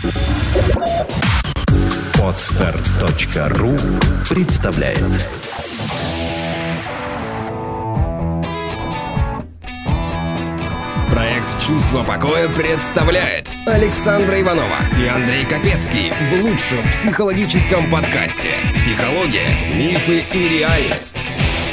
Podster.ru представляет. Проект «Чувство покоя» представляет Александра Иванова и Андрей Капецкий в лучшем психологическом подкасте «Психология, мифы и реальность».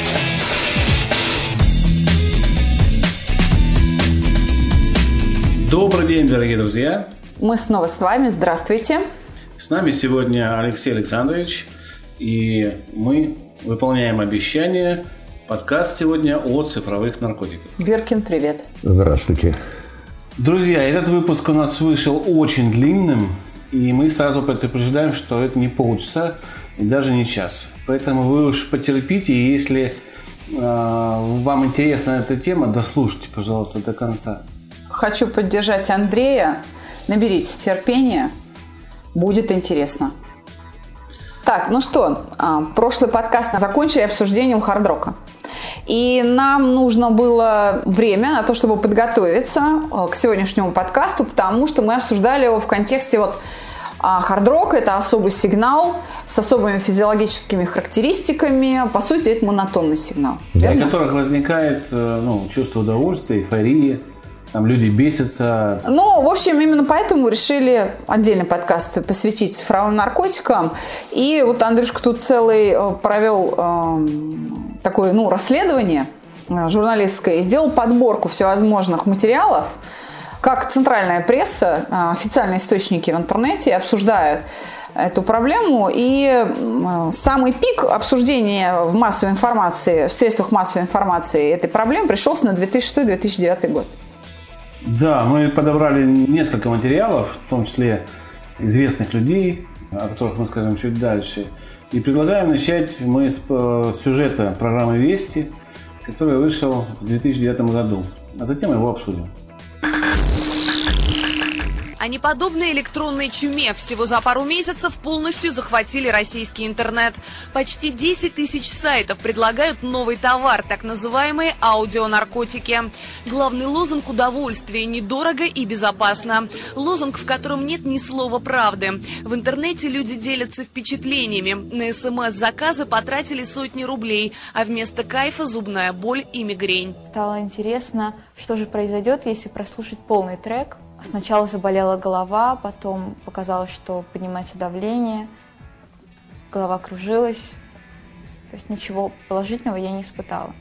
Добрый день, дорогие друзья! Мы снова с вами. Здравствуйте! С нами сегодня Алексей Александрович, и мы выполняем обещание. Подкаст сегодня о цифровых наркотиках. Биркин, привет! Здравствуйте! Друзья, этот выпуск у нас вышел очень длинным, и мы сразу предупреждаем, что это не полчаса и даже не час. Поэтому вы уж потерпите, и если вам интересна эта тема, дослушайте, пожалуйста, до конца. Хочу поддержать Андрея. Наберитесь терпения. Будет интересно. Так, ну что, прошлый подкаст закончили обсуждением хард-рока. И нам нужно было время на то, чтобы подготовиться к сегодняшнему подкасту, потому что мы обсуждали его в контексте хард-рок – это особый сигнал с особыми физиологическими характеристиками. По сути, это монотонный сигнал. При которых возникает чувство удовольствия, эйфории. Там люди бесятся. В общем, именно поэтому решили отдельный подкаст посвятить цифровым наркотикам. И вот Андрюшка тут целый провел такое расследование журналистское и сделал подборку всевозможных материалов, как центральная пресса, официальные источники в интернете обсуждают эту проблему. И самый пик обсуждения в массовой информации, в средствах массовой информации этой проблемы пришелся на 2006-2009 год. Да, мы подобрали несколько материалов, в том числе известных людей, о которых мы скажем чуть дальше. И предлагаем начать мы с сюжета программы «Вести», который вышел в 2009 году, а затем его обсудим. О неподобной электронной чуме всего за пару месяцев полностью захватили российский интернет. Почти 10 тысяч сайтов предлагают новый товар, так называемые аудионаркотики. Главный лозунг – удовольствие, недорого и безопасно. Лозунг, в котором нет ни слова правды. В интернете люди делятся впечатлениями. На СМС-заказы потратили сотни рублей, а вместо кайфа – зубная боль и мигрень. Стало интересно, что же произойдет, если прослушать полный трек. Сначала заболела голова, потом показалось, что поднимается давление, голова кружилась. То есть ничего положительного я не испытала.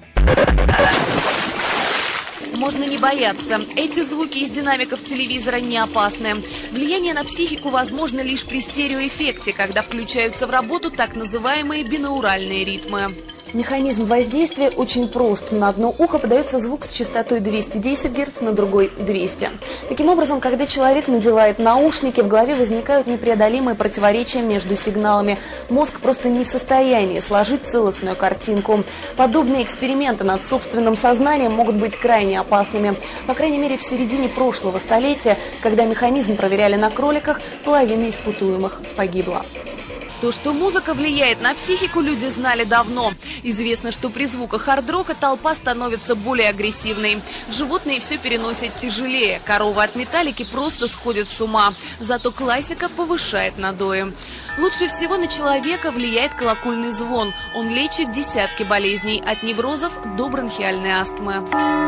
Можно не бояться. Эти звуки из динамиков телевизора не опасны. Влияние на психику возможно лишь при стереоэффекте, когда включаются в работу так называемые бинауральные ритмы. Механизм воздействия очень прост. На одно ухо подается звук с частотой 210 Гц, на другой 200. Таким образом, когда человек надевает наушники, в голове возникают непреодолимые противоречия между сигналами. Мозг просто не в состоянии сложить целостную картинку. Подобные эксперименты над собственным сознанием могут быть крайне опасными. По крайней мере, в середине прошлого столетия, когда механизм проверяли на кроликах, половина испытуемых погибла. То, что музыка влияет на психику, люди знали давно. Известно, что при звуках хард-рока толпа становится более агрессивной. Животные все переносят тяжелее. Коровы от металлики просто сходят с ума. Зато классика повышает надои. Лучше всего на человека влияет колокольный звон. Он лечит десятки болезней, от неврозов до бронхиальной астмы.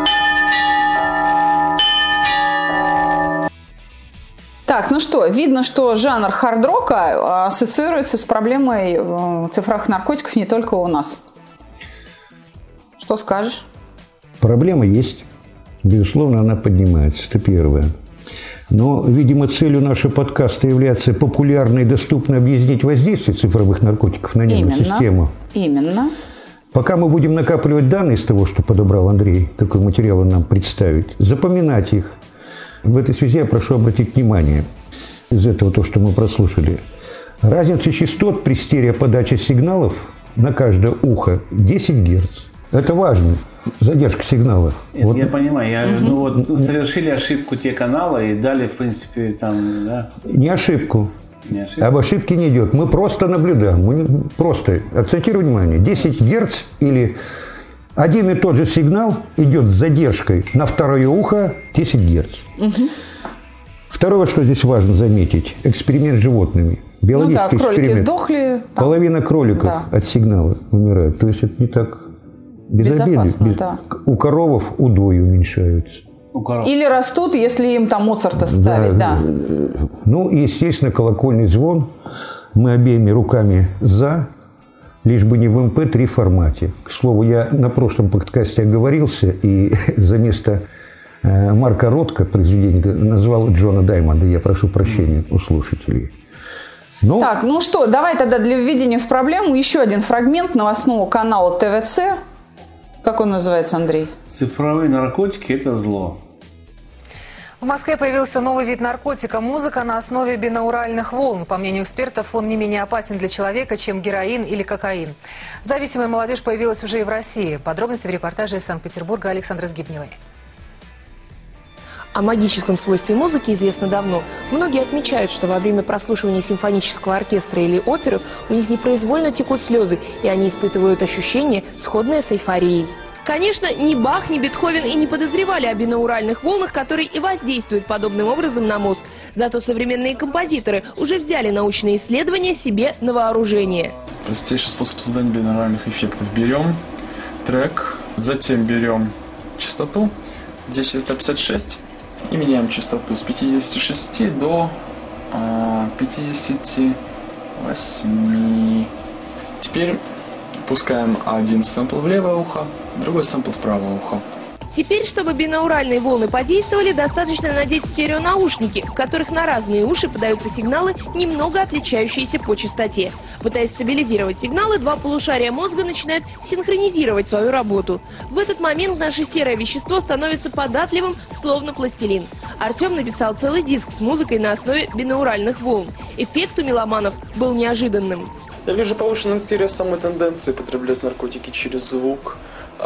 Так, видно, что жанр хард-рока ассоциируется с проблемой цифровых наркотиков не только у нас. Что скажешь? Проблема есть. Безусловно, она поднимается. Это первое. Но, видимо, целью нашего подкаста является популярно и доступно объяснить воздействие цифровых наркотиков на нервную систему. Именно. Пока мы будем накапливать данные из того, что подобрал Андрей, какой материал он нам представит, запоминать их. В этой связи я прошу обратить внимание из этого то, что мы прослушали. Разница частот при стереоподаче сигналов на каждое ухо 10 Гц. Это важно. Задержка сигнала. Нет, я понимаю. Совершили ошибку те каналы и дали, в принципе, там, да? Не ошибку. Об ошибке не идет. Мы просто наблюдаем. Просто акцентируй внимание. 10 Гц или один и тот же сигнал идет с задержкой на второе ухо 10 Гц. Второе, что здесь важно заметить, эксперимент с животными. Биологический кролики эксперимент. сдохли. Половина кроликов от сигнала умирает. То есть это не так безобидно. Да. У коровов удои уменьшаются. Или растут, если им там Моцарта ставить. Да. Ну, и, естественно, колокольный звон. Мы обеими руками за, лишь бы не в MP3 формате. К слову, я на прошлом подкасте оговорился, и за место Марка Ротко произведение назвал Джона Даймонда. Я прошу прощения у слушателей. Но... Так, ну что, давай тогда для введения в проблему еще один фрагмент новостного канала ТВЦ. Как он называется, Андрей? Цифровые наркотики – это зло. В Москве появился новый вид наркотика – музыка на основе бинауральных волн. По мнению экспертов, он не менее опасен для человека, чем героин или кокаин. Зависимая молодежь появилась уже и в России. Подробности в репортаже из Санкт-Петербурга Александры Сгибневой. О магическом свойстве музыки известно давно. Многие отмечают, что во время прослушивания симфонического оркестра или оперы у них непроизвольно текут слезы, и они испытывают ощущение, сходное с эйфорией. Конечно, ни Бах, ни Бетховен и не подозревали о бинауральных волнах, которые и воздействуют подобным образом на мозг. Зато современные композиторы уже взяли научные исследования себе на вооружение. Простейший способ создания бинауральных эффектов. Берем трек, затем берем частоту 10456 и меняем частоту с 56 до 58. Теперь пускаем один сэмпл в левое ухо, другой сэмпл в правое ухо. Теперь, чтобы бинауральные волны подействовали, достаточно надеть стереонаушники, в которых на разные уши подаются сигналы, немного отличающиеся по частоте. Пытаясь стабилизировать сигналы, два полушария мозга начинают синхронизировать свою работу. В этот момент наше серое вещество становится податливым, словно пластилин. Артем написал целый диск с музыкой на основе бинауральных волн. Эффект у меломанов был неожиданным. Я вижу повышенный интерес самой тенденции потреблять наркотики через звук.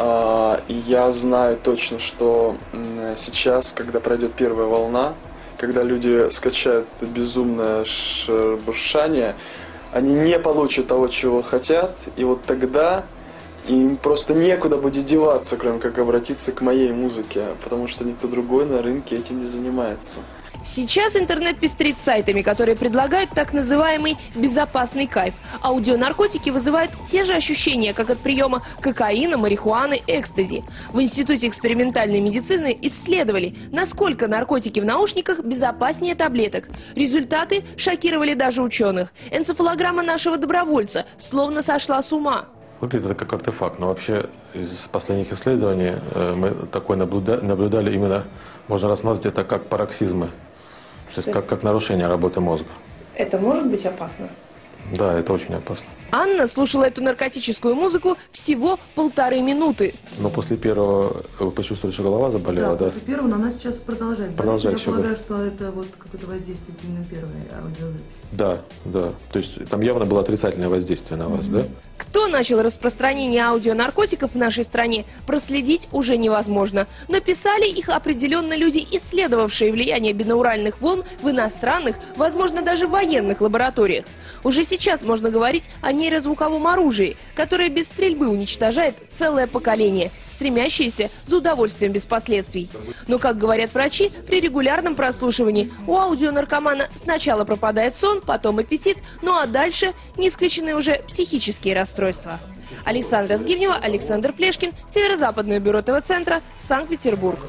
И я знаю точно, что сейчас, когда пройдет первая волна, когда люди скачают это безумное шуршание, они не получат того, чего хотят, и вот тогда им просто некуда будет деваться, кроме как обратиться к моей музыке, потому что никто другой на рынке этим не занимается. Сейчас интернет пестрит сайтами, которые предлагают так называемый безопасный кайф. Аудионаркотики вызывают те же ощущения, как от приема кокаина, марихуаны, экстази. В Институте экспериментальной медицины исследовали, насколько наркотики в наушниках безопаснее таблеток. Результаты шокировали даже ученых. Энцефалограмма нашего добровольца словно сошла с ума. Выглядит это как артефакт, но вообще из последних исследований мы такое наблюдали именно, можно рассматривать это как пароксизмы. То есть как нарушение работы мозга. Это может быть опасно? Да, это очень опасно. Анна слушала эту наркотическую музыку всего 1,5 минуты. Но после первого вы почувствовали, что голова заболела, да? После первого, но она сейчас продолжает. Продолжает Я полагаю, что это вот какое-то воздействие именно первой аудиозаписи. Да. То есть там явно было отрицательное воздействие на вас, да? Кто начал распространение аудионаркотиков в нашей стране, проследить уже невозможно. Но писали их определенно люди, исследовавшие влияние бинауральных волн в иностранных, возможно, даже военных лабораториях. Уже сейчас можно говорить о нейрозвуковом оружии, которое без стрельбы уничтожает целое поколение, стремящееся за удовольствием без последствий. Но, как говорят врачи, при регулярном прослушивании у аудионаркомана сначала пропадает сон, потом аппетит, ну а дальше неисключены уже психические расстройства. Александра Сгибнева, Александр Плешкин, Северо-Западное бюро ТВ-центра, Санкт-Петербург.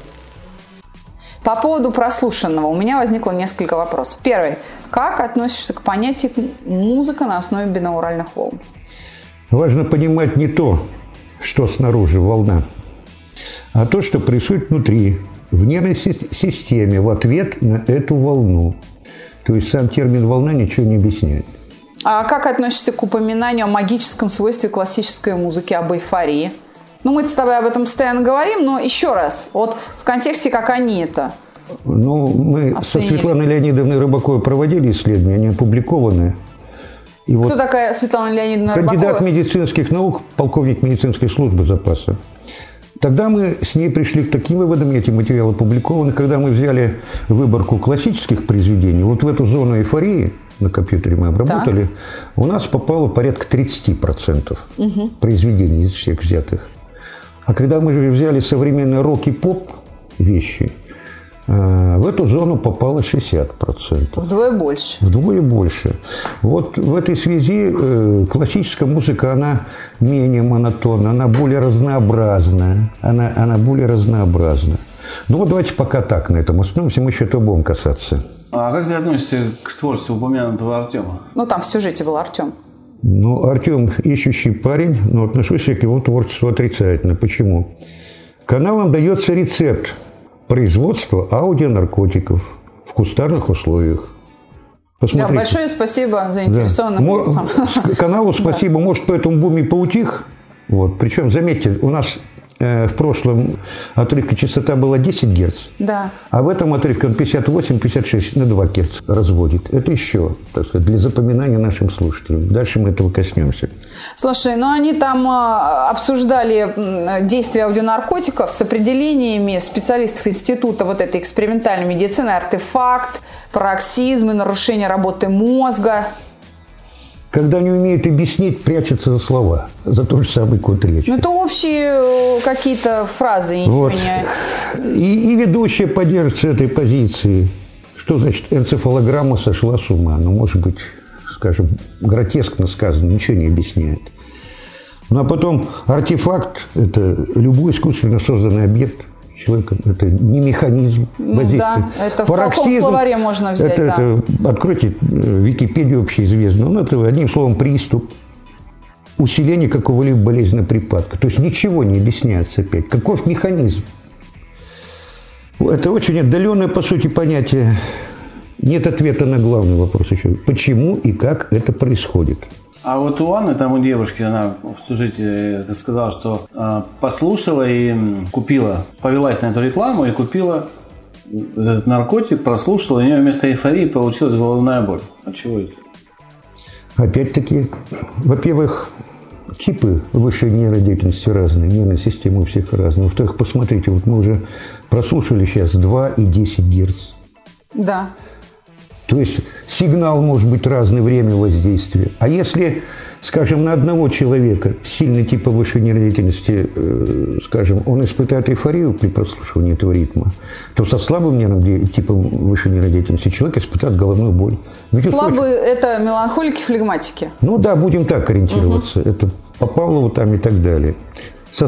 По поводу прослушанного у меня возникло несколько вопросов. Первый. Как относишься к понятию музыка на основе бинауральных волн? Важно понимать не то, что снаружи волна, а то, что происходит внутри, в нервной системе в ответ на эту волну. То есть сам термин «волна» ничего не объясняет. А как относишься к упоминанию о магическом свойстве классической музыки, об эйфории? Ну, мы с тобой об этом постоянно говорим, но еще раз, вот в контексте, как они это мы оценили. Со Светланой Леонидовной Рыбаковой проводили исследования, они опубликованы. И Кто такая Светлана Леонидовна Рыбакова? Кандидат медицинских наук, полковник медицинской службы запаса. Тогда мы с ней пришли к таким выводам, эти материалы опубликованы, когда мы взяли выборку классических произведений, вот в эту зону эйфории на компьютере мы обработали, у нас попало порядка 30% произведений из всех взятых. А когда мы же взяли современный рок и поп вещи, В эту зону попало 60%. Вдвое больше. Вдвое больше. Вот в этой связи классическая музыка, она менее монотонна, она более разнообразная. Она более разнообразна. Ну вот давайте пока так на этом остановимся, мы еще этого будем касаться. А как ты относишься к творчеству упомянутого Артема? Ну, там в сюжете был Артем. Ну, Артем ищущий парень, но отношусь я к его творчеству отрицательно. Почему? Каналам дается рецепт производства аудионаркотиков в кустарных условиях. Посмотрите. Да, большое спасибо заинтересованным лицам. Каналу спасибо. Может, поэтому бум и поутих. Вот. Причем, заметьте, у нас в прошлом отрывке частота была 10 Гц, да. А в этом отрывке он 58-56 на 2 Гц разводит. Это еще, так сказать, для запоминания нашим слушателям. Дальше мы этого коснемся. Слушай, ну они там обсуждали действия аудионаркотиков с определениями специалистов института вот этой экспериментальной медицины, артефакт, пароксизм, нарушение работы мозга. Когда не умеет объяснить, прячется за слова, за тот же самый код речи. Ну, это общие какие-то фразы, ничего вот. И ведущая поддерживается этой позиции. Что значит энцефалограмма сошла с ума? Ну, может быть, скажем, гротескно сказано, ничего не объясняет. Ну, а потом артефакт – это любой искусственно созданный объект человека. Это не механизм воздействия. Да, это в каком словаре можно взять. Это, откройте Википедию общеизвестную. Ну, это одним словом приступ, усиление какого-либо болезненного припадка. То есть ничего не объясняется опять. Каков механизм? Это очень отдаленное, по сути, понятие. Нет ответа на главный вопрос еще. Почему и как это происходит? А вот у Анны, там у девушки, она в сюжете сказала, что послушала и купила, повелась на эту рекламу и купила этот наркотик, прослушала, и у нее вместо эйфории получилась головная боль. От чего это? Опять-таки, во-первых, типы высшей нейродеятельности разные, нервная система у всех разная. Во-вторых, посмотрите, вот мы уже прослушали сейчас 2 и 10 Гц. Да. То есть сигнал может быть разное, время воздействия. А если, скажем, на одного человека сильный тип высшей нейродеятельности, скажем, он испытает эйфорию при прослушивании этого ритма, то со слабым типом высшей нейродеятельности человек испытает головную боль. Слабые – это меланхолики, флегматики? Ну да, будем так ориентироваться. Это по Павлову там и так далее. Со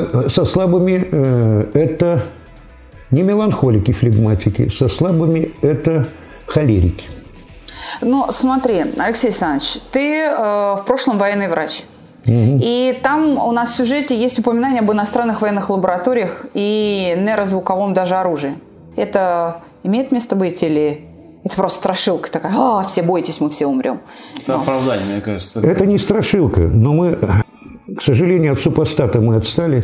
слабыми это не меланхолики, флегматики. Со слабыми это холерики. Ну, смотри, Алексей Александрович, ты в прошлом военный врач. И там у нас в сюжете есть упоминание об иностранных военных лабораториях и нейрозвуковом даже оружии. Это имеет место быть или это просто страшилка такая? Все бойтесь, мы все умрем. Это оправдание, мне кажется. Это не страшилка, но мы, к сожалению, от супостата мы отстали.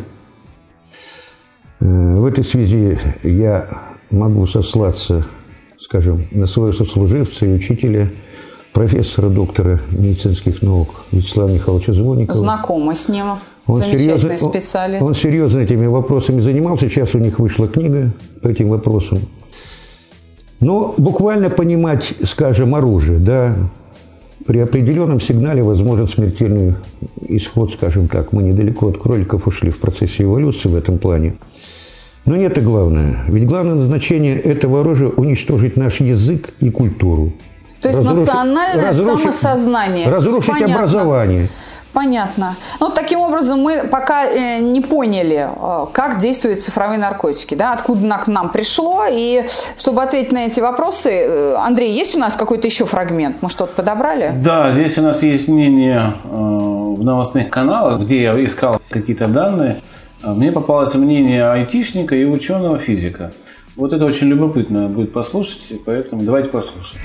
В этой связи я могу сослаться, скажем, на своего сослуживца и учителя, профессора, доктора медицинских наук Вячеслава Михайловича Звонникова. Знакома с ним. Замечательный специалист. Он серьезно этими вопросами занимался. Сейчас у них вышла книга по этим вопросам. Но буквально понимать, скажем, оружие, да, при определенном сигнале возможен смертельный исход, скажем так. Мы недалеко от кроликов ушли в процессе эволюции в этом плане. Но не это главное. Ведь главное назначение этого оружия – уничтожить наш язык и культуру. То есть национальное самосознание. Разрушить образование. Понятно. Ну, таким образом, мы пока не поняли, как действуют цифровые наркотики, да, откуда к нам пришло. И чтобы ответить на эти вопросы, Андрей, есть у нас какой-то еще фрагмент? Мы что-то подобрали? Да, здесь у нас есть мнение в новостных каналах, где я искал какие-то данные. Мне попалось мнение айтишника и ученого-физика. Вот это очень любопытно будет послушать, поэтому давайте послушаем.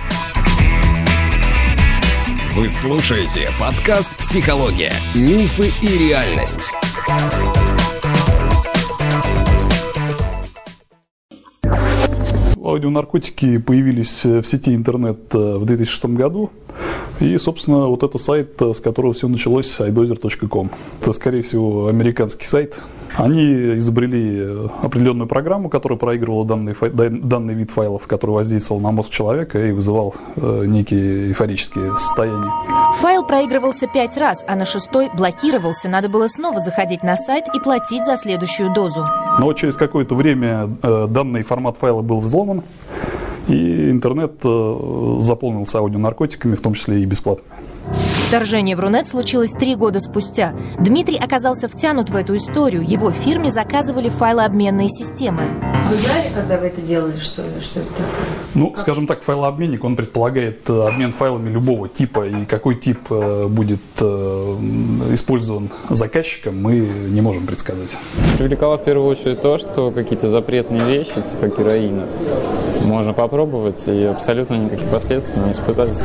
Вы слушаете подкаст «Психология. Мифы и реальность». Аудионаркотики появились в сети интернет в 2006 году. И, собственно, вот это сайт, с которого все началось, iDozer.com. Это, скорее всего, американский сайт. Они изобрели определенную программу, которая проигрывала данный вид файлов, который воздействовал на мозг человека и вызывал некие эйфорические состояния. Файл проигрывался 5 раз, а на 6-й блокировался. Надо было снова заходить на сайт и платить за следующую дозу. Но вот через какое-то время данный формат файла был взломан, и интернет заполнился аудионаркотиками, в том числе и бесплатными. Вторжение в Рунет случилось 3 года спустя. Дмитрий оказался втянут в эту историю. Его фирме заказывали файлообменные системы. Вы знали, когда вы это делали, что это такое? Ну, скажем так, файлообменник, он предполагает обмен файлами любого типа, и какой тип будет использован заказчиком, мы не можем предсказать. Привлекало в первую очередь то, что какие-то запретные вещи, типа героина, можно попробовать и абсолютно никаких последствий не испытать.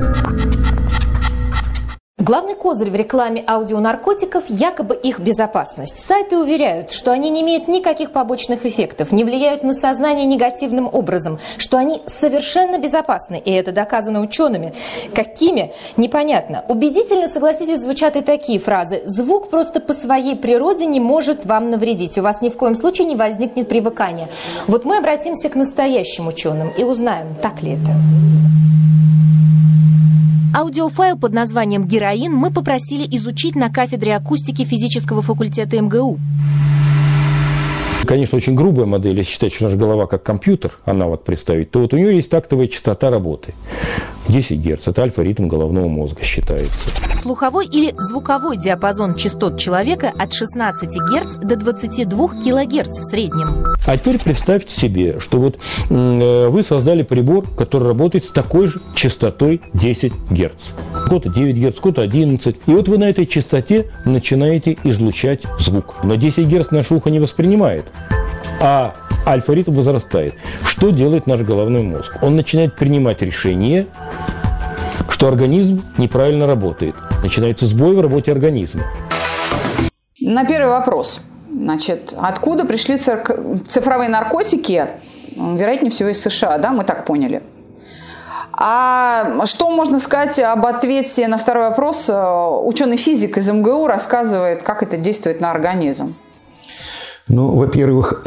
Главный козырь в рекламе аудионаркотиков – якобы их безопасность. Сайты уверяют, что они не имеют никаких побочных эффектов, не влияют на сознание негативным образом, что они совершенно безопасны, и это доказано учеными. Какими? Непонятно. Убедительно, согласитесь, звучат и такие фразы. Звук просто по своей природе не может вам навредить, у вас ни в коем случае не возникнет привыкания. Вот мы обратимся к настоящим ученым и узнаем, так ли это. Аудиофайл под названием «Героин» мы попросили изучить на кафедре акустики физического факультета МГУ. Конечно, очень грубая модель, если считать, что наша голова как компьютер, аналог представить, то вот у нее есть тактовая частота работы. 10 Гц. Это альфа-ритм головного мозга считается. Слуховой или звуковой диапазон частот человека от 16 Гц до 22 кГц в среднем. А теперь представьте себе, что вот вы создали прибор, который работает с такой же частотой 10 Гц. Кто-то 9 Гц, кто-то 11. И вот вы на этой частоте начинаете излучать звук. Но 10 Гц наше ухо не воспринимает, а альфа-ритм возрастает. Что делает наш головной мозг? Он начинает принимать решение, что организм неправильно работает. Начинается сбой в работе организма. На первый вопрос. Значит, откуда пришли цифровые наркотики? Вероятнее всего, из США, да, мы так поняли. А что можно сказать об ответе на второй вопрос? Ученый-физик из МГУ рассказывает, как это действует на организм. Ну, во-первых,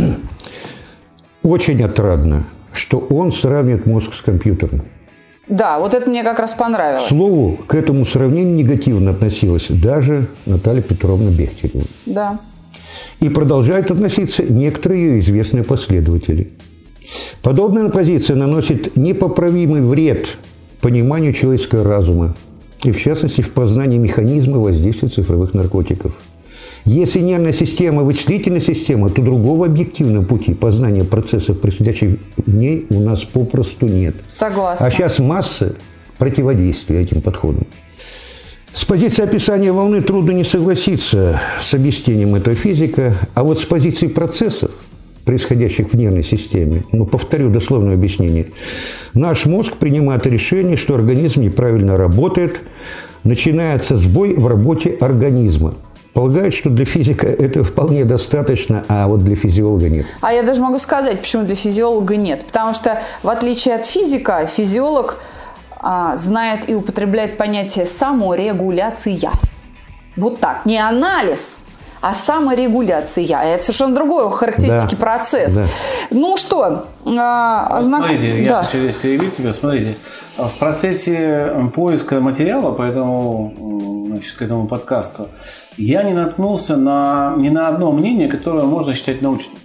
очень отрадно, что он сравнивает мозг с компьютером. Да, вот это мне как раз понравилось. К слову, к этому сравнению негативно относилась даже Наталья Петровна Бехтерева. Да. И продолжают относиться некоторые ее известные последователи. Подобная позиция наносит непоправимый вред пониманию человеческого разума, и в частности в познании механизма воздействия цифровых наркотиков. Если нервная система – вычислительная система, то другого объективного пути познания процессов, происходящих в ней, у нас попросту нет. Согласна. А сейчас масса противодействия этим подходам. С позиции описания волны трудно не согласиться с объяснением этого физика, а вот с позиции процессов, происходящих в нервной системе, повторю дословное объяснение, наш мозг принимает решение, что организм неправильно работает, начинается сбой в работе организма. Полагают, что для физика это вполне достаточно, а вот для физиолога нет. А я даже могу сказать, почему для физиолога нет. Потому что, в отличие от физика, физиолог знает и употребляет понятие саморегуляция. Вот так. Не анализ, а саморегуляция. Это совершенно другой характеристики процесс. Да. Ну что? Смотрите, я хочу здесь перебить тебя. Смотрите, в процессе поиска материала по к этому подкасту я не наткнулся ни на одно мнение, которое можно считать научным.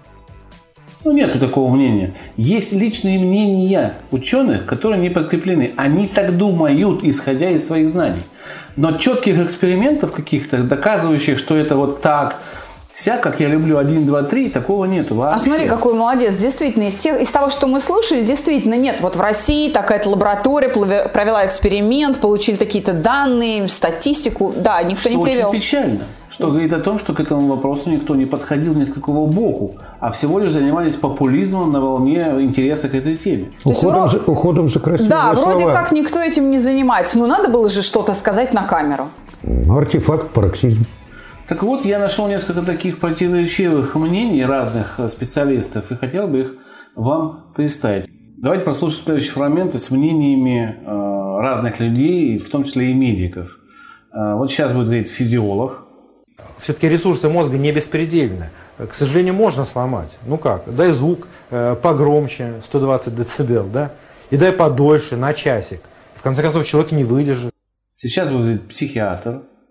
Нету такого мнения. Есть личные мнения ученых, которые не подкреплены. Они так думают, исходя из своих знаний. Но четких экспериментов каких-то, доказывающих, что это вот так, как я люблю 1, 2, 3, такого нету вообще. А смотри, какой молодец. Действительно, из того, что мы слушали, действительно нет. Вот в России такая-то лаборатория провела эксперимент, получили какие-то данные, статистику. Да, никто не привел. Очень печально. Что говорит о том, что к этому вопросу никто не подходил ни с какого боку, а всего лишь занимались популизмом на волне интереса к этой теме. Уходом за красивые слова. Да, вроде как никто никто этим не занимается. Но надо было же что-то сказать на камеру. Артефакт, пароксизм. Так вот, я нашел несколько таких противоречивых мнений разных специалистов и хотел бы их вам представить. Давайте прослушаем следующие фрагменты с мнениями разных людей, в том числе и медиков. Вот сейчас будет говорить физиолог. Все-таки ресурсы мозга не беспредельны. К сожалению, можно сломать. Ну как? Дай звук погромче, 120 дБ, да? И дай подольше, на часик. В конце концов, человек не выдержит. Сейчас будет психиатр.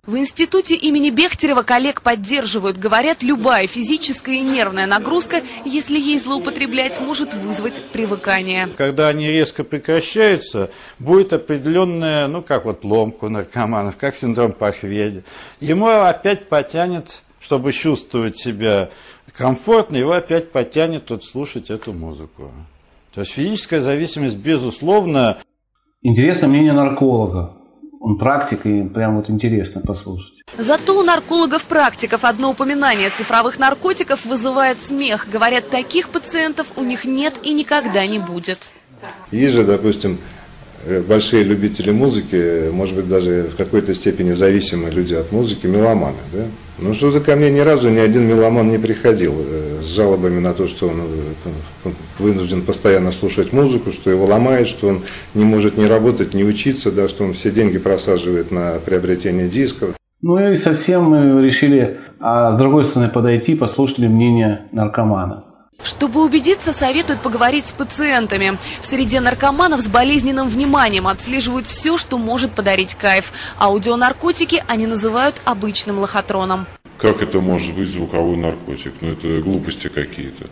В институте имени Бехтерева коллег поддерживают. Говорят, любая физическая и нервная нагрузка, если ей злоупотреблять, может вызвать привыкание. Когда они резко прекращаются, будет определенная, как вот ломка у наркоманов, как синдром похмелья. Ему опять потянет, чтобы чувствовать себя комфортно, его опять потянет слушать эту музыку. То есть физическая зависимость, безусловно. Интересно мнение нарколога. Он практик, и прям интересно послушать. Зато у наркологов-практиков одно упоминание цифровых наркотиков вызывает смех. Говорят, таких пациентов у них нет и никогда не будет. Есть же, допустим, большие любители музыки, может быть, даже в какой-то степени зависимые люди от музыки, меломаны, да? Ну, что-то ко мне ни разу ни один меломан не приходил с жалобами на то, что он вынужден постоянно слушать музыку, что его ломает, что он не может ни работать, ни учиться, да, что он все деньги просаживает на приобретение дисков. Ну и совсем мы решили, с другой стороны, подойти, послушали мнение наркомана. Чтобы убедиться, советуют поговорить с пациентами. В среде наркоманов с болезненным вниманием отслеживают все, что может подарить кайф. Аудионаркотики они называют обычным лохотроном. Как это может быть звуковой наркотик? Это глупости какие-то.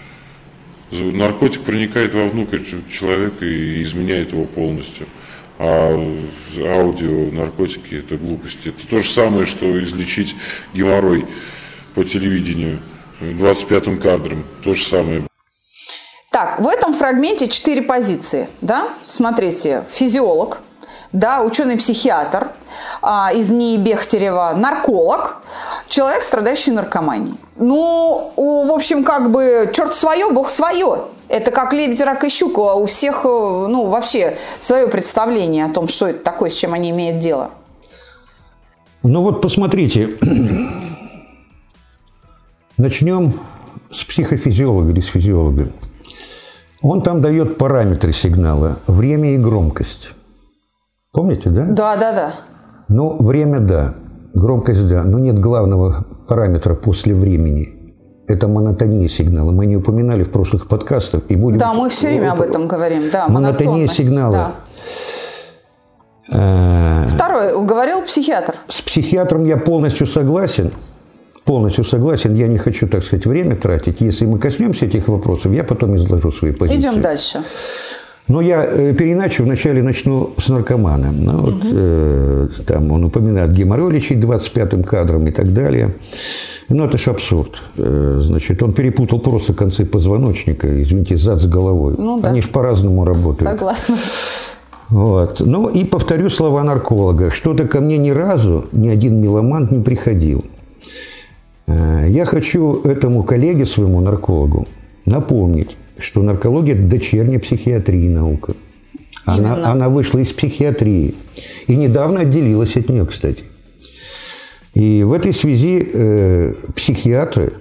Наркотик проникает вовнутрь человека и изменяет его полностью. А аудионаркотики – это глупости. Это то же самое, что излечить геморрой по телевидению. 25-м кадром, то же самое. Так, в этом фрагменте 4 позиции, да? Смотрите, физиолог, да, ученый-психиатр, из НИИ Бехтерева нарколог, человек, страдающий наркоманией. В общем, черт свое, бог свое. Это как лебедь, рак и щука, у всех, вообще свое представление о том, что это такое, с чем они имеют дело. Посмотрите. Начнем с психофизиолога или с физиолога. Он там дает параметры сигнала, время и громкость. Помните, да? Да. Время – да, громкость – да, но нет главного параметра после времени. Это монотония сигнала. Мы не упоминали в прошлых подкастах. И будем... Да, мы все время об этом говорим. Да, монотония сигнала. Да. Второй, говорил психиатр. С психиатром я полностью согласен. Я не хочу, время тратить. Если мы коснемся этих вопросов, я потом изложу свои позиции. Идем дальше. Но я переначу, вначале начну с наркомана. Там он упоминает геморрой лечить 25-м кадром и так далее. Это ж абсурд. Значит, он перепутал просто концы позвоночника, извините, зад с головой. Да. Они ж по-разному работают. Согласна. И повторю слова нарколога. Что-то ко мне ни разу ни один меломан не приходил. Я хочу этому коллеге, своему наркологу, напомнить, что наркология – это дочерняя психиатрии наука. Она вышла из психиатрии и недавно отделилась от нее, кстати. И в этой связи психиатры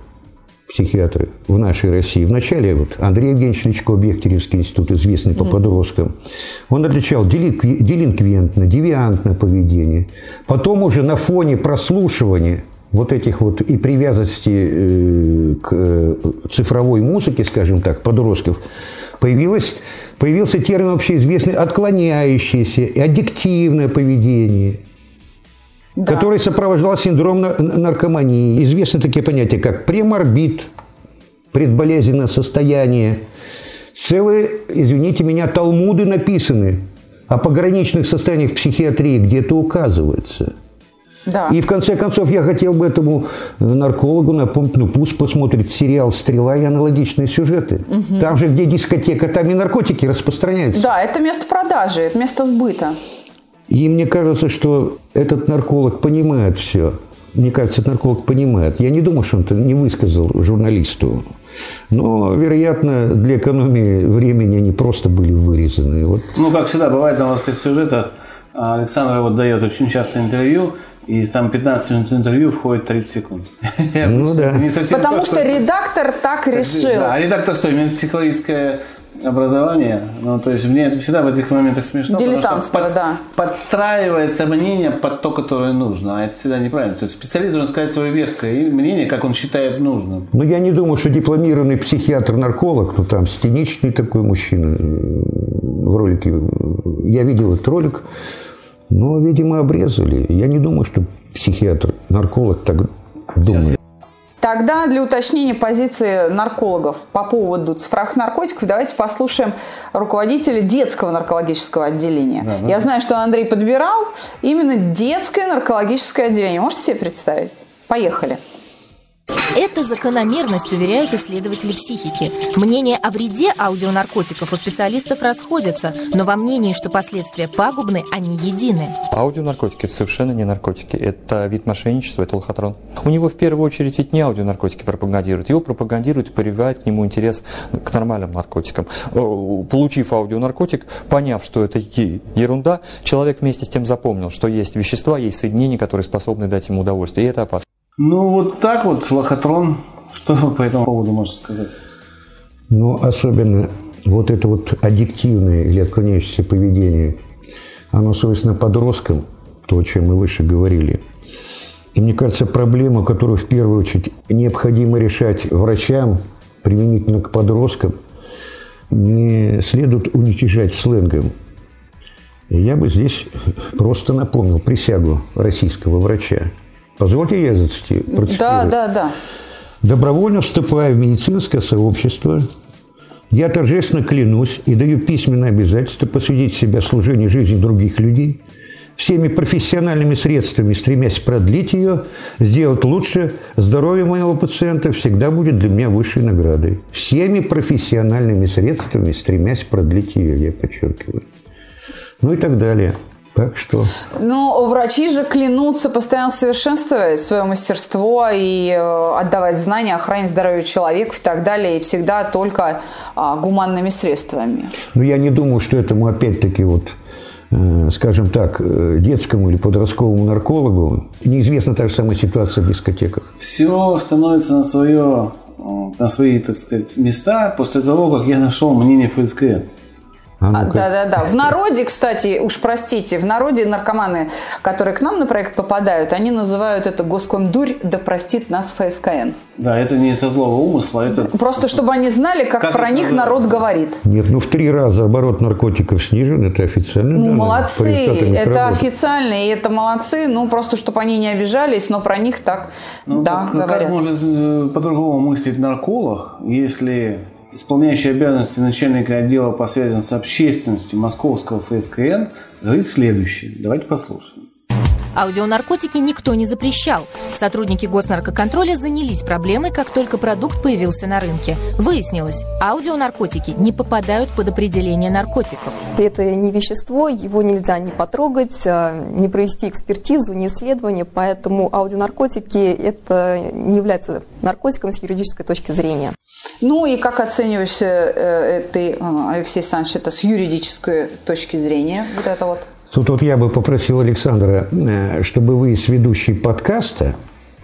в нашей России, вначале Андрей Евгеньевич Личко, Бехтеревский институт, известный по подросткам, он отличал делинквентное, девиантное поведение. Потом уже на фоне прослушивания этих и привязанности к цифровой музыке, скажем так, подростков, появился термин общеизвестный «отклоняющееся» и «аддиктивное поведение», который сопровождал синдром наркомании. Известны такие понятия, как преморбид, предболезненное состояние. Целые, извините меня, талмуды написаны о пограничных состояниях психиатрии, где это указывается. Да. И в конце концов я хотел бы этому наркологу напомнить, пусть посмотрит сериал «Стрела» и аналогичные сюжеты. Угу. Там же, где дискотека, там и наркотики распространяются. Да, это место продажи, это место сбыта. И мне кажется, что этот нарколог понимает все. Мне кажется, этот нарколог понимает. Я не думаю, что он это не высказал журналисту. Но, вероятно, для экономии времени они просто были вырезаны. Как всегда бывает на новостных сюжетах, Александр дает очень часто интервью, и там 15 минут интервью входит 30 секунд. Да. Потому что редактор так решил. Да, редактор что, имеет психологическое образование? То есть мне это всегда в этих моментах смешно. Дилетантство, да. Подстраивается мнение под то, которое нужно. А это всегда неправильно. То есть специалист должен сказать свое веское мнение, как он считает нужным. Я не думаю, что дипломированный психиатр-нарколог, там сценичный такой мужчина в ролике. Я видел этот ролик. Но, видимо, обрезали. Я не думаю, что психиатр, нарколог так думает. Тогда для уточнения позиции наркологов по поводу цифровых наркотиков давайте послушаем руководителя детского наркологического отделения. Да. Я знаю, что Андрей подбирал именно детское наркологическое отделение. Можете себе представить? Поехали. Это закономерность, уверяют исследователи психики. Мнения о вреде аудионаркотиков у специалистов расходятся, но во мнении, что последствия пагубны, они едины. Аудионаркотики – это совершенно не наркотики. Это вид мошенничества, это лохотрон. У него в первую очередь ведь не аудионаркотики пропагандируют. Его пропагандируют и прививают к нему интерес к нормальным наркотикам. Получив аудионаркотик, поняв, что это ерунда, человек вместе с тем запомнил, что есть вещества, есть соединения, которые способны дать ему удовольствие. И это опасно. Ну, вот так вот, лохотрон. Что вы по этому поводу можете сказать? Ну, особенно вот это вот аддиктивное или отклоняющееся поведение, оно свойственно подросткам, то, о чем мы выше говорили. И мне кажется, проблема, которую в первую очередь необходимо решать врачам, применительно к подросткам, не следует уничтожать сленгом. Я бы здесь просто напомнил присягу российского врача. Позвольте я процитирую. Да. Добровольно вступая в медицинское сообщество, я торжественно клянусь и даю письменное обязательство посвятить себя служению жизни других людей, всеми профессиональными средствами, стремясь продлить ее, сделать лучше. Здоровье моего пациента всегда будет для меня высшей наградой. Всеми профессиональными средствами, стремясь продлить ее, я подчеркиваю. Ну и так далее. Так что... Ну, врачи же клянутся постоянно совершенствовать свое мастерство и отдавать знания, охране здоровья человека и так далее, и всегда только гуманными средствами. Ну, я не думаю, что этому опять-таки вот, скажем так, детскому или подростковому наркологу неизвестна та же самая ситуация в дискотеках. Все становится на свои, так сказать, места после того, как я нашел мнение ФСК. Да. В народе, кстати, уж простите, в народе наркоманы, которые к нам на проект попадают, они называют это госкомдурь, да простит нас ФСКН. Да, это не со злого умысла. Это... Просто чтобы они знали, как про них народ говорит. Нет, в 3 раза оборот наркотиков снижен, это официально. Ну, молодцы, это официально, и это молодцы, просто чтобы они не обижались, но про них так, говорят. Как может по-другому мыслить нарколог, если... Исполняющий обязанности начальника отдела по связям с общественностью московского ФСКН говорит следующее. Давайте послушаем. Аудионаркотики никто не запрещал. Сотрудники госнаркоконтроля занялись проблемой, как только продукт появился на рынке. Выяснилось, аудионаркотики не попадают под определение наркотиков. Это не вещество, его нельзя ни потрогать, не провести экспертизу, ни исследование, поэтому аудионаркотики это не является наркотиком с юридической точки зрения. Ну и как оцениваешь ты, Алексей Александрович, это с юридической точки зрения, вот это вот? Тут вот я бы попросил Александра, чтобы вы с ведущей подкаста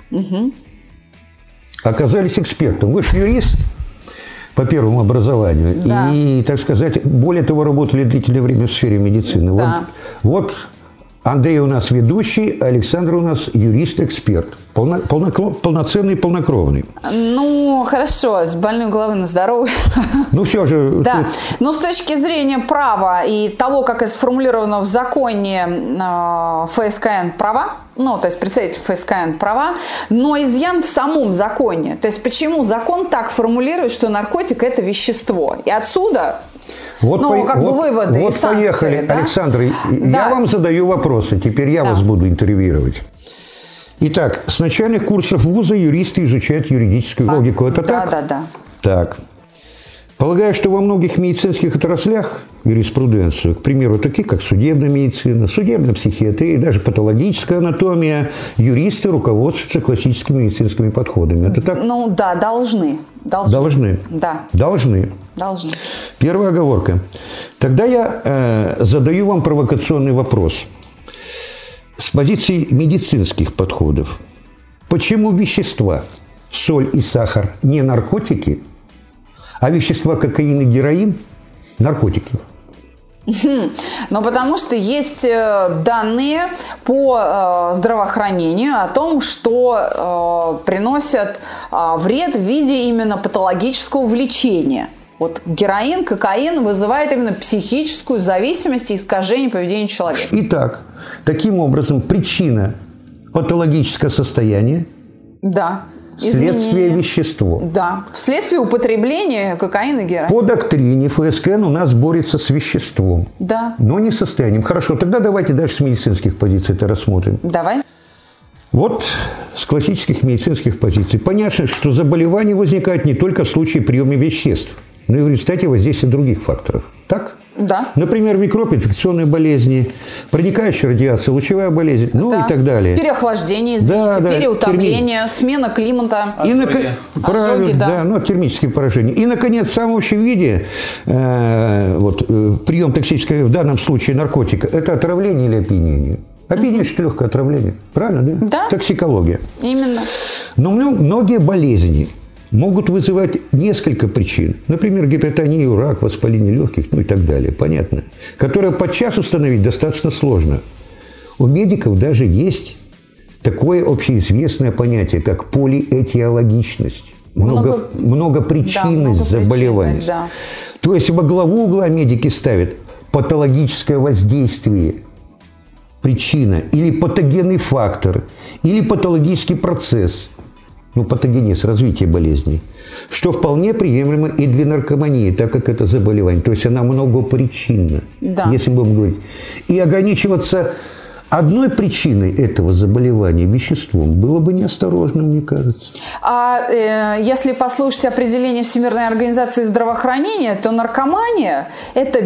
оказались экспертом. Вы же юрист по первому образованию. Да. И, так сказать, более того, работали длительное время в сфере медицины. Да. Вот Андрей у нас ведущий, Александр у нас юрист-эксперт. Полноценный, полнокровный. Ну, хорошо, с больной головы на здоровье. Ну, все же... Да, но с точки зрения права и того, как это сформулировано в законе ФСКН права, то есть представитель ФСКН права, но изъян в самом законе. То есть почему закон так формулирует, что наркотик – это вещество? И отсюда... выводы и санкции. Поехали, да? Александр, я вам задаю вопросы, теперь я вас буду интервьюировать. Итак, с начальных курсов вуза юристы изучают юридическую логику. Это так? Да. Так. Полагаю, что во многих медицинских отраслях юриспруденцию, к примеру, таких как судебная медицина, судебная психиатрия и даже патологическая анатомия, юристы руководствуются классическими медицинскими подходами. Это так? Ну да, должны. Да. Должны. Первая оговорка. Тогда я задаю вам провокационный вопрос. С позиции медицинских подходов. Почему вещества, соль и сахар, не наркотики, а вещества кокаин и героин – наркотики? Потому что есть данные по здравоохранению о том, что приносят вред в виде именно патологического влечения. Вот героин, кокаин вызывает именно психическую зависимость и искажение поведения человека. Итак, таким образом, причина – патологическое состояние, да. Следствие – вещество. Да, вследствие употребления кокаина и героина. По доктрине ФСКН у нас борется с веществом, да. но не с состоянием. Хорошо, тогда давайте дальше с медицинских позиций это рассмотрим. Давай. Вот с классических медицинских позиций. Понятно, что заболевание возникает не только в случае приема веществ, но и в результате воздействия других факторов. Так? Да. Например, микроб, инфекционные болезни, проникающая радиация, лучевая болезнь, ну и так далее. Переохлаждение, извините, переутомление, смена климата, ожоги, термические поражения. И, наконец, в самом общем виде, прием токсического, в данном случае наркотика, это отравление или опьянение? Опьянение – это легкое отравление. Правильно, да? Да. Токсикология. Именно. Но многие болезни могут вызывать несколько причин. Например, гипертонию, рак, воспаление легких, ну и так далее. Понятно. Которые подчас установить достаточно сложно. У медиков даже есть такое общеизвестное понятие, как полиэтиологичность. Многопричинность заболевания. Да. То есть во главу угла медики ставят патологическое воздействие, причина, или патогенный фактор, или патологический процесс. Патогенез, развитие болезни, что вполне приемлемо и для наркомании, так как это заболевание. То есть она многопричинна, если мы будем говорить. И ограничиваться одной причиной этого заболевания, веществом, было бы неосторожно, мне кажется. Если послушать определение Всемирной организации здравоохранения, то наркомания – это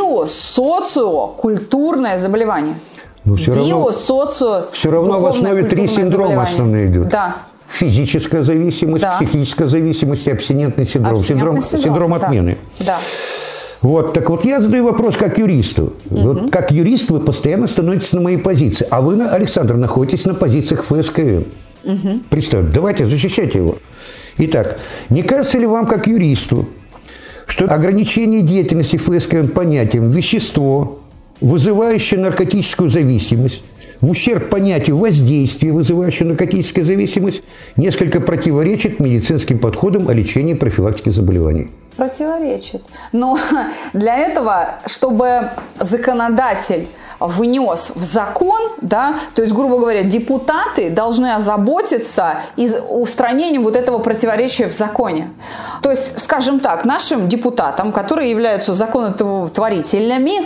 био-социо-культурное заболевание. Все равно в основе 3 синдрома основные идут. Да. Физическая зависимость, психическая зависимость и абстинентный синдром. Синдром отмены. Да. Так вот я задаю вопрос как юристу. Вот как юрист вы постоянно становитесь на моей позиции. А вы, Александр, находитесь на позициях ФСКН. Представьте, давайте защищайте его. Итак, не кажется ли вам как юристу, что ограничение деятельности ФСКН понятием «вещество», вызывающее наркотическую зависимость, в ущерб понятию воздействия, вызывающего наркотическую зависимость, несколько противоречит медицинским подходам о лечении и профилактике заболеваний? Противоречит. Но для этого, чтобы законодатель внес в закон, то есть, грубо говоря, депутаты должны озаботиться устранением вот этого противоречия в законе. То есть, скажем так, нашим депутатам, которые являются законотворителями,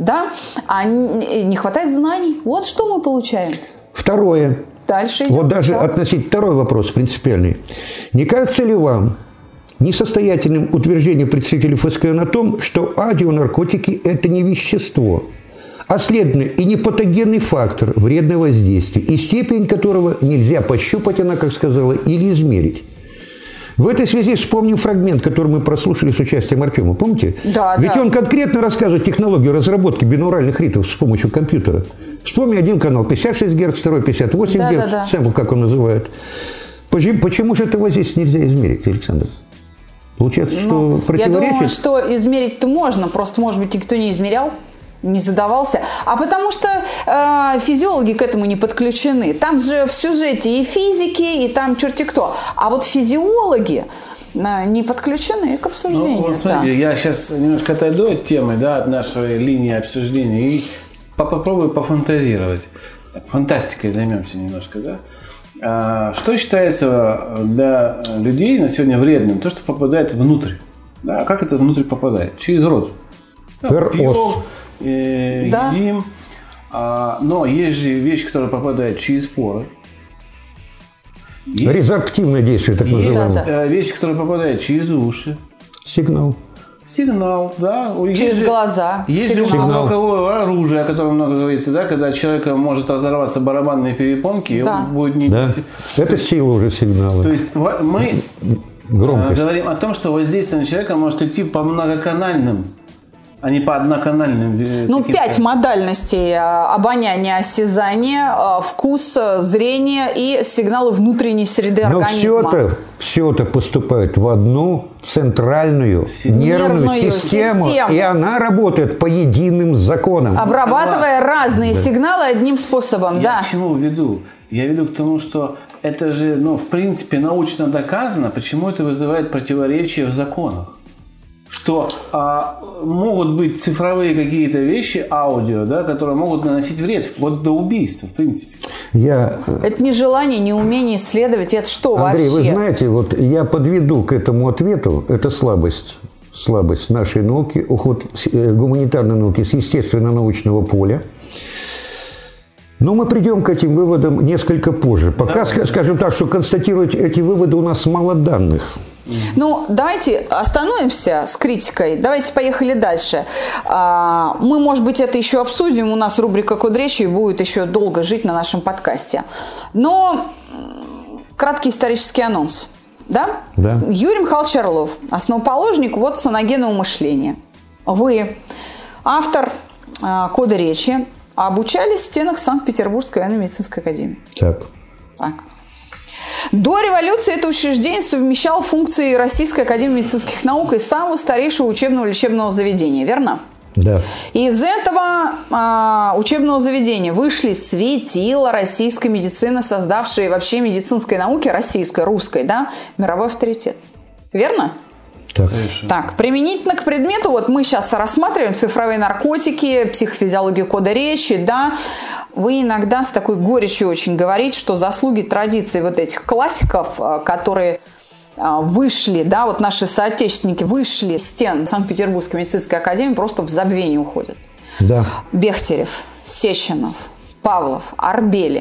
не хватает знаний. Вот что мы получаем. Второе. Дальше идем. Вот даже относительно второй вопрос принципиальный. Не кажется ли вам несостоятельным утверждение представителей ФСКН о том, что аудионаркотики – это не вещество, а следовательно и не патогенный фактор вредного воздействия, и степень которого нельзя пощупать, она как сказала, или измерить? В этой связи вспомним фрагмент, который мы прослушали с участием Артема. Помните? Да, Ведь он конкретно рассказывает технологию разработки бинауральных ритмов с помощью компьютера. Вспомни один канал 56 Гц, второй 58 Гц, сэмпл, как он называет. Почему же это воздействие нельзя измерить, Александр? Получается, что противоречит? Я думаю, что измерить-то можно, просто, может быть, никто не измерял. Не задавался, а потому что физиологи к этому не подключены. Там же в сюжете и физики, и там черти кто. А вот физиологи не подключены к обсуждению. Смотрите, я сейчас немножко отойду от темы, от нашей линии обсуждения и попробую пофантазировать. Фантастикой займемся немножко, Что считается для людей на сегодня вредным? То, что попадает внутрь. Как это внутрь попадает? Через рот. Пьем, едим. Но есть же вещи, которые попадают через поры. Резорптивное действие, так называемое. Есть вещи, которые попадают через уши. Сигнал, Через глаза. Есть же звуковое оружие, о котором много говорится, когда человека может разорваться барабанные перепонки, и он будет не... Это сила уже сигнала. То есть мы говорим о том, что воздействие на человека может идти по многоканальным, а не по одноканальным. 5 модальностей: обоняние, осязание, вкус, зрение и сигналы внутренней среды организма. Но все это поступает в одну центральную нервную систему, и она работает по единым законам. Обрабатывая разные сигналы одним способом. Я к чему веду? Я веду к тому, что это же, в принципе, научно доказано, почему это вызывает противоречия в законах. что могут быть цифровые какие-то вещи, аудио, да, которые могут наносить вред, вплоть до убийства, в принципе. Это не желание, не умение исследовать, это что Андрей, вообще? вы знаете, вот я подведу к этому ответу, это слабость нашей науки, уход гуманитарной науки с естественно-научного поля. Но мы придем к этим выводам несколько позже. Пока, скажем так, что констатировать эти выводы у нас мало данных. Ну, давайте остановимся с критикой. Давайте поехали дальше. Мы, может быть, это еще обсудим. У нас рубрика «Код речи» будет еще долго жить на нашем подкасте. Но краткий исторический анонс. Да? Да. Юрий Михайлович Орлов, основоположник саногенного мышления. Вы автор «Кода речи», обучались в стенах Санкт-Петербургской военно-медицинской академии. Так. До революции это учреждение совмещало функции Российской академии медицинских наук и самого старейшего учебного лечебного заведения, верно? Да. Из этого учебного заведения вышли светила российской медицины, создавшие вообще медицинской науки российской, русской, да, мировой авторитет. Верно? Так, применительно к предмету, вот мы сейчас рассматриваем цифровые наркотики, психофизиологию кода речи, да, вы иногда с такой горечью очень говорите, что заслуги традиций вот этих классиков, которые вышли, да, вот наши соотечественники вышли с стен Санкт-Петербургской медицинской академии, просто в забвение уходят. Да. Бехтерев, Сеченов, Павлов, Арбели.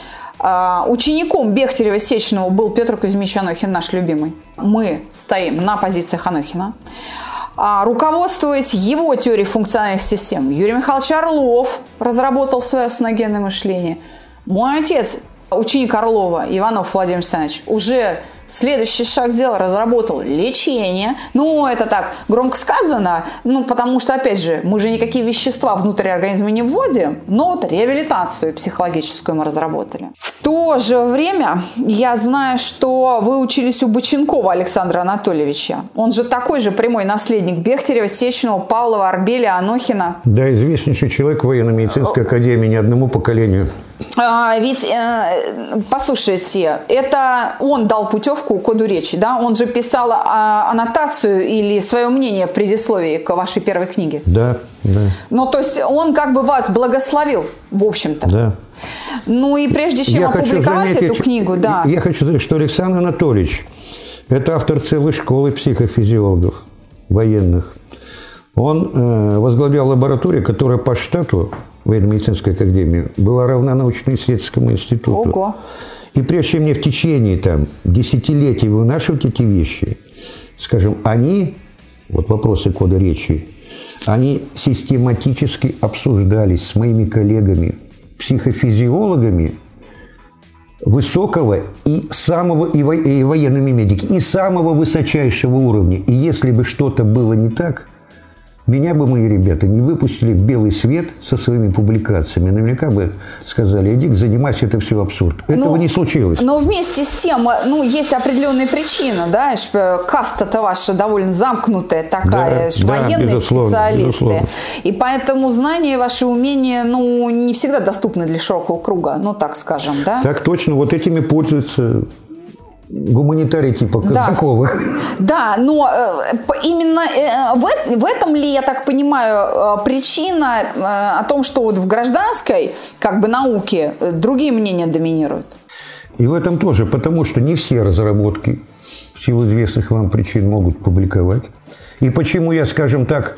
Учеником Бехтерева Сеченова был Петр Кузьмич Анохин, наш любимый. Мы стоим на позициях Анохина. Руководствуясь его теорией функциональных систем, Юрий Михайлович Орлов разработал свое саногенное мышление. Мой отец, ученик Орлова, Иванов Владимир Александрович, уже следующий шаг сделал, разработал лечение. Ну, это так громко сказано, ну, потому что, опять же, мы же никакие вещества внутрь организма не вводим, но вот реабилитацию психологическую мы разработали. В то же время я знаю, что вы учились у Боченкова Александра Анатольевича. Он же такой же прямой наследник Бехтерева, Сеченова, Павлова, Арбеля, Анохина. Да, известнейший человек в военно-медицинской академии не одному поколению. Ведь, послушайте, это он дал путевку коду речи, да? Он же писал аннотацию или свое мнение в предисловии к вашей первой книге. Да. Ну, то есть он как бы вас благословил, в общем-то. Да. Ну и прежде чем опубликовать эту книгу, да. Я хочу сказать, что Александр Анатольевич – это автор целой школы психофизиологов военных. Он возглавлял лабораторию, которая по штату военно-медицинской академии была равна научно-исследовательскому институту. Ого. И прежде чем мне в течение десятилетий вынашивать эти вещи, скажем, вот вопросы кода речи, они систематически обсуждались с моими коллегами, психофизиологами высокого и самого, и военными медиками, и самого высочайшего уровня. И если бы что-то было не так, меня бы мои ребята не выпустили в белый свет со своими публикациями. Наверняка бы сказали: иди, занимайся, это все абсурд. Этого не случилось. Но вместе с тем, есть определенная причина, да, каста-то ваша довольно замкнутая такая, военные специалисты. Безусловно. И поэтому знания, ваши умения, не всегда доступны для широкого круга, так скажем, да? Так точно, вот этими пользуются гуманитарии типа Казаковых. Да, но именно в этом ли, я так понимаю, причина о том, что вот в гражданской науке другие мнения доминируют? И в этом тоже, потому что не все разработки в силу известных вам причин могут публиковать. И почему я, скажем так,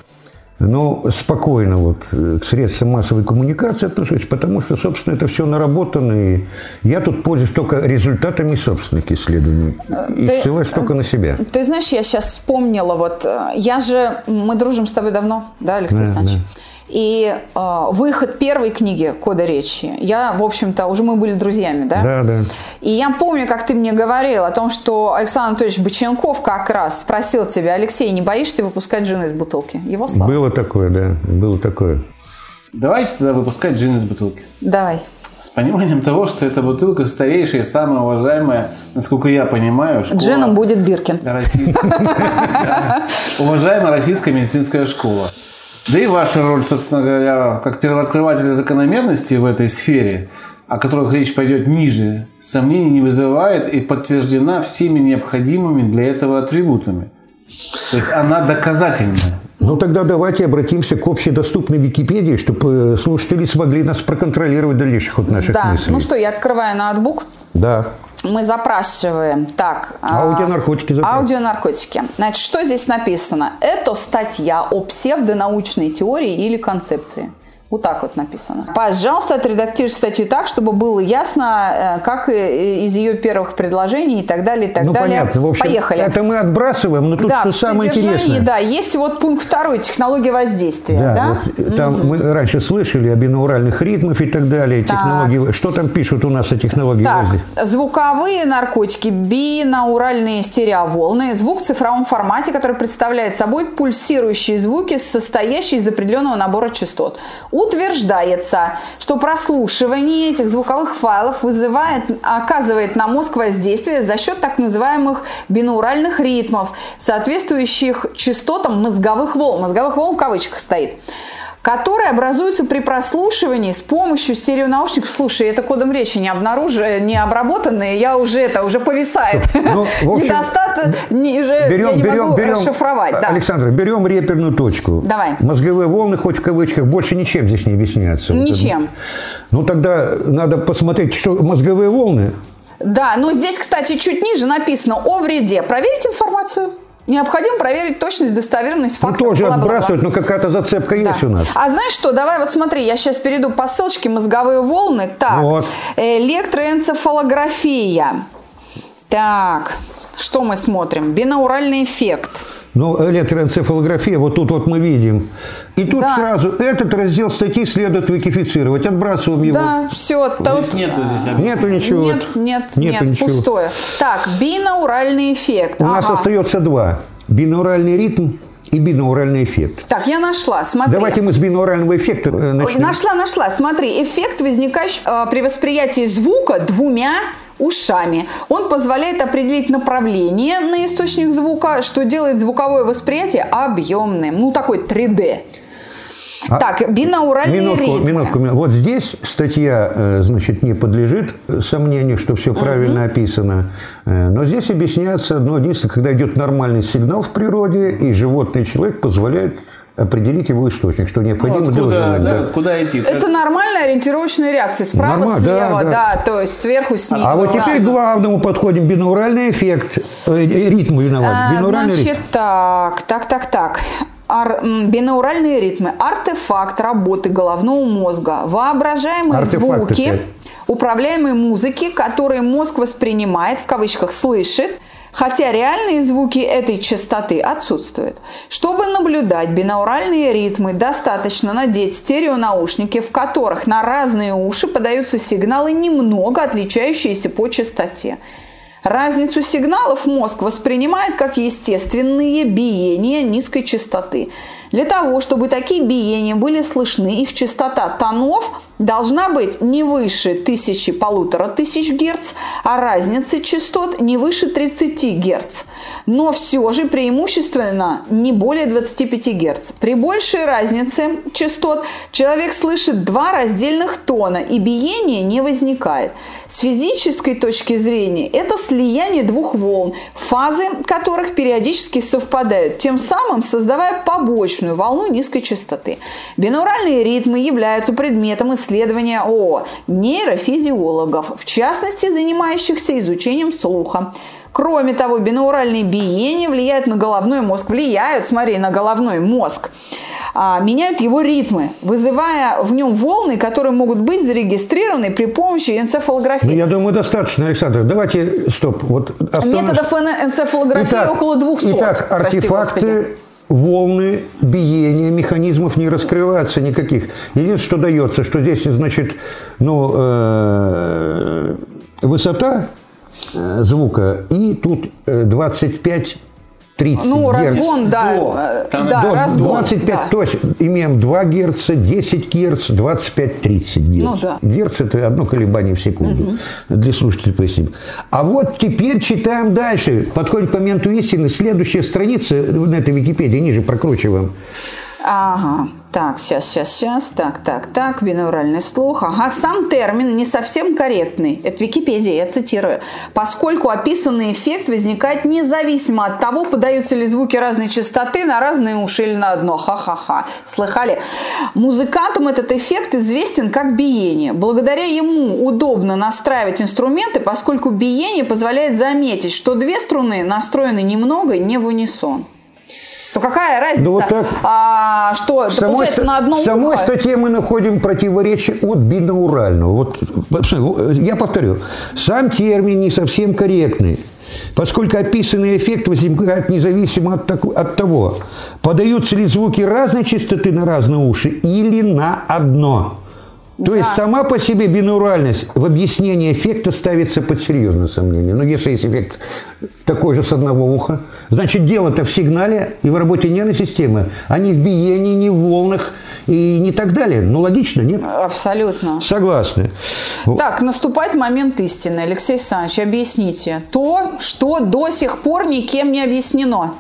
спокойно к средствам массовой коммуникации отношусь, потому что, собственно, это все наработано, и я тут пользуюсь только результатами собственных исследований и ссылаюсь только на себя. Ты знаешь, я сейчас вспомнила, мы дружим с тобой давно, да, Алексей Александрович? Да. И выход первой книги «Кода речи», в общем-то, уже мы были друзьями, да? Да. И я помню, как ты мне говорил о том, что Александр Анатольевич Боченков как раз спросил тебя: Алексей, не боишься выпускать джин из бутылки? Его слова. Было такое, да, было такое. Давайте тогда выпускать джин из бутылки. Давай. С пониманием того, что эта бутылка старейшая, самая уважаемая, насколько я понимаю, школа... Джином будет Биркин. Уважаемая российская медицинская школа. Да и ваша роль, собственно говоря, как первооткрывателя закономерностей в этой сфере, о которых речь пойдет ниже, сомнений не вызывает и подтверждена всеми необходимыми для этого атрибутами. То есть она доказательная. Ну тогда давайте обратимся к общедоступной Википедии, чтобы слушатели смогли нас проконтролировать в дальнейших вот наших мыслей. Ну что, я открываю ноутбук. Да. Мы запрашиваем. Так. Аудионаркотики. Аудионаркотики. Значит, что здесь написано? Это статья о псевдонаучной теории или концепции. Вот так вот написано. Пожалуйста, отредактируйте статью так, чтобы было ясно, как из ее первых предложений и так далее, и так далее. Понятно. В общем, поехали. Это мы отбрасываем, но тут что самое интересное. Да, есть вот пункт 2, технология воздействия. Да, вот там мы раньше слышали о бинауральных ритмах и так далее. Технологии. Что там пишут у нас о технологии воздействия? Звуковые наркотики, бинауральные стереоволны, звук в цифровом формате, который представляет собой пульсирующие звуки, состоящие из определенного набора частот. Утверждается, что прослушивание этих звуковых файлов оказывает на мозг воздействие за счет так называемых бинауральных ритмов, соответствующих частотам мозговых волн в кавычках стоит, которые образуются при прослушивании с помощью стереонаушников. Слушай, это кодом речи не обработанные, я уже повисает. Ну, Недостаточно, я не могу расшифровать. Да. Александра, берем реперную точку. Давай. Мозговые волны, хоть в кавычках, больше ничем здесь не объясняются. Ничем. Ну тогда надо посмотреть, что мозговые волны. Да, но здесь, кстати, чуть ниже написано о вреде. Проверить информацию. Необходимо проверить точность, достоверность фактов. Ну, тоже отбрасывают, но какая-то зацепка есть у нас. А знаешь что, давай вот смотри, я сейчас перейду по ссылочке «Мозговые волны». Так, вот. Электроэнцефалография. Так, что мы смотрим? Бинауральный эффект. Ну, электроэнцефалография, вот тут вот мы видим. И тут сразу этот раздел статьи следует викифицировать. Отбрасываем его. Да, все. Нету ничего. Нет, пустое. Так, бинауральный эффект. У нас остается два. Бинауральный ритм и бинауральный эффект. Так, я нашла, смотри. Давайте мы с бинаурального эффекта начнем. Нашла. Смотри, эффект, возникающий при восприятии звука двумя ушами. Он позволяет определить направление на источник звука, что делает звуковое восприятие объемным. Ну, такой 3D. Так, бинауральные ритмы. Минутку. Вот здесь статья, значит, не подлежит сомнению, что все правильно описано. Но здесь объясняется одно единственное, когда идет нормальный сигнал в природе, и животный человек позволяет определить его источник, что необходимо делать. Куда идти? Это нормальная ориентировочная реакция. Справа, слева, да, то есть сверху, снизу. А вот теперь к главному подходим. Бинауральный эффект. Ритм виноват. Бинауральный ритм. Так. Бинауральные ритмы. Артефакт работы головного мозга. Воображаемые звуки управляемой музыки, которые мозг воспринимает, в кавычках, слышит, хотя реальные звуки этой частоты отсутствуют. Чтобы наблюдать бинауральные ритмы, достаточно надеть стереонаушники, в которых на разные уши подаются сигналы, немного отличающиеся по частоте. Разницу сигналов мозг воспринимает как естественные биения низкой частоты. Для того, чтобы такие биения были слышны, их частота тонов должна быть не выше 1000–1500 Гц, а разница частот не выше 30 Гц. Но все же преимущественно не более 25 Гц. При большей разнице частот человек слышит два раздельных тона, и биение не возникает. С физической точки зрения это слияние двух волн, фазы которых периодически совпадают, тем самым создавая побочную волну низкой частоты. Бинауральные ритмы являются предметом исследования нейрофизиологов, в частности, занимающихся изучением слуха. Кроме того, бинауральные биения влияют на головной мозг. Меняют его ритмы, вызывая в нем волны, которые могут быть зарегистрированы при помощи энцефалографии. Ну, я думаю, достаточно, Александр. Давайте, стоп. Методов энцефалографии около 200. Итак, артефакты, волны, биения, механизмов не раскрываются никаких. Единственное, что дается, что здесь, значит, высота звука, и тут 25-30 разгон, разгон. 25, то есть имеем 2 Гц, 10 Гц, 25-30 Гц. Герц – это одно колебание в секунду. Для слушателей поясним. А вот теперь читаем дальше. Подходим к моменту истины. Следующая страница на этой Википедии, ниже прокручиваем. Ага, так, сейчас, так, бинауральный слух. Ага, сам термин не совсем корректный. Это Википедия, я цитирую. Поскольку описанный эффект возникает независимо от того, подаются ли звуки разной частоты на разные уши или на одно. Ха-ха-ха. Слыхали? Музыкантам этот эффект известен как биение. Благодаря ему удобно настраивать инструменты, поскольку биение позволяет заметить, что две струны настроены немного, не в унисон. То какая разница? Вот так, что это получается на одно ухо? В самой статье мы находим противоречие от бинаурального. Вот, я повторю, сам термин не совсем корректный, поскольку описанный эффект возникает независимо от того, подаются ли звуки разной частоты на разные уши или на одно. То есть сама по себе бинауральность в объяснении эффекта ставится под серьезное сомнение. Но если есть эффект такой же с одного уха, значит дело-то в сигнале и в работе нервной системы, а не в биении, не в волнах и не так далее. Ну, логично, нет? Абсолютно. Согласны. Так, наступает момент истины. Алексей Александрович, объясните то, что до сих пор никем не объяснено.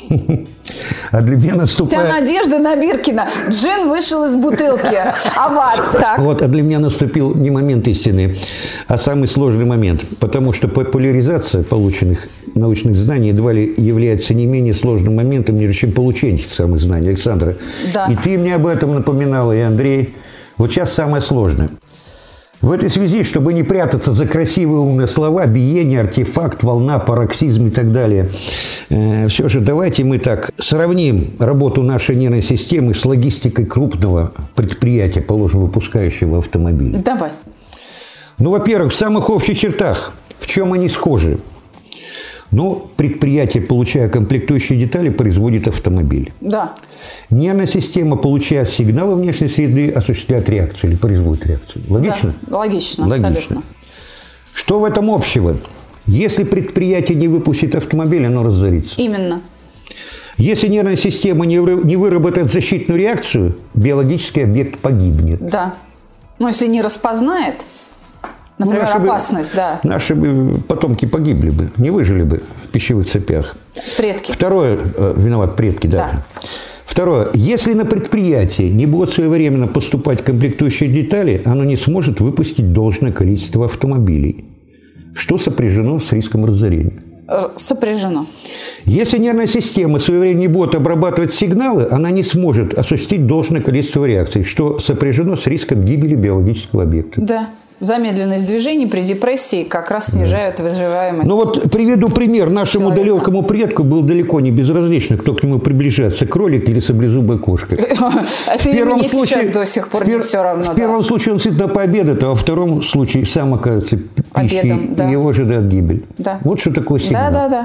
А для меня наступает... Вся надежда на Биркина. Джин вышел из бутылки. Овация. Вот, а для меня наступил не момент истины, а самый сложный момент. Потому что популяризация полученных научных знаний едва ли является не менее сложным моментом, чем получение этих самых знаний. Александра, да. И ты мне об этом напоминала, и Андрей. Вот сейчас самое сложное. В этой связи, чтобы не прятаться за красивые умные слова, биение, артефакт, волна, пароксизм и так далее, все же давайте мы так сравним работу нашей нервной системы с логистикой крупного предприятия, положим, выпускающего автомобили. Давай. Ну, во-первых, в самых общих чертах, в чем они схожи? Ну, предприятие, получая комплектующие детали, производит автомобиль. Да. Нервная система, получая сигналы внешней среды, осуществляет реакцию или производит реакцию. Логично? Да, логично, абсолютно. Что в этом общего? Если предприятие не выпустит автомобиль, оно разорится. Именно. Если нервная система не выработает защитную реакцию, биологический объект погибнет. Да. Ну, если не распознает... Например, опасность, да. Наши бы потомки погибли бы, не выжили бы в пищевых цепях. Предки. Второе, виноват предки, да. Второе, если на предприятии не будут своевременно поступать комплектующие детали, оно не сможет выпустить должное количество автомобилей, что сопряжено с риском разорения. Сопряжено. Если нервная система своевременно не будет обрабатывать сигналы, она не сможет осуществить должное количество реакций, что сопряжено с риском гибели биологического объекта. Да. Замедленность движений при депрессии как раз снижает выживаемость. Ну вот приведу пример. Нашему далекому предку был далеко не безразлично, кто к нему приближается, кролик или саблезубая кошка. Это и мне сейчас до сих пор не все равно. В первом случае он сытно пообедает, а во втором случае сам окажется пищей, и его ожидает гибель. Вот что такое сигнал. Да.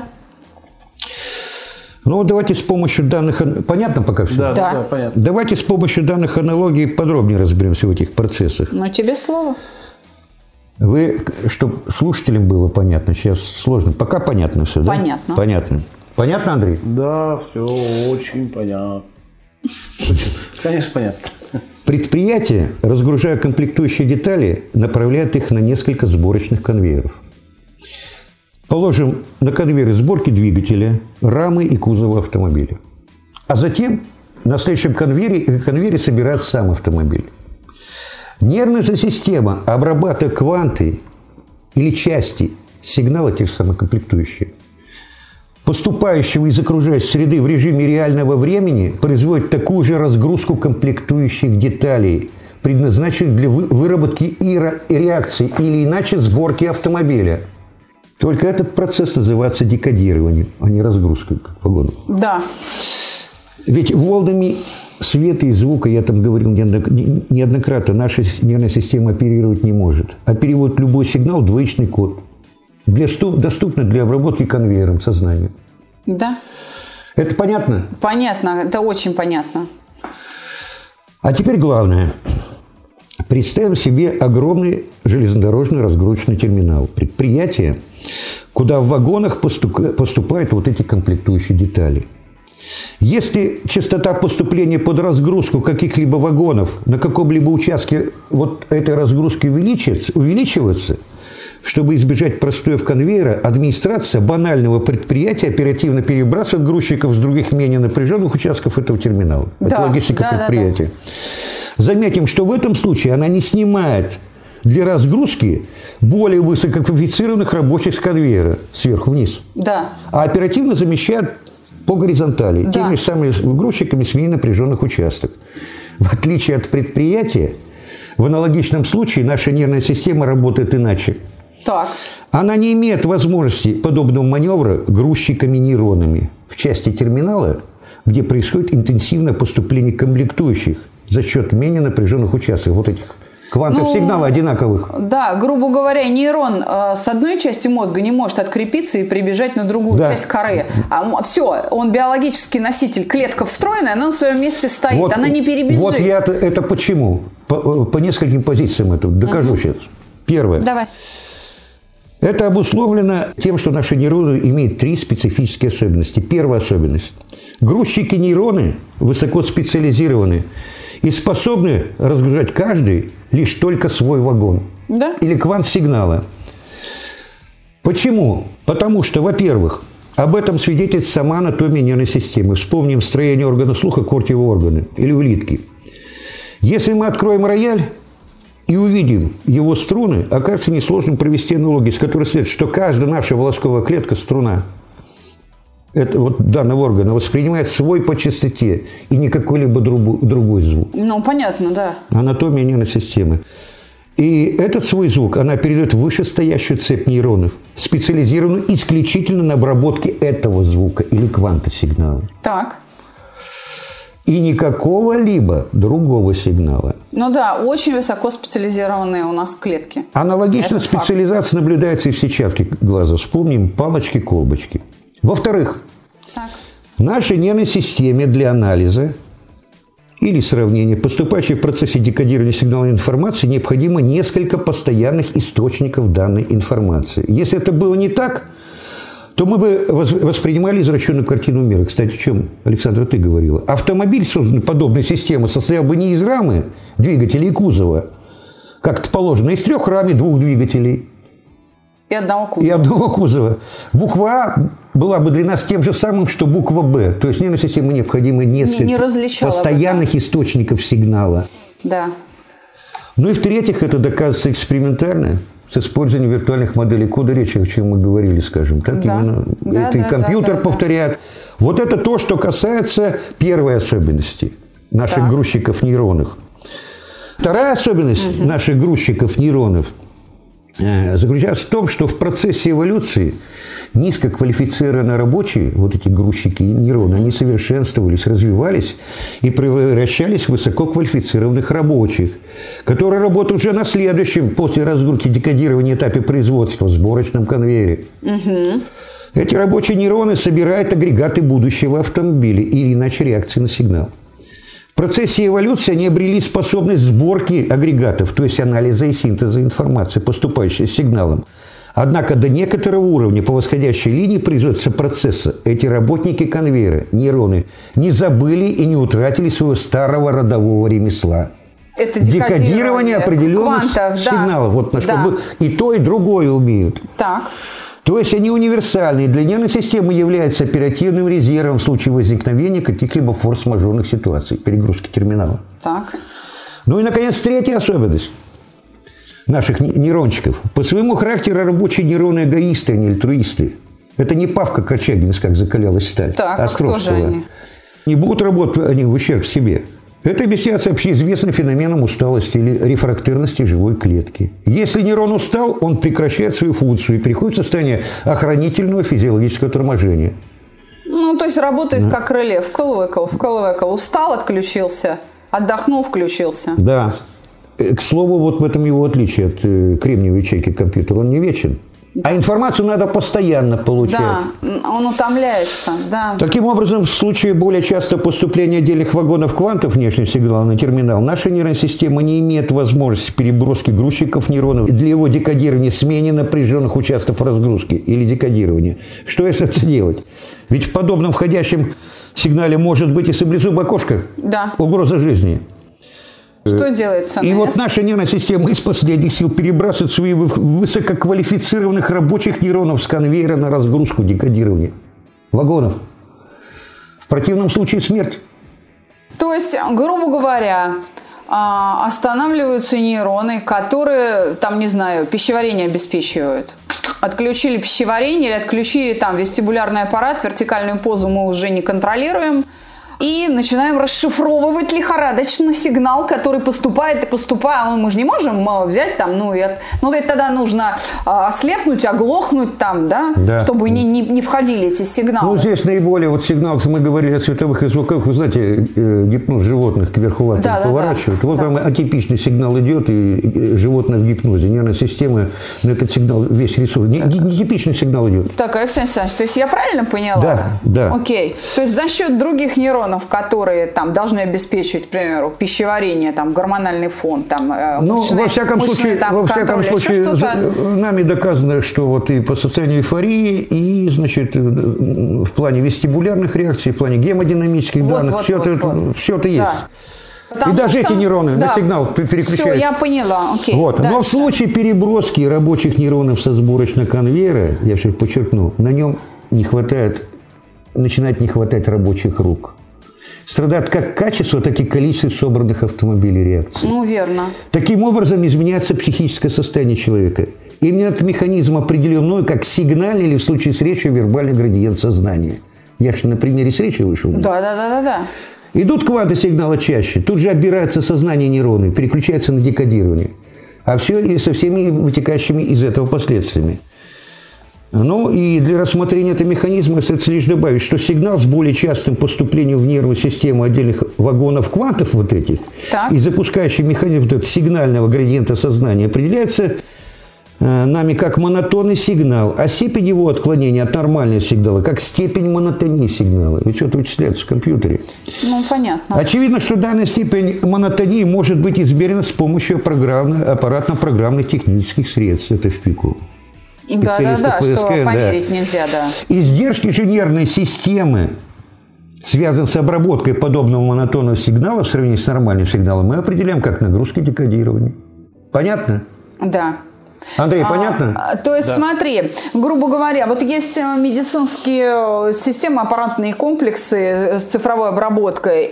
Ну вот давайте с помощью данных... Понятно пока все? Да, понятно. Давайте с помощью данных аналогий подробнее разберемся в этих процессах. Ну, тебе слово. Вы, чтобы слушателям было понятно, сейчас сложно. Пока понятно все, да? Понятно. Понятно. Понятно, Андрей? Да, все очень понятно. Конечно, понятно. Предприятие, разгружая комплектующие детали, направляет их на несколько сборочных конвейеров. Положим на конвейеры сборки двигателя, рамы и кузова автомобиля. А затем на следующем конвейере собирается сам автомобиль. Нервная же система, обрабатывая кванты или части сигнала, те же самые комплектующие, поступающего из окружающей среды в режиме реального времени, производит такую же разгрузку комплектующих деталей, предназначенных для выработки и реакции или иначе сборки автомобиля. Только этот процесс называется декодированием, а не разгрузкой вагонов. Да. Ведь волнами света и звука, я там говорил неоднократно, наша нервная система оперировать не может. А переводит любой сигнал в двоичный код. Доступно для обработки конвейером сознания. Да. Это понятно? Понятно, это очень понятно. А теперь главное. Представим себе огромный железнодорожный разгрузочный терминал. Предприятие, куда в вагонах поступают вот эти комплектующие детали. Если частота поступления под разгрузку каких-либо вагонов на каком-либо участке вот этой разгрузки увеличивается, чтобы избежать простоев конвейера, администрация банального предприятия оперативно перебрасывает грузчиков с других менее напряженных участков этого терминала. Это логистика предприятия. Заметим, что в этом случае она не снимает для разгрузки более высококвалифицированных рабочих с конвейера сверху вниз. Да. А оперативно замещает по горизонтали теми же самыми грузчиками с менее напряженных участков. В отличие от предприятия, в аналогичном случае наша нервная система работает иначе. Так. Она не имеет возможности подобного маневра грузчиками-нейронами в части терминала, где происходит интенсивное поступление комплектующих за счет менее напряженных участков, вот этих квантов сигнала одинаковых. Да, грубо говоря, нейрон с одной части мозга не может открепиться и прибежать на другую часть коры. Все, он биологический носитель, клетка встроенная, она на своем месте стоит, вот, она не перебежит. Вот я это почему? По нескольким позициям это докажу сейчас. Первое. Давай. Это обусловлено тем, что наши нейроны имеют 3 специфические особенности. Первая особенность. Грузчики-нейроны высоко специализированы и способны разгружать каждый лишь только свой вагон. Да? Или квант сигнала. Почему? Потому что, во-первых, об этом свидетельствует сама анатомия нервной системы. Вспомним строение органа слуха, кортиевые органы или улитки. Если мы откроем рояль и увидим его струны, окажется несложным провести аналогию, с которой следует, что каждая наша волосковая клетка – струна. Это вот данного органа воспринимает свой по частоте и не какой-либо другой звук. Ну, понятно, да. Анатомия нервной системы. И этот свой звук она передает в вышестоящую цепь нейронов, специализированную исключительно на обработке этого звука или кванта сигнала. Так. И никакого-либо другого сигнала. Ну да, очень высоко специализированные у нас клетки. Аналогично специализация наблюдается и в сетчатке глаза. Вспомним палочки-колбочки. Во-вторых, в нашей нервной системе для анализа или сравнения, поступающей в процессе декодирования сигнальной информации, необходимо несколько постоянных источников данной информации. Если это было не так, то мы бы воспринимали извращенную картину мира. Кстати, о чем, Александра, ты говорила? Автомобиль, созданный подобной системой, состоял бы не из рамы двигателя и кузова, как-то положено, а из 3 рам и 2 двигателей. И одного кузова. И одного кузова. Буква А была бы для нас тем же самым, что буква Б. То есть нервной системе необходимо несколько постоянных источников сигнала. Да. Ну и в-третьих, это доказывается экспериментально с использованием виртуальных моделей кода речи, о чем мы говорили, скажем. Так именно. Это и компьютер повторяет. Вот это то, что касается первой особенности наших грузчиков нейронов. Вторая особенность наших грузчиков нейронов заключается в том, что в процессе эволюции низкоквалифицированные рабочие, вот эти грузчики нейроны, они совершенствовались, развивались и превращались в высококвалифицированных рабочих, которые работают уже на следующем, после разгрузки декодирования этапе производства, сборочном конвейере. Эти рабочие нейроны собирают агрегаты будущего автомобиля или иначе реакции на сигнал. В процессе эволюции они обрели способность сборки агрегатов, то есть анализа и синтеза информации, поступающей с сигналом. Однако до некоторого уровня по восходящей линии производства процесса эти работники конвейера, нейроны, не забыли и не утратили своего старого родового ремесла. Это декодирование определенных сигналов. Вот, чтобы и то, и другое умеют. Так. То есть они универсальные. Для нервной системы являются оперативным резервом в случае возникновения каких-либо форс-мажорных ситуаций, перегрузки терминала. Так. Ну и, наконец, третья особенность наших нейрончиков. По своему характеру рабочие нейроны эгоисты, а не альтруисты. Это не Павка Корчагина, как закалялась сталь. Так, а кто же они? Не будут работать они в ущерб себе. Это объясняется общеизвестным феноменом усталости или рефрактерности живой клетки. Если нейрон устал, он прекращает свою функцию и переходит в состояние охранительного физиологического торможения. Ну, то есть работает как реле. Вкл-выкл. Устал, отключился. Отдохнул, включился. Да. К слову, вот в этом его отличие от кремниевой ячейки компьютера. Он не вечен. А информацию надо постоянно получать. Да, он утомляется, да. Таким образом, в случае более частого поступления отдельных вагонов квантов внешнего сигнала на терминал, наша нервная система не имеет возможности переброски грузчиков нейронов для его декодирования, смене напряженных участков разгрузки или декодирования. Что если это делать? Ведь в подобном входящем сигнале может быть и саблезубая кошка. Да. Угроза жизни. Что делает ЦНС? И вот наша нервная система из последних сил перебрасывает своих высококвалифицированных рабочих нейронов с конвейера на разгрузку, декодирование вагонов. В противном случае смерть. То есть, грубо говоря, останавливаются нейроны, которые, там, не знаю, пищеварение обеспечивают. Отключили пищеварение или отключили там вестибулярный аппарат, вертикальную позу мы уже не контролируем. И начинаем расшифровывать лихорадочно сигнал, который поступает и поступает. Мы же не можем взять там, тогда нужно ослепнуть, оглохнуть там, да? Чтобы не входили эти сигналы. Ну, здесь наиболее вот сигнал, мы говорили о световых и звуковых, вы знаете, гипноз животных кверху лапами поворачивают. Вот прям атипичный сигнал идет, и животное в гипнозе. Нервная система на этот сигнал весь ресурс. Нетипичный сигнал идет. Так, Александр Александрович, то есть я правильно поняла? Да. Окей. То есть за счет других нейронов, которые там должны обеспечивать, к примеру, пищеварение, там, гормональный фон, там, во всяком случае, нами доказано, что вот и по состоянию эйфории, и, значит, в плане вестибулярных реакций, в плане гемодинамических данных, все это есть. Потому и даже эти нейроны на сигнал переключают. Все, я поняла. Окей. Вот. Но в случае переброски рабочих нейронов со сборочного конвейера, я сейчас подчеркну, на нем начинает не хватать рабочих рук. Страдает как качество, так и количество собранных автомобилей реакций. Ну, верно. Таким образом изменяется психическое состояние человека. Именно этот механизм определен мною как сигнальный или в случае с речью вербальный градиент сознания. Я же на примере с речи вышел. Да. Идут кванты сигнала чаще, тут же отбирается сознание нейроны, переключается на декодирование. А все и со всеми вытекающими из этого последствиями. Ну и для рассмотрения этого механизма остается лишь добавить, что сигнал с более частым поступлением в нервную систему отдельных вагонов квантов вот этих и запускающий механизм сигнального градиента сознания определяется нами как монотонный сигнал, а степень его отклонения от нормального сигнала как степень монотонии сигнала. Ведь это вычисляется в компьютере. Ну, понятно. Очевидно, что данная степень монотонии может быть измерена с помощью аппаратно-программных технических средств. Это в пику. Да, что померить нельзя, да. Издержки же нервной системы, связанные с обработкой подобного монотонного сигнала в сравнении с нормальным сигналом, мы определяем как нагрузки декодирования. Понятно? Да. Андрей, понятно? То есть, смотри, грубо говоря, вот есть медицинские системы, аппаратные комплексы с цифровой обработкой,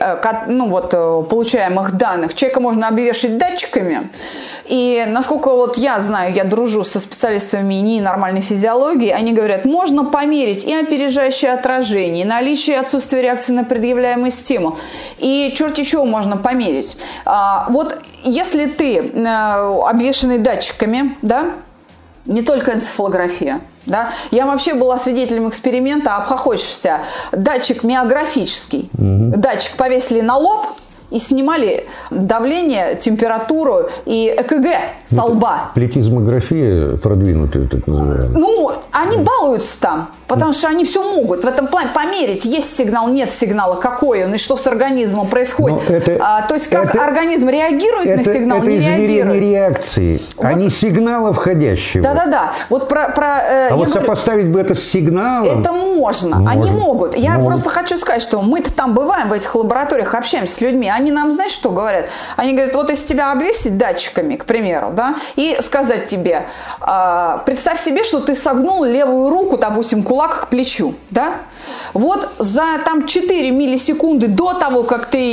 получаемых данных. Человека можно обвешать датчиками. И насколько вот я знаю, я дружу со специалистами НИИ нормальной физиологии, они говорят, можно померить и опережающее отражение, и наличие и отсутствие реакции на предъявляемый стимул. И черти чего можно померить. Вот если ты обвешанный датчиками, да, не только энцефалография, да, я вообще была свидетелем эксперимента, обхохочешься, датчик миографический, датчик повесили на лоб, и снимали давление, температуру и ЭКГ со лба. Плетизмография продвинутая, так называемая. Ну, они балуются там, потому что они все могут в этом плане померить, есть сигнал, нет сигнала, какой он и что с организмом происходит. То есть, как организм реагирует на сигнал, не реагирует. Это измерение реакции, а не сигнала входящего. Да. Вот сопоставить бы это с сигналом. Это можно. Они могут. Я просто хочу сказать, что мы-то там бываем в этих лабораториях, общаемся с людьми. Они нам, знаешь, что говорят? Они говорят, вот если тебя обвесить датчиками, к примеру, да, и сказать тебе, представь себе, что ты согнул левую руку, допустим, кулак к плечу, да? Вот за там 4 миллисекунды до того, как ты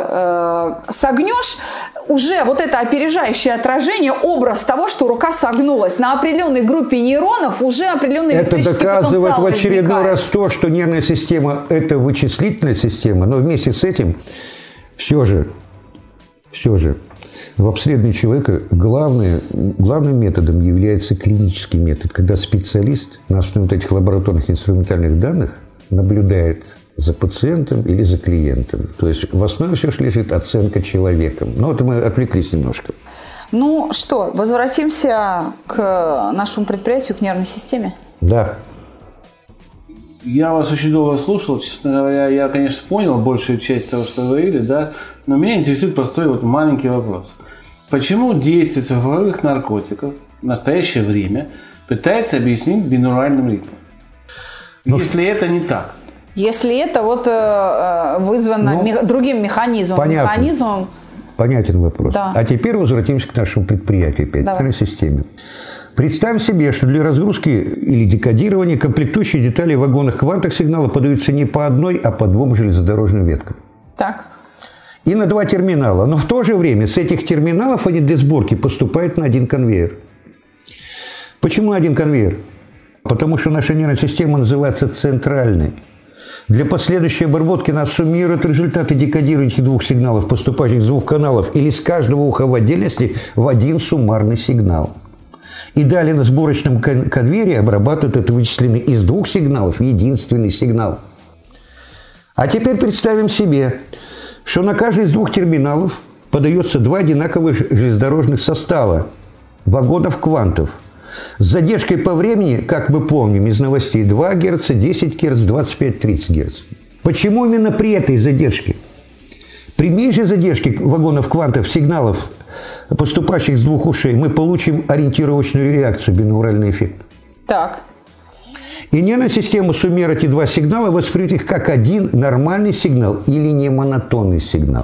ее согнешь, уже вот это опережающее отражение, образ того, что рука согнулась на определенной группе нейронов, уже определенный электрический потенциал возникает. Это доказывает в очередной раз то, что нервная система – это вычислительная система, но вместе с этим все же в обследовании человека главным методом является клинический метод, когда специалист на основе вот этих лабораторных инструментальных данных наблюдает за пациентом или за клиентом. То есть в основе все же лежит оценка человеком. Но это мы отвлеклись немножко. Ну что, возвратимся к нашему предприятию, к нервной системе? Да. Я вас очень долго слушал, честно говоря, я, конечно, понял большую часть того, что вы говорили, да, но меня интересует простой вот маленький вопрос. Почему действие цифровых наркотиков в настоящее время пытается объяснить бинуральным ритмом? Если это не так. Если это вот вызвано другим механизмом. Понятно. Механизмом. Понятен вопрос. Да. А теперь возвратимся к нашему предприятию, опять, к системе. Представим себе, что для разгрузки или декодирования комплектующие детали в вагонах-квантах сигнала подаются не по одной, а по двум железнодорожным веткам. Так. И на 2 терминала. Но в то же время с этих терминалов они для сборки поступают на один конвейер. Почему один конвейер? Потому что наша нервная система называется центральной. Для последующей обработки нас суммируют результаты декодирования этих 2 сигналов, поступающих с 2 каналов, или с каждого уха в отдельности в один суммарный сигнал. И далее на сборочном конвейере обрабатывают это вычисленный из 2 сигналов единственный сигнал. А теперь представим себе, что на каждый из 2 терминалов подается 2 одинаковых железнодорожных состава вагонов-квантов с задержкой по времени, как мы помним из новостей, 2 Гц, 10 Гц, 25-30 Гц. Почему именно при этой задержке? При меньшей задержке вагонов-квантов сигналов, поступающих с 2 ушей, мы получим ориентировочную реакцию, бинауральный эффект. Так. И нервная система суммирует эти 2 сигнала, воспримет их как один нормальный сигнал или не монотонный сигнал.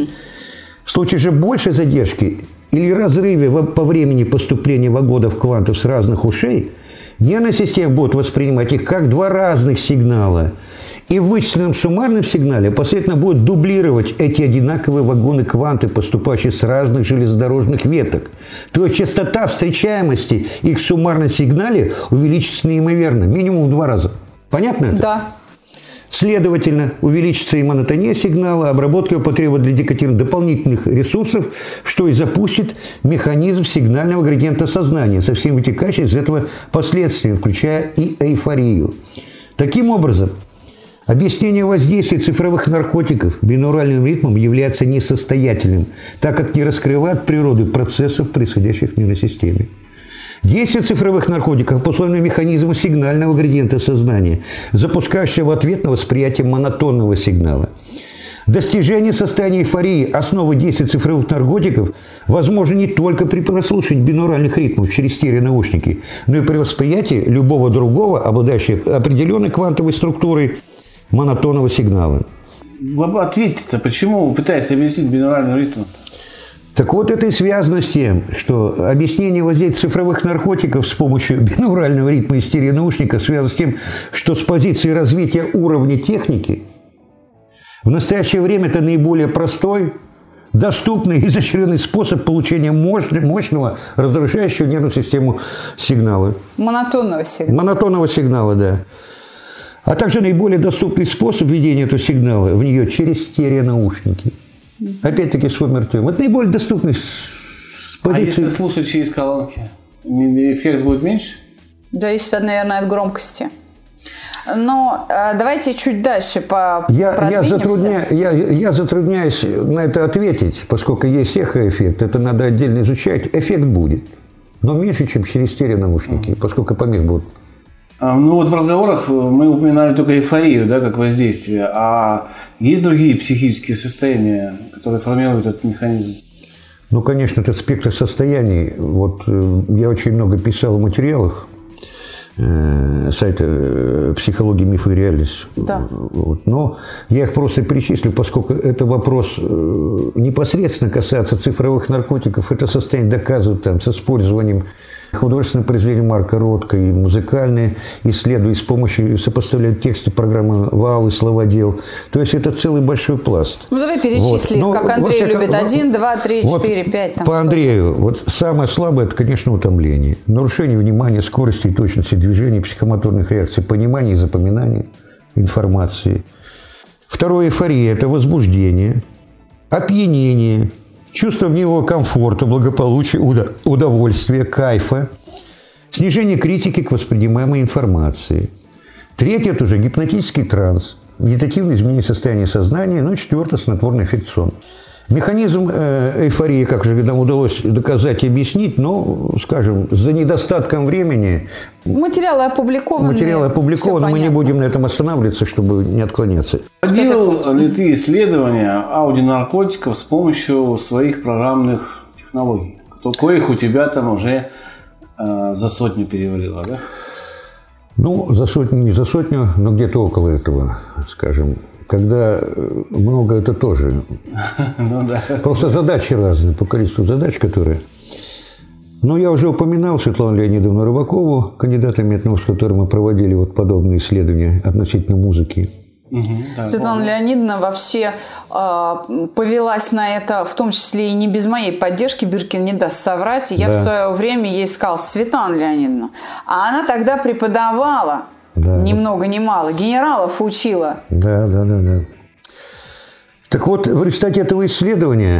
В случае же большей задержки или разрыве по времени поступления вагонов-квантов с разных ушей, нервная система будет воспринимать их как 2 разных сигнала. И в вычисленном суммарном сигнале последовательно будет дублировать эти одинаковые вагоны-кванты, поступающие с разных железнодорожных веток. То есть частота встречаемости их в суммарном сигнале увеличится неимоверно, минимум в 2 раза. Понятно это? Да. Следовательно, увеличится и монотония сигнала, обработка его потребует для декодирования дополнительных ресурсов, что и запустит механизм сигнального градиента сознания со всеми вытекающими из этого последствиями, включая и эйфорию. Таким образом, объяснение воздействия цифровых наркотиков бинауральным ритмом является несостоятельным, так как не раскрывает природу процессов, происходящих в нервной системе. Действие цифровых наркотиков обусловлено механизмом сигнального градиента сознания, запускающего в ответ на восприятие монотонного сигнала. Достижение состояния эйфории, основы действия цифровых наркотиков, возможно не только при прослушивании бинауральных ритмов через стереонаушники, но и при восприятии любого другого, обладающего определенной квантовой структурой монотонного сигнала. Ответьте, почему вы пытаетесь объяснить бинауральный ритм? Так вот, это и связано с тем, что объяснение воздействия цифровых наркотиков с помощью бинаурального ритма и стереонаушника связано с тем, что с позиции развития уровня техники в настоящее время это наиболее простой, доступный и изощренный способ получения мощного, раздражающего нервную систему сигнала. Монотонного сигнала. Монотонного сигнала, да. А также наиболее доступный способ введения этого сигнала в нее через стереонаушники. Опять-таки вспомним Артем. Это наиболее доступный с позиции... А если слушать через колонки, эффект будет меньше? Зависит, наверное, от громкости. Но давайте чуть дальше продвинемся. Я затрудняюсь на это ответить, поскольку есть эхоэффект, это надо отдельно изучать. Эффект будет, но меньше, чем через стереонаушники, поскольку помех будут. Ну вот в разговорах мы упоминали только эйфорию, да, как воздействие. А есть другие психические состояния, которые формируют этот механизм? Ну, конечно, это спектр состояний. Вот я очень много писал в материалах сайта «Психология, мифы и реальность». Да. Вот. Но я их просто перечислю, поскольку это вопрос непосредственно касается цифровых наркотиков. Это состояние доказывают там, с использованием художественное произведение Марка Ротко и музыкальные исследования с помощью сопоставляют тексты программы «Вал» и «Словодел». То есть это целый большой пласт. Ну, давай перечисли, вот. Как Андрей любит. 1, 2, 3, 4, 5. Там по Андрею, вот самое слабое – это, конечно, утомление. Нарушение внимания, скорости и точности движения, психомоторных реакций, понимания и запоминания информации. Второе – эйфория – это возбуждение, опьянение, чувство в него комфорта, благополучия, удовольствия, кайфа, снижение критики к воспринимаемой информации. Третье – это уже гипнотический транс, медитативное изменение состояния сознания. Ну, четвертое – снотворный эффект сон. Механизм эйфории, как уже нам удалось доказать и объяснить, но, скажем, за недостатком времени... Материалы опубликованы, мы не будем на этом останавливаться, чтобы не отклоняться. Проводил ли ты исследования аудионаркотиков с помощью своих программных технологий? Коих у тебя там уже за 100 перевалило, да? Ну, не за 100, но где-то около этого, скажем. когда много, это тоже. Просто задачи разные, по количеству задач, которые... Но я уже упоминал Светлану Леонидовну Рыбакову, кандидата меднаук, с которой мы проводили вот подобные исследования относительно музыки. Светлана Леонидовна вообще повелась на это, в том числе и не без моей поддержки. Биркин не даст соврать. Я в свое время ей сказала: Светлана Леонидовна. А она тогда преподавала ни много ни мало, генералов учила. Да. Так вот, в результате этого исследования,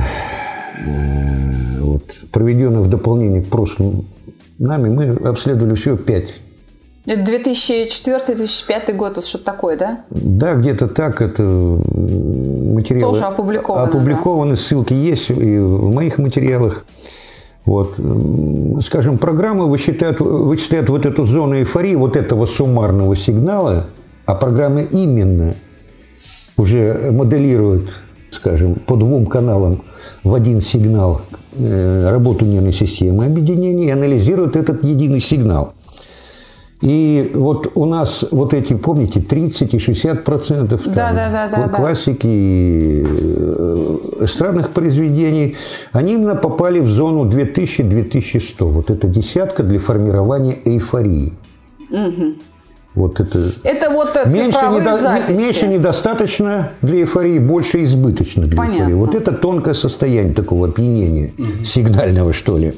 проведенного в дополнение к прошлым нами, мы обследовали всего 5. Это 2004-2005 год, вот что-то такое, да? Да, где-то так. Это материалы тоже опубликованы, да? Ссылки есть и в моих материалах. Вот. Скажем, программы вычисляют вот эту зону эйфории, вот этого суммарного сигнала, а программы именно уже моделируют, скажем, по 2 каналам в один сигнал работу нервной системы объединения и анализируют этот единый сигнал. И вот у нас вот эти, помните, 30 и 60% классики и эстрадных произведений, они именно попали в зону 2000-2100. Вот это десятка для формирования эйфории. Вот это вот цифровые записи. Меньше недостаточно для эйфории, больше избыточно для эйфории. Вот это тонкое состояние такого опьянения, сигнального, что ли.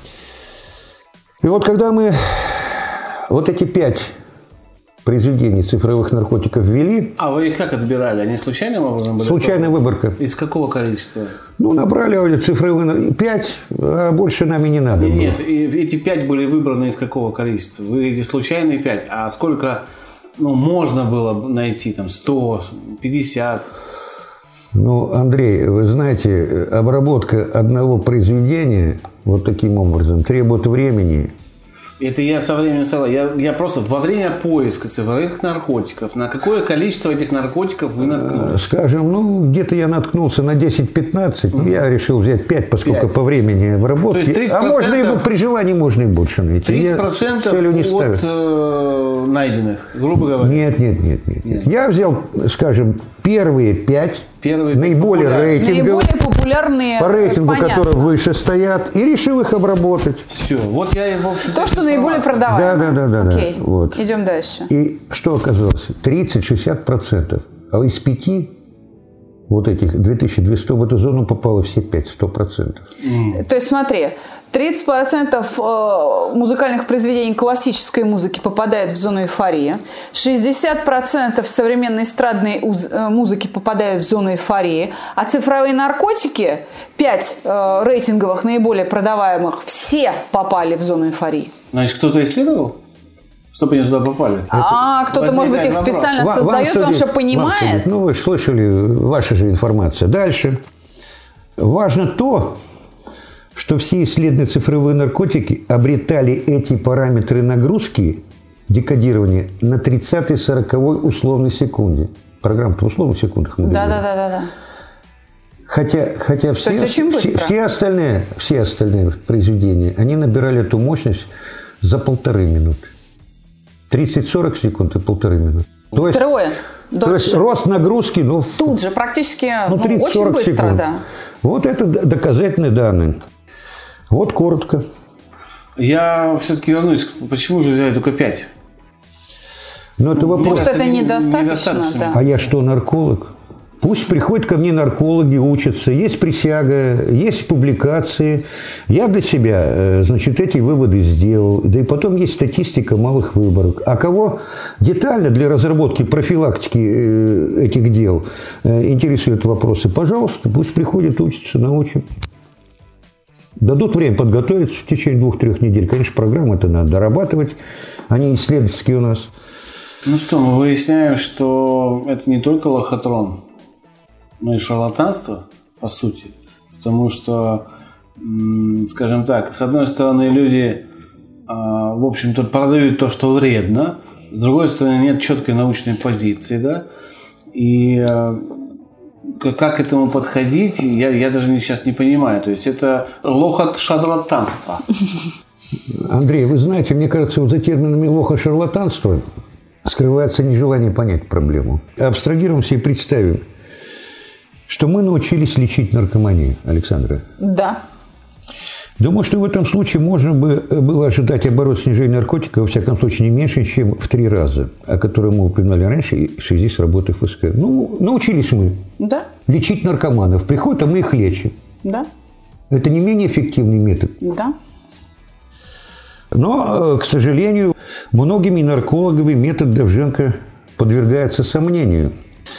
И вот когда мы вот эти 5 произведений цифровых наркотиков ввели. А вы их как отбирали? Они случайным образом были? Случайная выборка. Из какого количества? Ну, набрали цифровые 5, а больше нам и не надо. Нет, эти 5 были выбраны из какого количества? Вы эти случайные 5. А сколько можно было найти? Там 100, 50? Ну, Андрей, вы знаете, обработка одного произведения вот таким образом требует времени. Это я со временем сказал. Я просто во время поиска цифровых наркотиков, на какое количество этих наркотиков вы наткнулись? Скажем, где-то я наткнулся на 10-15, я решил взять 5, поскольку по времени обработки. То есть 30%, можно и при желании можно и больше найти. 30% от найденных, грубо говоря? Нет. Я взял, скажем, первые 5, наиболее популярные, по рейтингу, которые выше стоят, и решил их обработать. Все, вот я, в общем-то... То, что наиболее продаваемо. Да. Окей, вот. Идем дальше. И что оказалось? 30-60%. А из 5 вот этих 2200 в эту зону попало все 5, 100%. То есть смотри, 30% музыкальных произведений классической музыки попадает в зону эйфории, 60% современной эстрадной музыки попадают в зону эйфории, а цифровые наркотики, 5 рейтинговых наиболее продаваемых, все попали в зону эйфории. Значит, кто-то исследовал? Чтобы они туда попали. Кто-то, может быть, их специально создает, потому что понимает. Ну, вы же слышали, ваша же информация. Дальше. Важно то, что все исследованные цифровые наркотики обретали эти параметры нагрузки, декодирования, на 30-40 условной секунде. Программа-то в условных секундах. Да. Хотя все остальные произведения, они набирали эту мощность за 1,5 минуты. 30-40 секунд и 1,5 минуты. Втрое. То есть рост нагрузки, тут же, практически, 30-40 очень быстро, секунд. да. Вот это доказательные данные. Вот коротко. Я все-таки вернусь. Почему же взяли только 5? Это вопрос. Может, это недостаточно, да. А я что, нарколог? Пусть приходят ко мне наркологи, учатся. Есть присяга, есть публикации. Я для себя, эти выводы сделал. Да и потом есть статистика малых выборок. А кого детально для разработки профилактики этих дел интересуют вопросы, пожалуйста, пусть приходят, учатся, научат. Дадут время подготовиться в течение 2-3 недель. Конечно, программу это надо дорабатывать. Они исследовательские у нас. Ну что, мы выясняем, что это не только лохотрон, но и шарлатанство, по сути. Потому что, скажем так, с одной стороны, люди, в общем-то, продают то, что вредно. С другой стороны, нет четкой научной позиции, да. И как к этому подходить, я даже сейчас не понимаю. То есть это лохо-шарлатанство. Андрей, вы знаете, мне кажется, вот за терминами лохо-шарлатанство скрывается нежелание понять проблему. Абстрагируемся и представим. что мы научились лечить наркоманию, Александра? Да. Думаю, что в этом случае можно было ожидать оборот снижения наркотиков, во всяком случае, не меньше, чем в 3 раза, о котором мы упоминали раньше в связи с работой ФСК. Ну, научились мы лечить наркоманов. Приходят, а мы их лечим. Да. Это не менее эффективный метод. Да. Но, к сожалению, многими наркологами метод Довженко подвергается сомнению.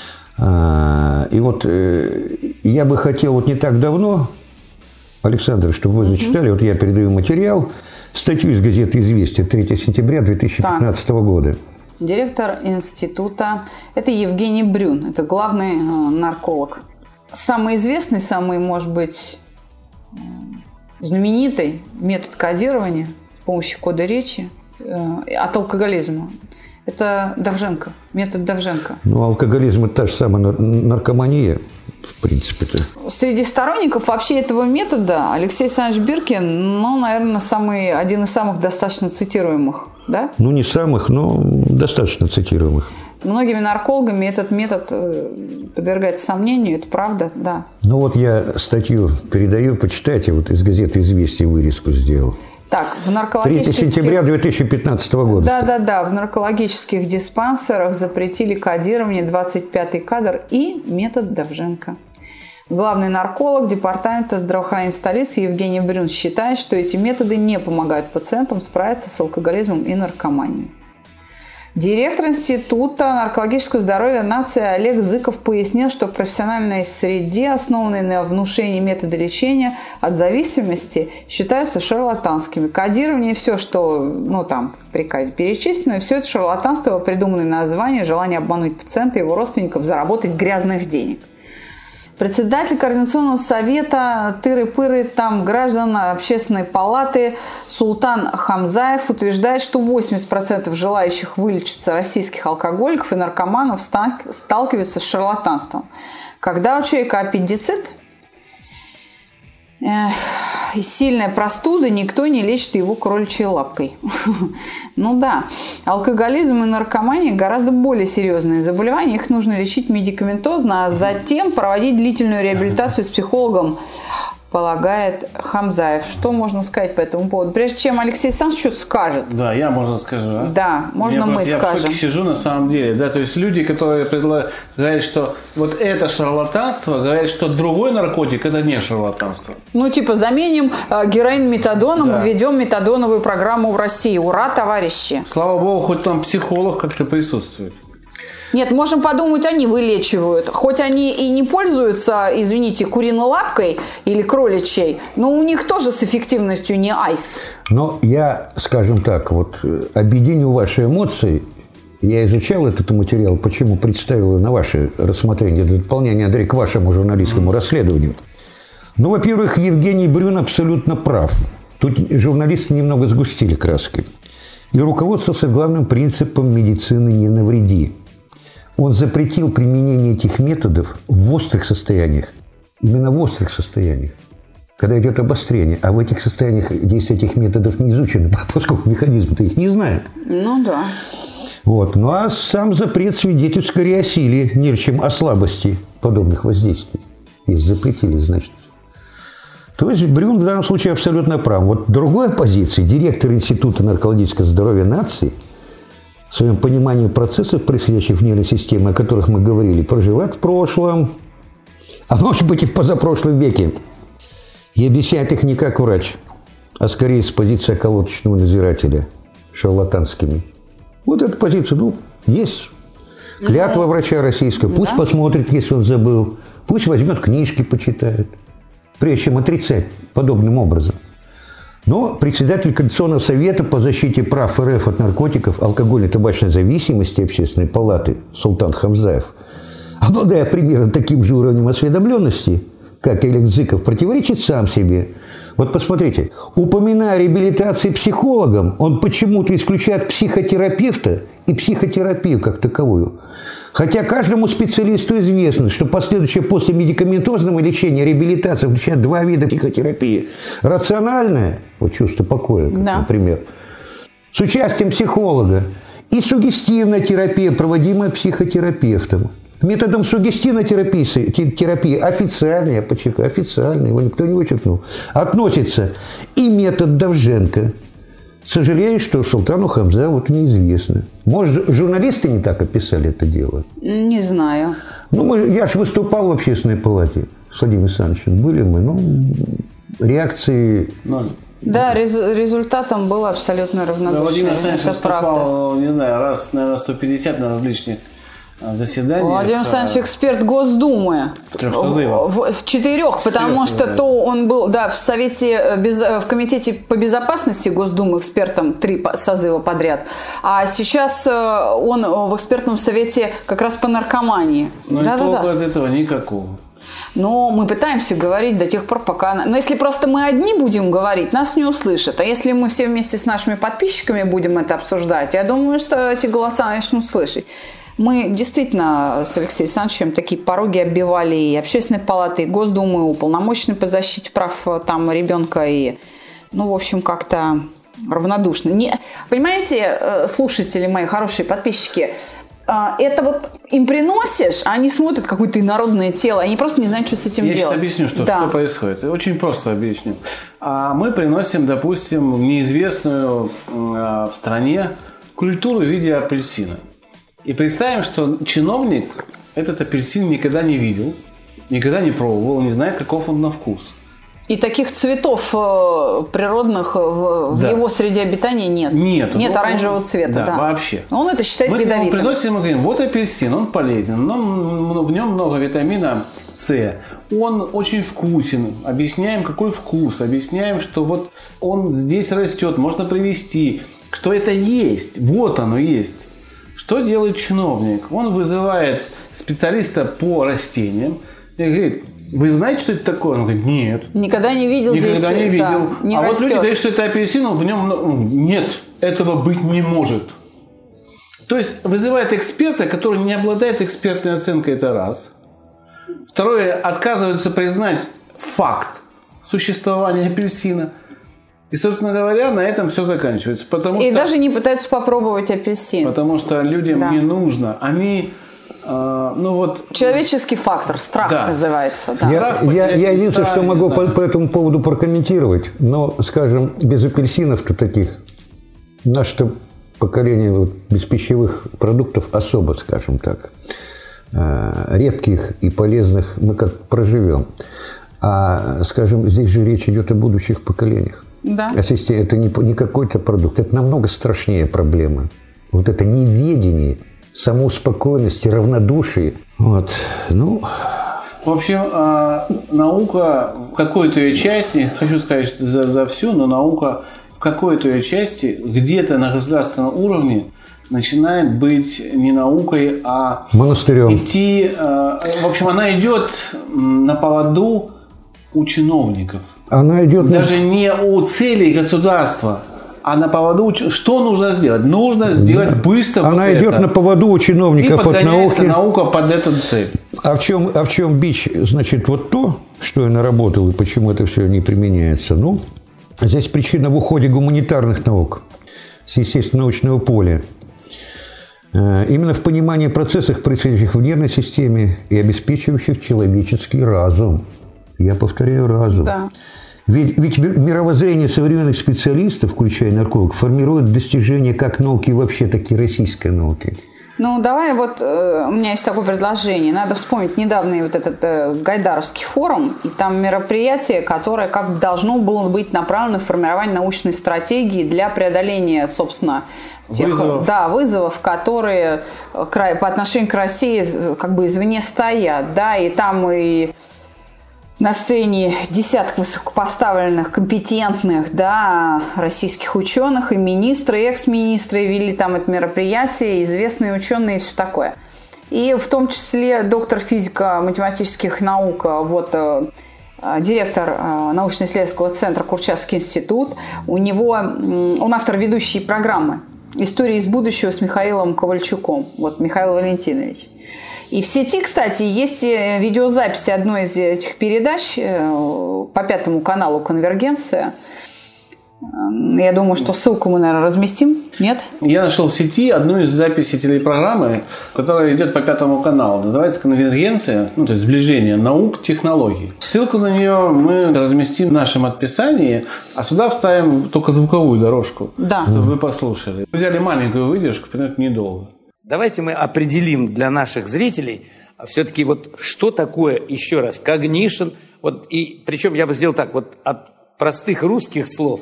И вот я бы хотел вот не так давно, Александр, чтобы вы зачитали, вот я передаю материал, статью из газеты «Известия» 3 сентября 2015 года. Директор института, это Евгений Брюн, это главный нарколог. Самый известный, самый, может быть, знаменитый метод кодирования с помощью кода речи от алкоголизма – это Довженко, метод Довженко. Ну, алкоголизм – это та же самая наркомания, в принципе-то. Среди сторонников вообще этого метода Алексей Александрович Биркин, ну, наверное, один из самых достаточно цитируемых, да? Ну, не самых, но достаточно цитируемых. Многими наркологами этот метод подвергается сомнению, это правда, да. Ну, вот я статью передаю, почитайте, вот из газеты «Известия» вырезку сделал. Так, в наркологических... 3 сентября 2015 года. Да. В наркологических диспансерах запретили кодирование, 25-й кадр и метод Довженко. Главный нарколог Департамента здравоохранения столицы Евгений Брюн считает, что эти методы не помогают пациентам справиться с алкоголизмом и наркоманией. Директор Института наркологического здоровья нации Олег Зыков пояснил, что в профессиональной среде, основанной на внушении метода лечения от зависимости, считаются шарлатанскими. Кодирование и все, что там в приказе перечислено, все это шарлатанство, придуманное название, желание обмануть пациента и его родственников, заработать грязных денег. Председатель Координационного совета Тыры-Пыры, там граждан Общественной палаты Султан Хамзаев утверждает, что 80% желающих вылечиться российских алкоголиков и наркоманов сталкиваются с шарлатанством. Когда у человека аппендицит и сильная простуда, никто не лечит его кроличьей лапкой. Ну да, алкоголизм и наркомания гораздо более серьезные заболевания. Их нужно лечить медикаментозно, а затем проводить длительную реабилитацию с психологом, полагает Хамзаев. Что можно сказать по этому поводу? Прежде чем Алексей Александрович что-то скажет. Да, я, можно скажу. А? Да, можно мы скажем. Я сижу на самом деле. Да, то есть люди, которые говорят, что вот это шарлатанство, говорят, что другой наркотик – это не шарлатанство. Ну, типа, заменим героин метадоном, введем метадоновую программу в России. Ура, товарищи! Слава богу, хоть там психолог как-то присутствует. Нет, можем подумать, они вылечивают. Хоть они и не пользуются, извините, куриной лапкой или кроличьей, но у них тоже с эффективностью не айс. Но я, скажем так, вот объединю ваши эмоции. Я изучал этот материал, почему представил на ваше рассмотрение для дополнения, Андрей, к вашему журналистскому расследованию. Ну, во-первых, Евгений Брюн абсолютно прав. Тут журналисты немного сгустили краски. И руководствовался главным принципом медицины «не навреди». Он запретил применение этих методов в острых состояниях. Именно в острых состояниях. Когда идет обострение. А в этих состояниях действие этих методов не изучено, поскольку механизм-то их не знает. Ну да. Вот. Ну а сам запрет свидетельствует скорее о силе, нежели чем о слабости подобных воздействий. Если запретили, значит. То есть Брюн в данном случае абсолютно прав. Вот другой позиции, директор Института наркологического здоровья нации, в своем понимании процессов, происходящих в нервной системе, о которых мы говорили, проживает в прошлом, а может быть и в позапрошлом веке, и объясняет их не как врач, а скорее с позиции околоточного надзирателя, шарлатанскими. Вот эта позиция, есть клятва врача российского, пусть посмотрит, если он забыл, пусть возьмет книжки, почитает, прежде чем отрицать подобным образом. Но председатель Координационного совета по защите прав РФ от наркотиков, алкогольной и табачной зависимости Общественной палаты Султан Хамзаев, обладая примерно таким же уровнем осведомленности, как и Олег Зыков, противоречит сам себе. Вот посмотрите, упоминая реабилитации психологом, он почему-то исключает психотерапевта и психотерапию как таковую. Хотя каждому специалисту известно, что последующее после медикаментозного лечения реабилитация включает 2 вида психотерапии. Рациональная, вот чувство покоя, как, например, с участием психолога, и суггестивная терапия, проводимая психотерапевтом. Методом суггестивной терапии официальный, я подчеркиваю, официальный, его никто не вычеркнул, относится и метод Довженко. Сожалею, что Султану Хамза вот неизвестно. Может, журналисты не так описали это дело? Не знаю. Я же выступал в общественной палате с Владимиром Александровичем. Были мы, реакции... Да, результатом было абсолютно равнодушие. Владимир Александрович это выступал, не знаю, раз, наверное, 150 на различных заседаниях. Владимир Александрович эксперт Госдумы. В 3 созывах. В 4, потому что то он был, да, в комитете по безопасности Госдумы экспертом 3 созыва подряд, а сейчас он в экспертном совете как раз по наркомании. Но толку от этого никакого. Но мы пытаемся говорить до тех пор, пока... Но если просто мы одни будем говорить, нас не услышат. А если мы все вместе с нашими подписчиками будем это обсуждать, я думаю, что эти голоса начнут слышать. Мы действительно с Алексеем Александровичем такие пороги оббивали и Общественной палаты, и Госдумы, и уполномоченной по защите прав там ребенка, и, в общем, как-то равнодушно. Понимаете, слушатели мои, хорошие подписчики, это вот им приносишь, а они смотрят какое-то инородное тело, они просто не знают, что с этим делать. Я сейчас объясню, что происходит. Очень просто объясню. Мы приносим, допустим, неизвестную в стране культуру в виде апельсина. И представим, что чиновник этот апельсин никогда не видел, никогда не пробовал, не знает, каков он на вкус. И таких цветов природных в его среде обитания нет. Нет оранжевого цвета. Да, вообще. Он это считает ядовитым. Мы приносим, мы говорим, вот апельсин, он полезен, но в нем много витамина С. Он очень вкусен. Объясняем, какой вкус. Объясняем, что вот он здесь растет, можно привезти. Что это есть. Вот оно есть. Что делает чиновник? Он вызывает специалиста по растениям и говорит: вы знаете, что это такое? Он говорит: нет. Никогда не видел здесь. Никогда не видел. Да, не растет. Вот люди говорят, что это апельсин, в нем нет, этого быть не может. То есть вызывает эксперта, который не обладает экспертной оценкой, это раз. Второе, отказываются признать факт существования апельсина. И, собственно говоря, на этом все заканчивается. Даже не пытаются попробовать апельсин. Потому что людям не нужно. Они, человеческий фактор, страх называется. Да. Я единственное, что могу по этому поводу прокомментировать. Но, скажем, без апельсинов-то таких, наше поколение без пищевых продуктов особо, скажем так, редких и полезных мы как проживем. А, скажем, здесь же речь идет о будущих поколениях. Да. Это не какой-то продукт, это намного страшнее проблема. Вот это неведение, самоуспокоенность и равнодушие. Вот. В общем, наука в какой-то ее части, хочу сказать, что за всю, но наука в какой-то ее части где-то на государственном уровне начинает быть не наукой, а монастырем. Идти. В общем, она идет на поводу у чиновников. Она идет даже не у целей государства, а на поводу, что нужно сделать. Нужно сделать быстро. Она идет на поводу у чиновников от науки. Наука под эту цель. А в чем бич? Значит, вот то, что я наработал и почему это все не применяется. Здесь причина в уходе гуманитарных наук с естественно-научного поля. Именно в понимании процессов, происходящих в нервной системе и обеспечивающих человеческий разум. Я повторяю, разум. Да. Ведь мировоззрение современных специалистов, включая наркологов, формирует достижения как науки, вообще так и российской науки. Давай у меня есть такое предложение. Надо вспомнить недавний вот этот Гайдаровский форум, и там мероприятие, которое как должно было быть направлено в формирование научной стратегии для преодоления, собственно, тех вызовов, которые по отношению к России как бы извне стоят. Да, и там и на сцене десяток высокопоставленных, компетентных, российских ученых, и министры, и экс-министры вели там это мероприятие, известные ученые и все такое. И в том числе доктор физико-математических наук, директор научно-исследовательского центра Курчатовский институт, он автор ведущей программы «История из будущего» с Михаилом Ковальчуком, Михаил Валентинович. И в сети, кстати, есть видеозапись одной из этих передач по 5 каналу «Конвергенция». Я думаю, что ссылку мы, наверное, разместим. Нет? Я нашел в сети одну из записей телепрограммы, которая идет по 5 каналу. Называется «Конвергенция», то есть сближение наук, технологий. Ссылку на нее мы разместим в нашем описании, а сюда вставим только звуковую дорожку, чтобы вы послушали. Взяли маленькую выдержку, примерно недолго. Давайте мы определим для наших зрителей все-таки что такое, еще раз, cognition. И причем я бы сделал так, от простых русских слов,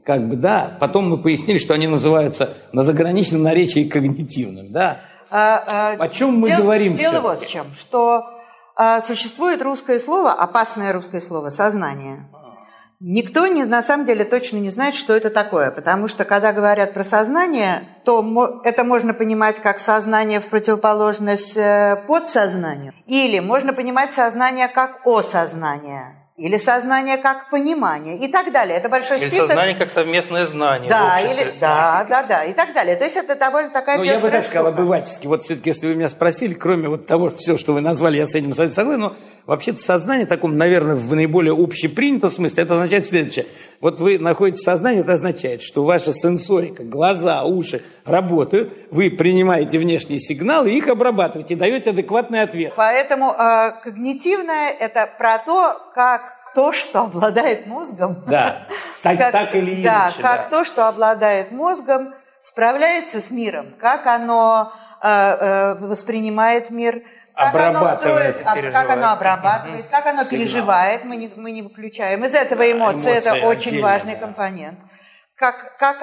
потом мы пояснили, что они называются на заграничном наречии когнитивным, да? О чем мы говорим? Дело вот в чем, что существует русское слово, опасное русское слово, сознание. Никто на самом деле точно не знает, что это такое, потому что, когда говорят про сознание, то это можно понимать как сознание в противоположность подсознанию, или можно понимать сознание как осознание, или сознание как понимание, и так далее. Это большой список. Или сознание как совместное знание. Да, и так далее. То есть это довольно такая пестрая я бы так штука. сказал, обывательски. Все-таки, если вы меня спросили, кроме того, все, что вы назвали, я с этим согласен, но вообще-то сознание, в таком, наверное, в наиболее общепринятом смысле, это означает следующее. Вы находите сознание, это означает, что ваша сенсорика, глаза, уши работают, вы принимаете внешние сигналы, их обрабатываете и даете адекватный ответ. Поэтому когнитивное – это про то, как то, что обладает мозгом. Да, так или иначе. Да, как то, что обладает мозгом, справляется с миром, как оно воспринимает мир, как оно строит, как оно обрабатывает, как оно переживает, мы не выключаем. Из этого эмоции это очень важный компонент. Как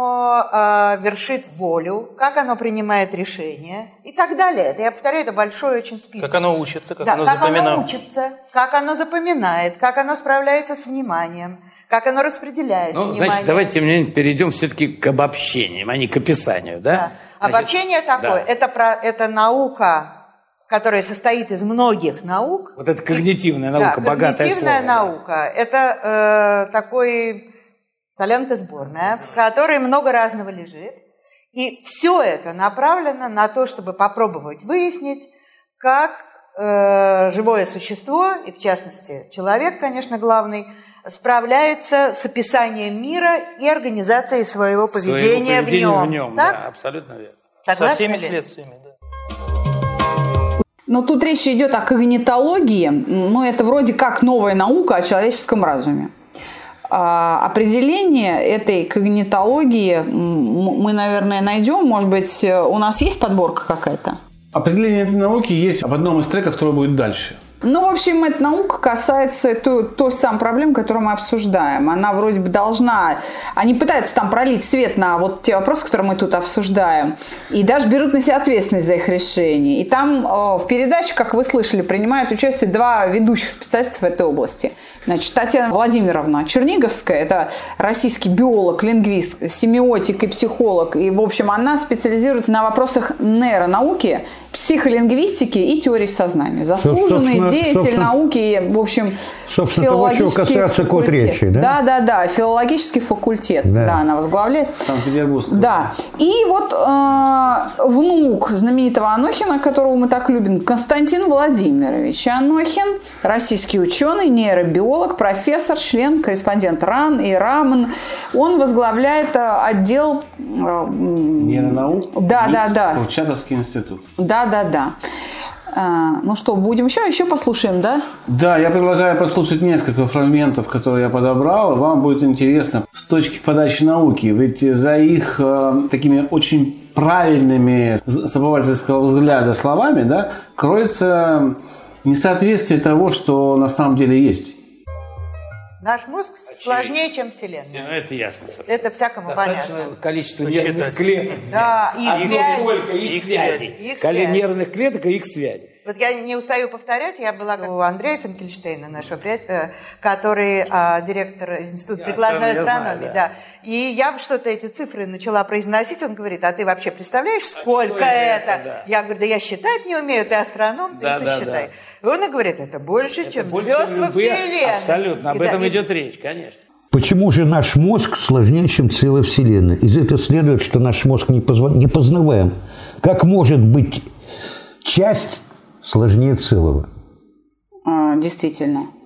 оно вершит волю, как оно принимает решения и так далее. Я повторяю, это большой очень список. Как оно учится, как оно запоминает. Как оно учится, как оно запоминает, как оно справляется с вниманием, как оно распределяет внимание. Значит, давайте, тем не менее, перейдем все-таки к обобщениям, а не к описанию, да? Обобщение такое, это наука, которая состоит из многих наук. Это когнитивная наука, богатая слово. Когнитивная наука, это такой... солянка сборная, в которой много разного лежит. И все это направлено на то, чтобы попробовать выяснить, как живое существо, и в частности человек, конечно, главный, справляется с описанием мира и организацией своего поведения в нем. Да, абсолютно верно. Согласны со всеми ли? следствиями, да. Но тут речь идет о когнитологии, это вроде как новая наука о человеческом разуме. Определение этой когнитологии мы, наверное, найдем. Может быть, у нас есть подборка какая-то? Определение этой науки есть в одном из треков, который будет дальше. В общем, эта наука касается той самой проблемы, которую мы обсуждаем. Она вроде бы должна... Они пытаются там пролить свет на те вопросы, которые мы тут обсуждаем, и даже берут на себя ответственность за их решение. И там в передаче, как вы слышали, принимают участие 2 ведущих специалиста в этой области. Значит, Татьяна Владимировна Черниговская, это российский биолог, лингвист, семиотик и психолог. И, в общем, она специализируется на вопросах нейронауки, психолингвистики и теории сознания. Заслуженный деятель науки, в общем, филологический факультет. Да, филологический факультет. Да, она возглавляет. Санкт-Петербургский. Да. И внук знаменитого Анохина, которого мы так любим, Константин Владимирович Анохин, российский ученый, нейробиолог, профессор, член, корреспондент РАН и РАМН. Он возглавляет отдел нейронаук. Да. Курчатовский институт. Да. Будем еще послушаем, да? Да, я предлагаю послушать несколько фрагментов, которые я подобрал. Вам будет интересно с точки подачи науки. Ведь за их такими очень правильными, с обывательского взгляда, словами, кроется несоответствие того, что на самом деле есть. Наш мозг сложнее, чем Вселенная. Это ясно. Это всякому понятно. Количество нервных клеток. Да, их связи. Нервных клеток и их связи. Я не устаю повторять, я была у Андрея Финкельштейна, нашего приятеля, который директор Института прикладной астрономии. Да. И я что-то эти цифры начала произносить, он говорит, а ты вообще представляешь, сколько это? Да. Я говорю, да я считать не умею, ты астроном, ты сосчитай. И он и говорит, это больше, чем звезд во Вселенной. Абсолютно, об этом идет речь, конечно. Почему же наш мозг сложнее, чем целая Вселенная? Из этого следует, что наш мозг непознаваем. Как может быть часть сложнее целого? Действительно.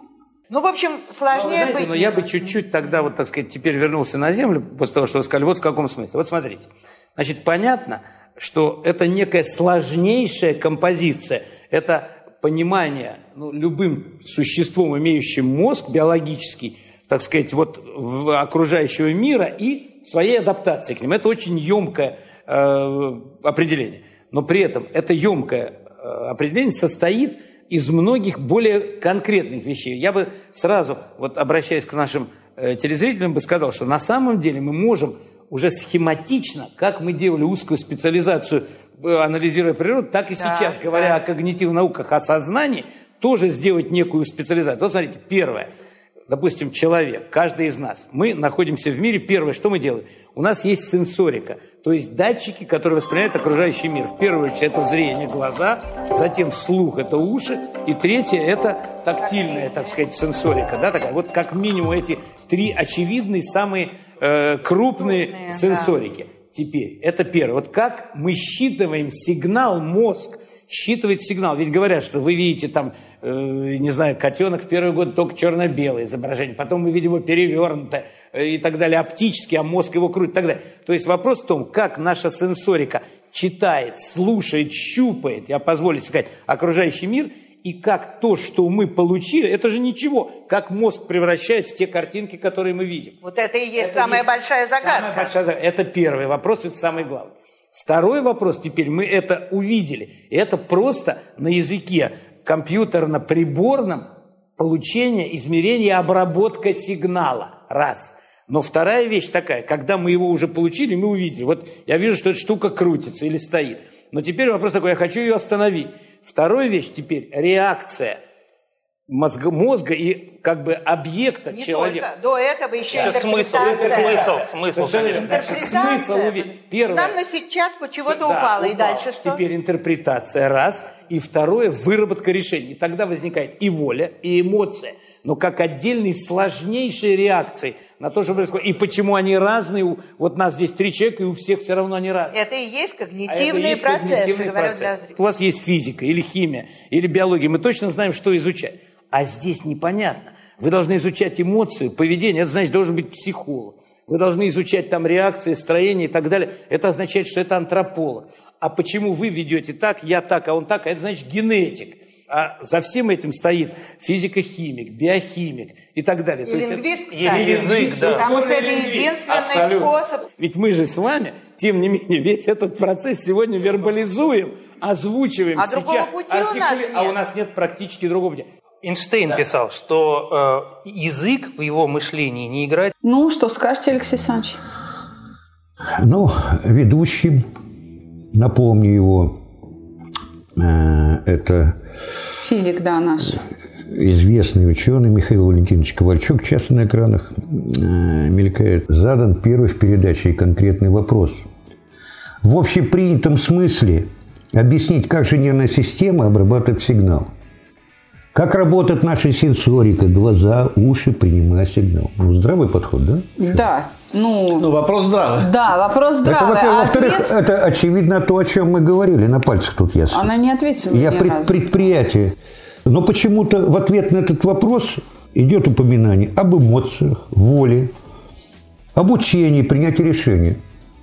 Ну, в общем, сложнее быть. Но я бы чуть-чуть тогда, вот так сказать, теперь вернулся на землю, после того, что вы сказали, вот в каком смысле. Вот смотрите. Значит, понятно, что это некая сложнейшая композиция. Это понимание любым существом, имеющим мозг биологический, так сказать, вот окружающего мира и своей адаптации к ним. Это очень емкое определение. Но при этом это емкое определение состоит из многих более конкретных вещей. Я бы сразу, вот обращаясь к нашим телезрителям, бы сказал, что на самом деле мы можем уже схематично, как мы делали узкую специализацию, анализируя природу, так и сейчас, говоря о когнитивных науках, о сознании, тоже сделать некую специализацию. Вот смотрите, первое. Допустим, человек, каждый из нас, мы находимся в мире, первое, что мы делаем? У нас есть сенсорика, то есть датчики, которые воспринимают окружающий мир. В первую очередь это зрение, глаза, затем слух, это уши, и третье это тактильная, так сказать, сенсорика. Да, такая. Вот как минимум эти три очевидные, самые крупные сенсорики. Теперь, это первое. Вот как мы считываем сигнал, мозг считывает сигнал. Ведь говорят, что вы видите там, не знаю, котенок в первый год только черно-белое изображение, потом мы видим его перевернутое и так далее, оптически, а мозг его крутит и так далее. То есть вопрос в том, как наша сенсорика читает, слушает, щупает, я позволю сказать, окружающий мир, и как то, что мы получили, это же ничего, как мозг превращает в те картинки, которые мы видим. Вот это и есть самая большая загадка. Самая большая загадка. Это первый вопрос, это самый главный. Второй вопрос, теперь мы это увидели. И это просто на языке компьютерно-приборном получение, измерение и обработка сигнала. Раз. Но вторая вещь такая, когда мы его уже получили, мы увидели. Вот я вижу, что эта штука крутится или стоит. Но теперь вопрос такой, я хочу ее остановить. Вторая вещь теперь реакция мозга и как бы объекта не человека. Только. До этого еще интерпретация. Смысл, конечно. Смысл увидеть. Первое. Нам на сетчатку чего-то упало, и дальше что? Теперь интерпретация, раз. И второе, выработка решений. И тогда возникает и воля, и эмоция. Но как отдельные сложнейшие реакции на то, что происходит. И почему они разные. Вот нас здесь 3 человека, и у всех все равно они разные. Это и есть когнитивные процессы, говорят для зрителей. У вас есть физика, или химия, или биология. Мы точно знаем, что изучать. А здесь непонятно. Вы должны изучать эмоции, поведение. Это значит, должен быть психолог. Вы должны изучать там реакции, строение и так далее. Это означает, что это антрополог. А почему вы ведете так, я так, а он так? А это значит генетик. А за всем этим стоит физико-химик, биохимик и так далее. И лингвист, кстати. Язык, да. Потому что это единственный способ. Ведь мы же с вами, тем не менее, весь этот процесс сегодня вербализуем, озвучиваем а сейчас. Другого пути у нас нет. А у нас нет практически другого пути. Эйнштейн писал, что язык в его мышлении не играет. Ну, что скажете, Алексей Александрович? Ну, ведущим, напомню его, это... Физик, да, наш. Известный ученый Михаил Валентинович Ковальчук, часто на экранах мелькает. Задан первый в передаче и конкретный вопрос. В общепринятом смысле объяснить, как же нервная система обрабатывает сигнал. Как работает наша сенсорика, глаза, уши, принимая сигнал. Ну, здравый подход, да? Да. Ну, вопрос здравый. Да, вопрос здравый. Во-вторых, это очевидно то, о чем мы говорили. На пальцах тут ясно. Она не ответила Я ни разу. предприятие. Но почему-то в ответ на этот вопрос идет упоминание об эмоциях, воле, об учении, принятии решения.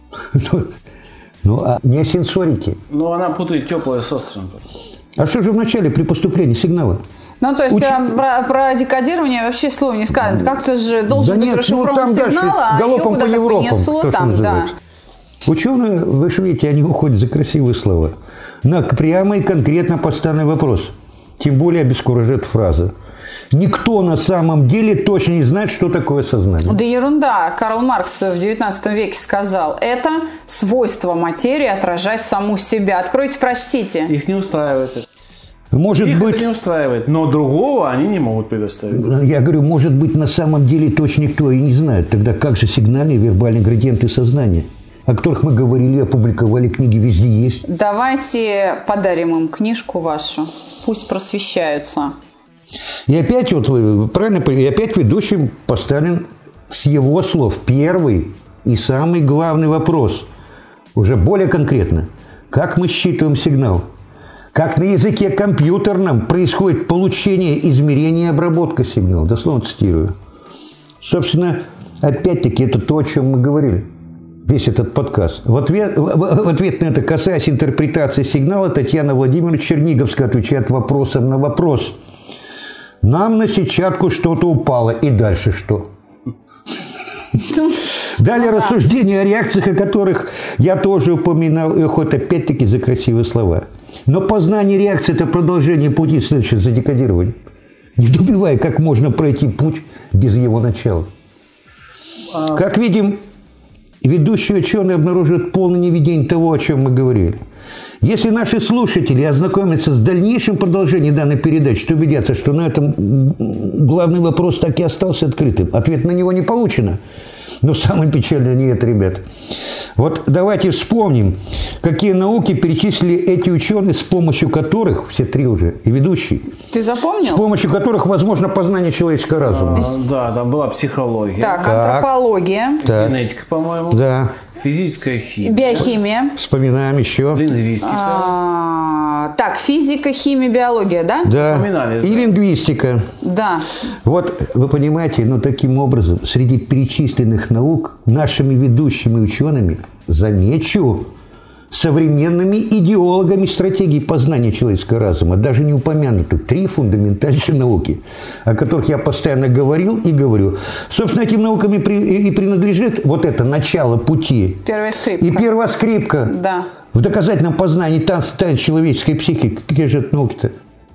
Ну, а не о сенсорике. Ну, она путает теплое с острым. А что же вначале при поступлении сигнала? Ну, то есть про декодирование вообще слова не сказано. Как-то же должен быть расшифрован сигнал, а ее куда-то понесло там, да. Ученые, вы же видите, они уходят за красивые слова. На прямо и конкретно поставленный вопрос. Тем более обескуражит фраза. Никто на самом деле точно не знает, что такое сознание. Да ерунда. Карл Маркс в 19 веке сказал, это свойство материи отражать саму себя. Откройте, прочтите. Их не устраивает это. Может Их быть, это не устраивает, но другого они не могут предоставить. Я говорю, может быть, на самом деле точно никто и не знает. Тогда как же сигнальные и вербальные градиенты сознания, о которых мы говорили, опубликовали, книги везде есть? Давайте подарим им книжку вашу. Пусть просвещаются. И опять, вот вы правильно поняли, и опять ведущим поставлен с его слов первый и самый главный вопрос. Уже более конкретно. Как мы считываем сигнал? как на языке компьютерном происходит получение, измерение и обработка сигнала. Дословно цитирую. Собственно, опять-таки, это то, о чем мы говорили. Весь этот подкаст. В ответ на это, касаясь интерпретации сигнала, Татьяна Владимировна Черниговская отвечает вопросом на вопрос. Нам на сетчатку что-то упало. И дальше что? Далее рассуждения о реакциях, о которых я тоже упоминал, и хоть опять-таки за красивые слова. Но познание реакции – это продолжение пути, следующее за декодирование. Недоумевая, как можно пройти путь без его начала. Как видим, ведущие ученые обнаруживают полное неведение того, о чем мы говорили. Если наши слушатели ознакомятся с дальнейшим продолжением данной передачи, то убедятся, что на этом главный вопрос так и остался открытым. Ответ на него не получено. Но самое печальное не это, ребят. Вот давайте вспомним, какие науки перечислили эти ученые, с помощью которых, все три уже, и ведущие. Ты запомнил? С помощью которых возможно познание человеческого разума. Да, там была психология. Так, антропология. Так. Генетика, по-моему. Да. Физическая химия. Биохимия. Вспоминаем еще. Лингвистика. Так, физика, химия, биология, да? Да. И лингвистика. Да. Вот, вы понимаете, но таким образом, среди перечисленных наук нашими ведущими учеными, замечу, современными идеологами стратегии познания человеческого разума, даже не упомянуты три фундаментальные науки, о которых я постоянно говорил и говорю. Собственно, этим наукам и принадлежит вот это начало пути. Первая скрипка. И первая скрипка. Да. В доказательном познании тайн человеческой психики. Какие же это науки-то?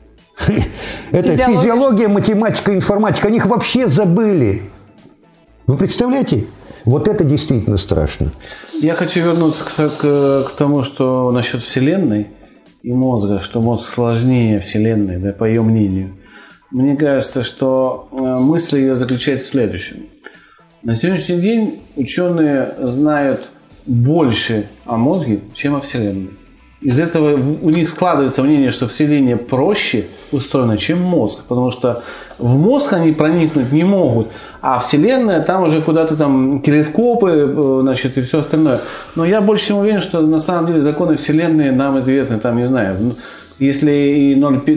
Это физиология, математика, информатика. О них вообще забыли. Вы представляете? Вот это действительно страшно. Я хочу вернуться к тому, что насчет Вселенной и мозга, что мозг сложнее Вселенной, да, по ее мнению. Мне кажется, что мысль ее заключается в следующем. На сегодняшний день ученые знают больше о мозге, чем о Вселенной. Из этого у них складывается мнение, что Вселенная проще устроена, чем мозг, потому что в мозг они проникнуть не могут, а Вселенная, там уже куда-то там телескопы, значит, и все остальное. Но я больше чем уверен, что на самом деле законы Вселенной нам известны, там, не знаю, если и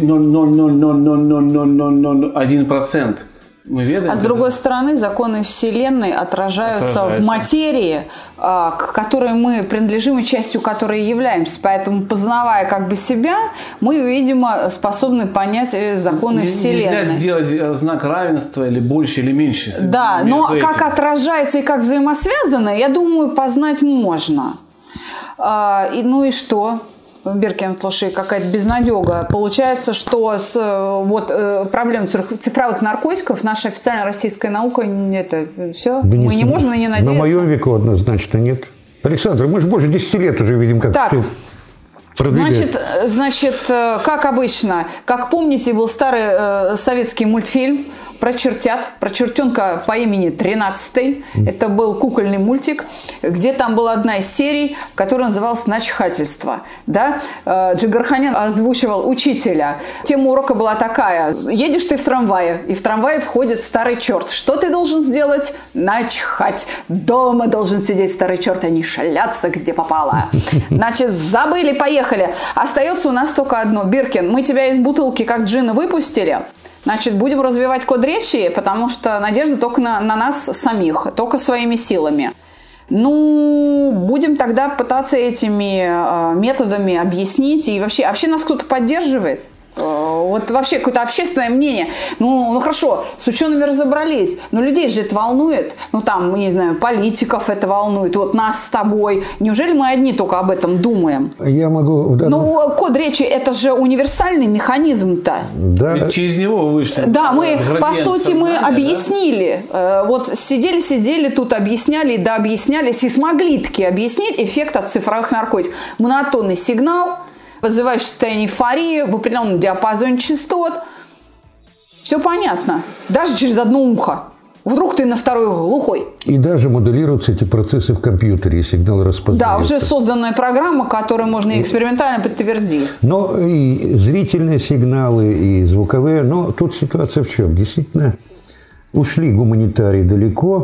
0,0000001%. Мы ведаем, а с другой стороны, законы Вселенной отражаются в материи, к которой мы принадлежим и частью которой являемся. Поэтому, познавая как бы себя, мы, видимо, способны понять законы Вселенной. Нельзя сделать знак равенства или больше, или меньше. Да, но этим, как отражается и как взаимосвязано, я думаю, познать можно. Ну и что? Биркин, слушай, какая-то безнадега. Получается, что с проблемой цифровых наркотиков наша официальная российская наука, это все, да мы не можем на нее надеяться. На моем веку однозначно нет. Александр, мы же больше 10 лет уже видим, как так, все продвигается. Значит, как обычно, как помните, был старый советский мультфильм про чертят, про чертенка по имени 13-й. Это был кукольный мультик, где там была одна из серий, которая называлась «Начхательство». Да? Джигарханян озвучивал учителя. Тема урока была такая. Едешь ты в трамвае, и в трамвае входит старый черт. Что ты должен сделать? Начхать. Дома должен сидеть старый черт, а не шляться, где попало. Значит, забыли, поехали. Остается у нас только одно. Биркин, мы тебя из бутылки как джина выпустили. Значит, будем развивать код речи, потому что надежда только на нас самих, только своими силами. Ну, будем тогда пытаться этими методами объяснить. И вообще нас кто-то поддерживает? Вот вообще какое-то общественное мнение. Ну хорошо, с учеными разобрались, но людей же это волнует. Ну там, не знаю, политиков это волнует, вот нас с тобой. Неужели мы одни только об этом думаем? Я могу... Ну, код речи это же универсальный механизм-то. Да. Ведь через него вышли. Да, мы, по сути, мы объяснили. Да? Вот сидели, тут объясняли и дообъяснялись, и смогли таки объяснить эффект от цифровых наркотиков. Монотонный сигнал, вызывающий состояние эйфории в определенном диапазоне частот. Все понятно. Даже через одно ухо. Вдруг ты на второй глухой. И даже моделируются эти процессы в компьютере, и сигналы распознаются. Да, уже созданная программа, которую можно и экспериментально подтвердить. Но и зрительные сигналы, и звуковые. Но тут ситуация в чем? Действительно, ушли гуманитарии далеко.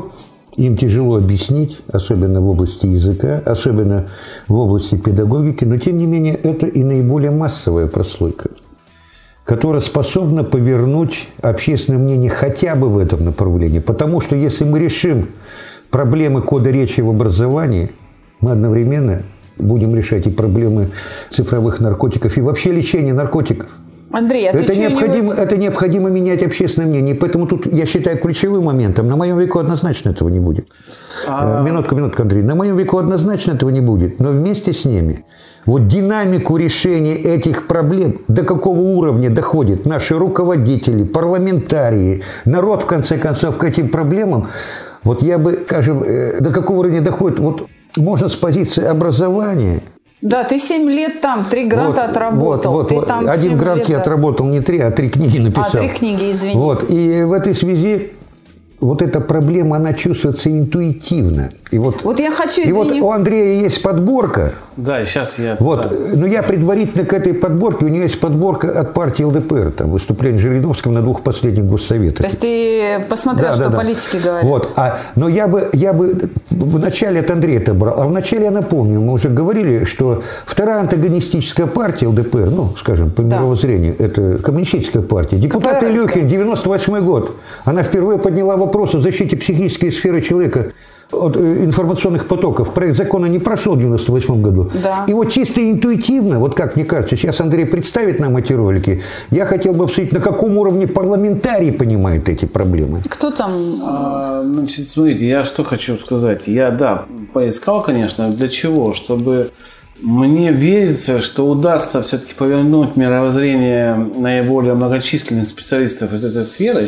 им тяжело объяснить, особенно в области языка, особенно в области педагогики, но тем не менее это и наиболее массовая прослойка, которая способна повернуть общественное мнение хотя бы в этом направлении. Потому что если мы решим проблемы кода речи в образовании, мы одновременно будем решать и проблемы цифровых наркотиков, и вообще лечения наркотиков. Андрей, а это необходимо менять общественное мнение. Поэтому тут, я считаю, ключевым моментом, на моем веку однозначно этого не будет. Минутку, Андрей. На моем веку однозначно этого не будет. Но вместе с ними вот динамику решения этих проблем, до какого уровня доходят наши руководители, парламентарии, народ, в конце концов, к этим проблемам, вот я бы, скажем, до какого уровня доходит, вот можно с позиции образования. Да, ты 7 лет там, 3 гранта отработал. Ты там 1 грант я отработал, не 3, а 3 книги написал. 3 книги, извини. И в этой связи вот эта проблема, она чувствуется интуитивно. И вот я хочу, и вот у Андрея есть подборка. Да, сейчас я... Но я предварительно к этой подборке, у него есть подборка от партии ЛДПР, там, выступление Жириновского на 2 последних госсоветах. То есть ты посмотрел, что политики говорят. Но я бы вначале от Андрея это брал, а вначале я напомню, мы уже говорили, что вторая антагонистическая партия ЛДПР, скажем, по мировоззрению, это коммунистическая партия. Депутат Илюхин, 98 год, она впервые подняла вопрос о защите психической сферы человека от информационных потоков. Проект закона не прошел в 1998 году. Да. И вот чисто интуитивно, вот как мне кажется, сейчас Андрей представит нам эти ролики, я хотел бы обсудить, на каком уровне парламентарий понимает эти проблемы. Кто там? Значит, смотрите, я что хочу сказать. Я, поискал, конечно, для чего? Чтобы мне верится, что удастся все-таки повернуть мировоззрение наиболее многочисленных специалистов из этой сферы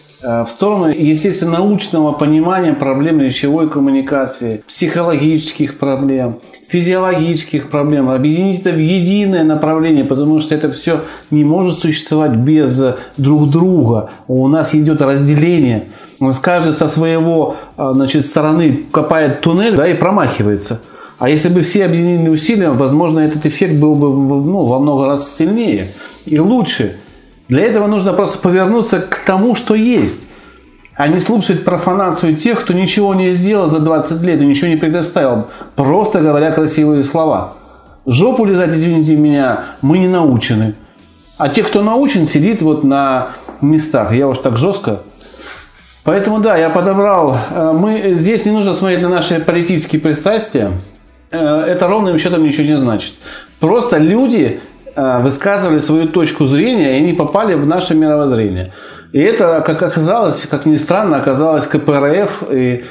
в сторону, естественно, научного понимания проблем речевой коммуникации, психологических проблем, физиологических проблем, объединить это в единое направление, потому что это все не может существовать без друг друга. У нас идет разделение. Каждый со своего стороны копает туннель, и промахивается. А если бы все объединили усилия, возможно, этот эффект был бы во много раз сильнее и лучше. Для этого нужно просто повернуться к тому, что есть, а не слушать профанацию тех, кто ничего не сделал за 20 лет и ничего не предоставил, просто говоря красивые слова. Жопу лизать, извините меня, мы не научены. А те, кто научен, сидит на местах. Я уж так жестко. Поэтому я подобрал. Здесь не нужно смотреть на наши политические пристрастия. Это ровным счетом ничего не значит. Просто люди высказывали свою точку зрения, и они попали в наше мировоззрение. И это, как оказалось, как ни странно, оказалось КПРФ и...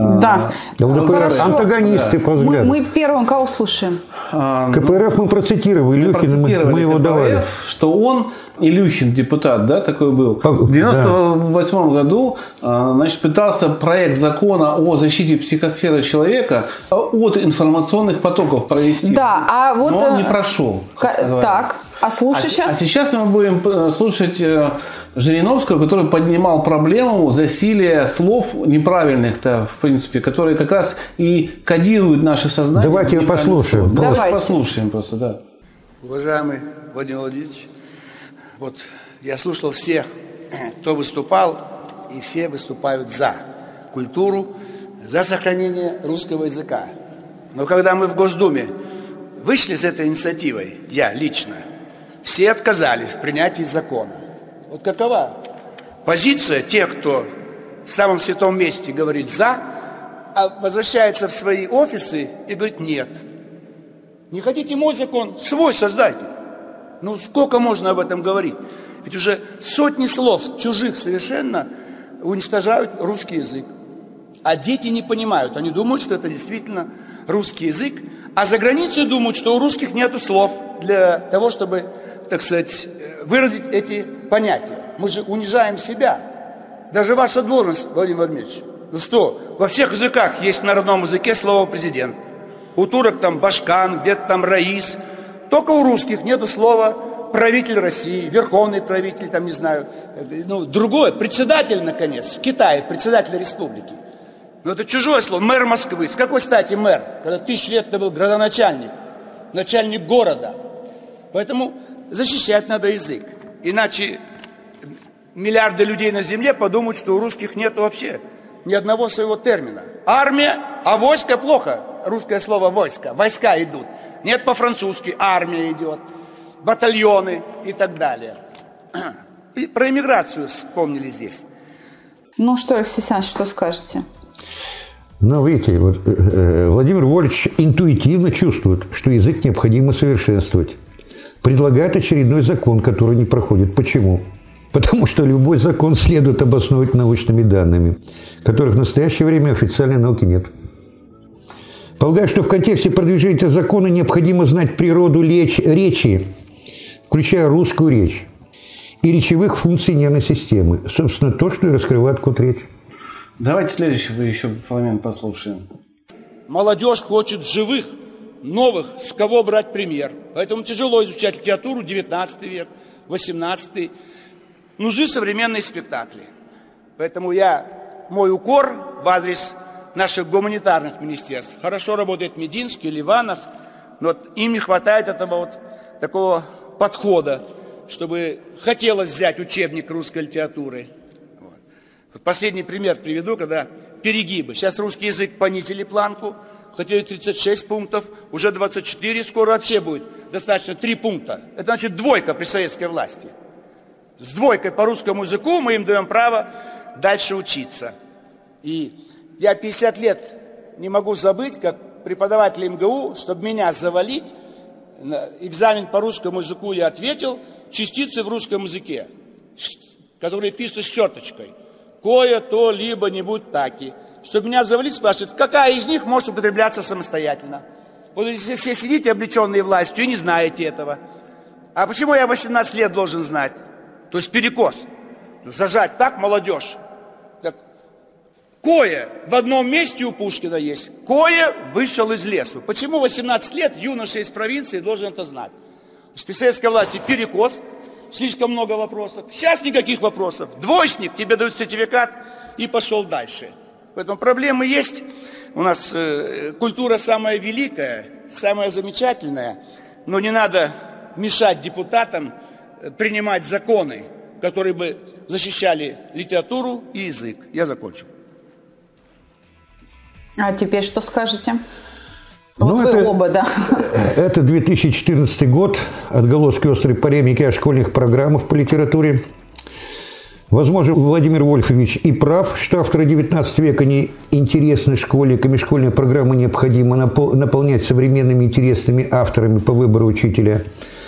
ЛДПР антагонисты, по взгляду. Мы первым кого слушаем? КПРФ мы процитировали, Илюхин, мы его давали. Что он, Илюхин, депутат, такой был, в 1998 году пытался проект закона о защите психосферы человека от информационных потоков провести. Но он не прошел. Так, а слушай сейчас? А сейчас мы будем слушать Жириновского, который поднимал проблему засилия слов неправильных-то, в принципе, которые как раз и кодируют наше сознание. Давайте послушаем. Давайте послушаем просто, да. Уважаемый Владимир Владимирович, я слушал всех, кто выступал, и все выступают за культуру, за сохранение русского языка. Но когда мы в Госдуме вышли с этой инициативой, я лично, все отказались в принятии закона. Какова позиция тех, кто в самом святом месте говорит «за», а возвращается в свои офисы и говорит «нет». Не хотите мой закон? Свой создайте. Сколько можно об этом говорить? Ведь уже сотни слов чужих совершенно уничтожают русский язык. А дети не понимают. Они думают, что это действительно русский язык. А за границей думают, что у русских нету слов для того, чтобы, выразить эти понятия. Мы же унижаем себя. Даже ваша должность, Владимир Владимирович. Во всех языках есть в народном языке слово «президент». У турок там башкан, где-то там раис. Только у русских нету слова «правитель России», «верховный правитель», другое, председатель, наконец, в Китае, председатель республики. Это чужое слово, мэр Москвы. С какой стати мэр, когда 1000 лет это был градоначальник, начальник города? Поэтому защищать надо язык. Иначе миллиарды людей на земле подумают, что у русских нет вообще ни одного своего термина. Армия, а войско плохо. Русское слово войско. Войска идут. Нет по-французски. Армия идет. Батальоны и так далее. И про эмиграцию вспомнили здесь. Ну что, Алексей Александрович, что скажете? Ну, видите, вот, Владимир Вольфович интуитивно чувствует, что язык необходимо совершенствовать. Предлагает очередной закон, который не проходит. Почему? Потому что любой закон следует обосновывать научными данными, которых в настоящее время официальной науки нет. Полагаю, что в контексте продвижения закона необходимо знать природу речи, включая русскую речь, и речевых функций нервной системы. Собственно, то, что и раскрывает код речи. Давайте следующий еще фрагмент послушаем. Молодежь хочет живых, новых, с кого брать пример. Поэтому тяжело изучать литературу 19 век, 18. Нужны современные спектакли. Поэтому мой укор в адрес наших гуманитарных министерств. Хорошо работает Мединский, Ливанов, но им не хватает этого такого подхода, чтобы хотелось взять учебник русской литературы. Вот последний пример приведу, когда перегибы. Сейчас русский язык понизили планку, хотели 36 пунктов, уже 24, скоро вообще будет достаточно 3 пункта. Это значит двойка при советской власти. С двойкой по русскому языку мы им даем право дальше учиться. И я 50 лет не могу забыть, как преподаватель МГУ, чтобы меня завалить, экзамен по русскому языку я ответил, частицы в русском языке, которые пишутся с черточкой. Кое, то, либо, нибудь, таки. Чтобы меня завалить, спрашивают, какая из них может употребляться самостоятельно. Вот если все сидите, облеченные властью, и не знаете этого. А почему я 18 лет должен знать? То есть перекос. Зажать так молодежь. Так. Кое в одном месте у Пушкина есть. Кое вышел из лесу. Почему 18 лет юноша из провинции должен это знать? При советской власти перекос. Слишком много вопросов. Сейчас никаких вопросов. Двоечник, тебе дают сертификат и пошел дальше. Поэтому проблемы есть. У нас культура самая великая, самая замечательная. Но не надо мешать депутатам принимать законы, которые бы защищали литературу и язык. Я закончу. А теперь что скажете? Вот вы оба, да. Это 2014 год, отголоски острой полемики о школьных программах по литературе. Возможно, Владимир Вольфович и прав, что авторы 19 века не интересны школьникам, и школьные программы необходимо наполнять современными интересными авторами по выбору учителя.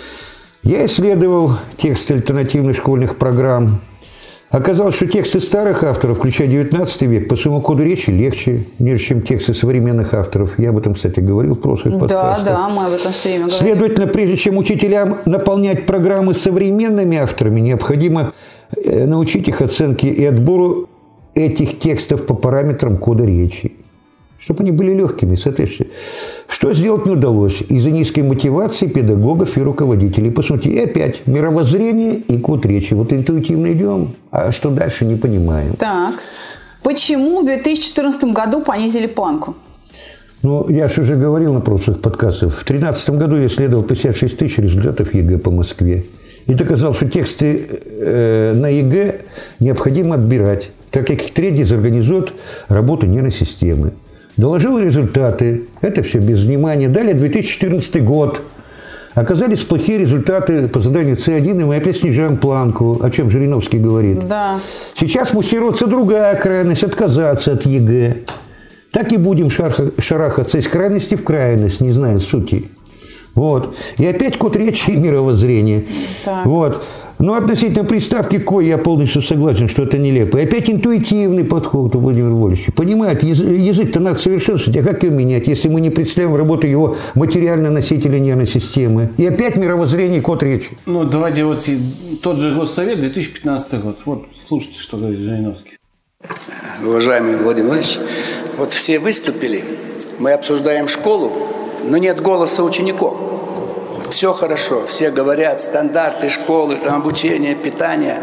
Я исследовал тексты альтернативных школьных программ. Оказалось, что тексты старых авторов, включая 19 век, по своему коду речи легче, чем тексты современных авторов. Я об этом, кстати, говорил в прошлых подкастах. Да, мы об этом все время говорим. Следовательно, прежде чем учителям наполнять программы современными авторами, необходимо научить их оценке и отбору этих текстов по параметрам кода речи, чтобы они были легкими, соответственно. Что сделать не удалось из-за низкой мотивации педагогов и руководителей. Посмотрите, и опять мировоззрение и код речи. Вот интуитивно идем, а что дальше, не понимаем. Так, почему в 2014 году понизили планку? Ну, я же уже говорил на прошлых подкастах. В 2013 году я исследовал 56 тысяч результатов ЕГЭ по Москве. И доказал, что тексты на ЕГЭ необходимо отбирать, так как их треть дезорганизует работу нервной системы. Доложил результаты. Это все без внимания. Далее 2014 год. Оказались плохие результаты по заданию С1, и мы опять снижаем планку, о чем Жириновский говорит. Да. Сейчас муссируется другая крайность, отказаться от ЕГЭ. Так и будем шарахаться из крайности в крайность, не зная сути. Вот. И опять код речи и мировоззрения. Так. Вот. Но относительно приставки «кой» я полностью согласен, что это нелепо. И опять интуитивный подход у Владимира Вольфовича. Понимаете, язык-то надо совершенствовать, а как его менять, если мы не представляем работу его материального носителя нервной системы? И опять мировоззрение и код речи. Ну, давайте вот тот же Госсовет, 2015 год. Вот слушайте, что говорит Жириновский. Уважаемый Владимир Владимирович, вот все выступили, мы обсуждаем школу, но нет голоса учеников. Все хорошо, все говорят, стандарты школы, там, обучение, питание.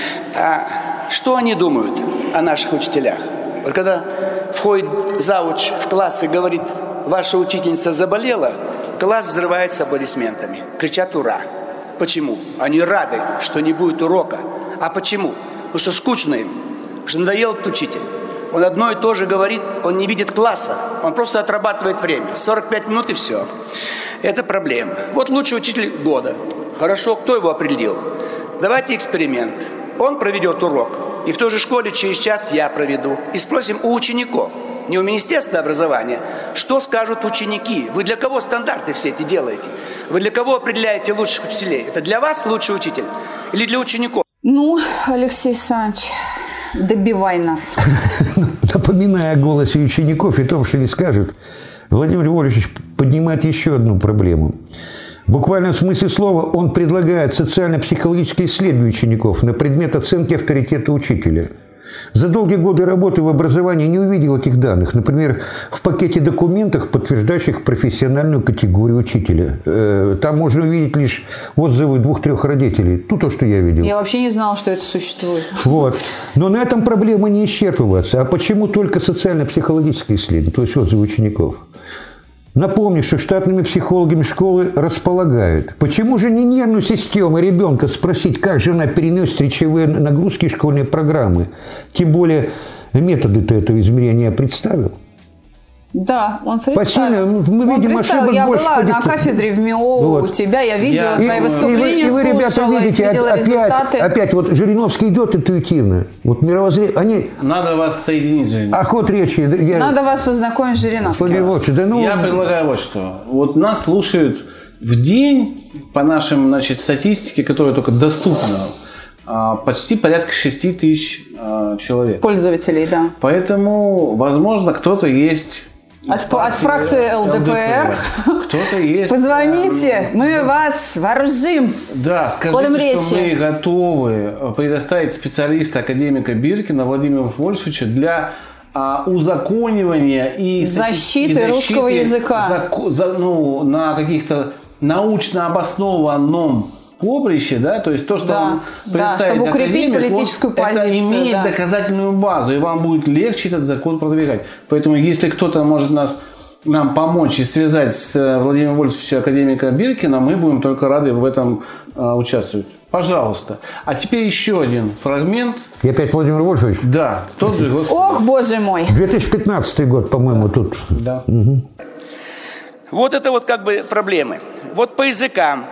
А что они думают о наших учителях? Вот когда входит завуч в класс и говорит, ваша учительница заболела, класс взрывается аплодисментами, кричат «Ура!». Почему? Они рады, что не будет урока. А почему? Потому что скучно им, потому что надоел этот учитель. Он одно и то же говорит, он не видит класса, он просто отрабатывает время. 45 минут и все. Это проблема. Вот лучший учитель года. Хорошо, кто его определил? Давайте эксперимент. Он проведет урок, и в той же школе через час я проведу. И спросим у учеников, не у Министерства образования, что скажут ученики. Вы для кого стандарты все эти делаете? Вы для кого определяете лучших учителей? Это для вас лучший учитель или для учеников? Ну, Алексей Александрович, добивай нас. Напоминая о голосе учеников и том, что они скажут, Владимир Львович поднимает еще одну проблему. В буквальном смысле слова он предлагает социально-психологические исследования учеников на предмет оценки авторитета учителя. За долгие годы работы в образовании не увидел этих данных. Например, в пакете документов, подтверждающих профессиональную категорию учителя. Там можно увидеть лишь отзывы 2-3 родителей. То, что я видел. Я вообще не знала, что это существует. Вот. Но на этом проблема не исчерпывается. А почему только социально-психологические исследования, то есть отзывы учеников? Напомню, что штатными психологами школы располагают. Почему же не нервную систему ребенка спросить, как же она переносит речевые нагрузки и школьные программы? Тем более методы-то этого измерения представил. Да, он представил. Мы видим ошибок я больше. Я была на кафедре в МИО у тебя, я видела твои выступления, и вы, ребята, видите, опять вот Жириновский идет интуитивно. Вот мировоззрение, они... Надо вас соединить, Жириновский. А ход речи... Надо вас познакомить с Жириновским. Я предлагаю вот что. Вот нас слушают в день, по нашим, статистике, которая только доступна, почти порядка 6 тысяч человек. Пользователей, да. Поэтому, возможно, кто-то есть... От фракции ЛДПР. Кто-то есть. Позвоните, мы вас вооружим. Да, скажите, что мы готовы предоставить специалиста академика Биркина Владимира Вольфовича для узаконивания и защиты русского языка. На каких-то научно обоснованном поприще, да, то есть то, что он предоставит чтобы укрепить политическую позицию, это имеет доказательную базу, и вам будет легче этот закон продвигать. Поэтому, если кто-то может нам помочь и связать с Владимиром Вольфовичем академика Биркина, мы будем только рады в этом участвовать. Пожалуйста. А теперь еще один фрагмент. И опять Владимир Вольфович? Да, тот же. Ох, боже мой. 2015 год, по-моему, тут. Да. Угу. Вот это вот как бы проблемы. Вот по языкам.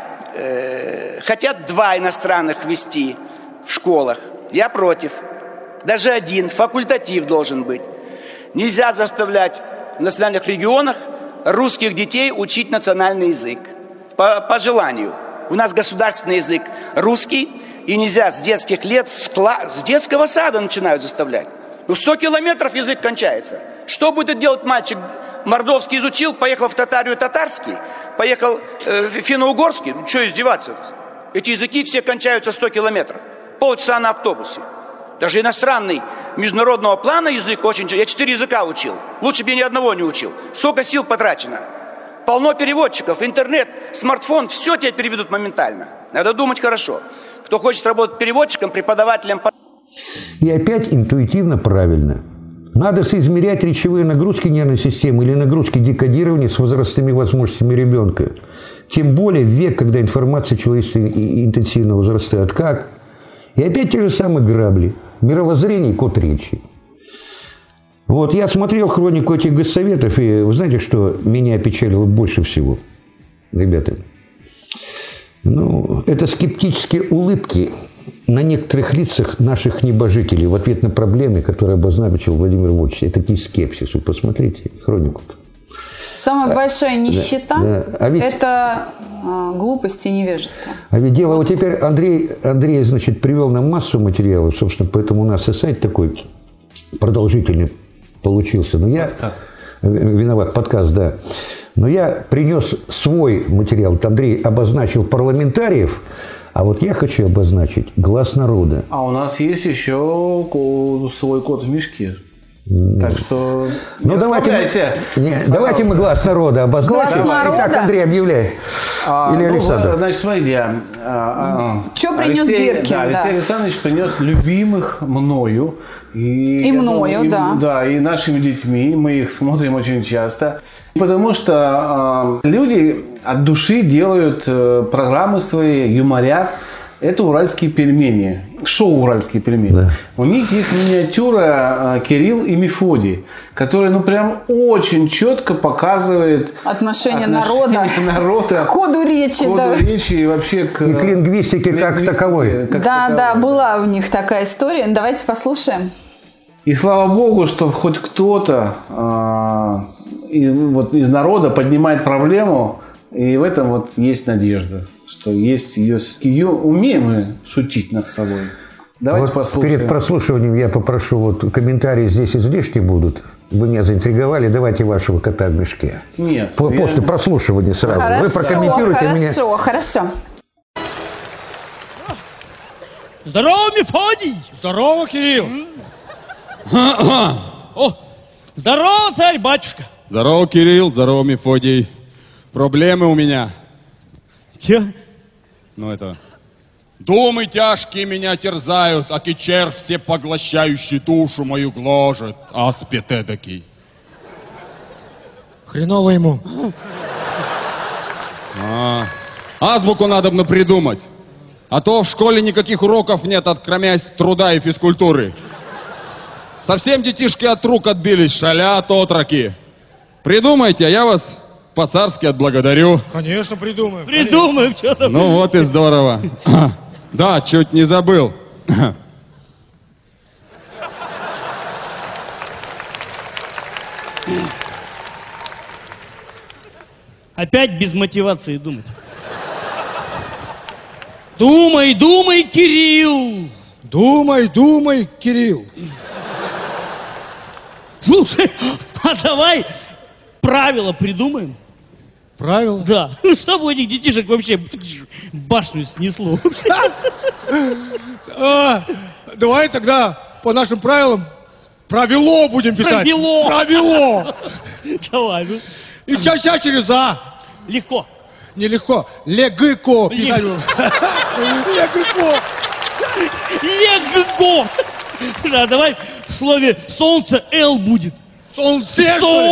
Хотят 2 иностранных ввести в школах. Я против. Даже 1, факультатив должен быть. Нельзя заставлять в национальных регионах русских детей учить национальный язык. По желанию. У нас государственный язык русский, и нельзя с детских лет, с детского сада начинают заставлять. 100 километров язык кончается. Что будет делать мальчик? Мордовский изучил, поехал в Татарию татарский, поехал в финно-угорский. Ну, что издеваться? Эти языки все кончаются 100 километров. Полчаса на автобусе. Даже иностранный, международного плана язык очень... Я 4 языка учил. Лучше бы я ни одного не учил. Сколько сил потрачено. Полно переводчиков, интернет, смартфон. Все тебя переведут моментально. Надо думать хорошо. Кто хочет работать переводчиком, преподавателем... И опять интуитивно правильно. Надо соизмерять речевые нагрузки нервной системы или нагрузки декодирования с возрастными возможностями ребенка. Тем более в век, когда информация человечества интенсивно возрастает. Как? И опять те же самые грабли. Мировоззрение и код речи. Вот я смотрел хронику этих госсоветов, и вы знаете, что меня опечалило больше всего? Ребята, это скептические улыбки на некоторых лицах наших небожителей в ответ на проблемы, которые обозначил Владимир Вольфович. Это такой скепсис. Вы посмотрите хронику-то. Самая большая нищета это глупость и невежество. А ведь дело, вот теперь Андрей, привел нам массу материалов, собственно, поэтому у нас и сайт такой продолжительный получился. Но я... Подкаст, да. Но я принес свой материал. Вот Андрей обозначил парламентариев, а вот я хочу обозначить глаз народа. А у нас есть еще свой кот в мешке. Так что давайте мы глаз народа обозначим. Итак, Андрей, объявляй. Или Александр. Значит, смотрите. Что принес Биркин? Алексей Александрович принес любимых мною. И мною, да. Да, и нашими детьми. Мы их смотрим очень часто. Потому что люди от души делают программы свои, юморят. Это уральские пельмени. Шоу «Уральские пельмени». Да. У них есть миниатюра «Кирилл и Мефодий», которая, ну, прям очень четко показывает отношение народа к коду речи. И вообще к лингвистике как таковой. Да, была у них такая история. Давайте послушаем. И слава богу, что хоть кто-то из народа поднимает проблему, и в этом вот есть надежда, что есть ее умеем мы шутить над собой. Давайте вот послушаем. Перед прослушиванием я попрошу, вот комментарии здесь излишни будут. Вы меня заинтриговали, давайте вашего кота в мешке. Нет. После прослушивания сразу. Хорошо, вы прокомментируете меня. Хорошо. Здорово, Мефодий! Здорово, Кирилл! О, здорово, царь-батюшка! Здорово, Кирилл, здорово, Мефодий. Проблемы у меня. Че? Думы тяжкие меня терзают, аки червь всепоглощающий душу мою гложет, аспид эдакий. Хреново ему. Азбуку надобно придумать. А то в школе никаких уроков нет, откромясь труда и физкультуры. Совсем детишки от рук отбились, шалят отроки. Придумайте, а я вас по-царски отблагодарю. Конечно, придумаем. Придумаем, что там. Ну вот и здорово. Да, чуть не забыл. Опять без мотивации думать. Думай, Кирилл! Думай, Кирилл! Слушай, а давай правила придумаем. Правила? Да. Чтобы у этих детишек вообще башню снесло. Давай тогда по нашим правилам правило будем писать. Правило. Давай. И ча-ча через «а». Легко. Нелегко. Легко писать. Легко. А давай в слове «солнце» «л» будет. Солнце!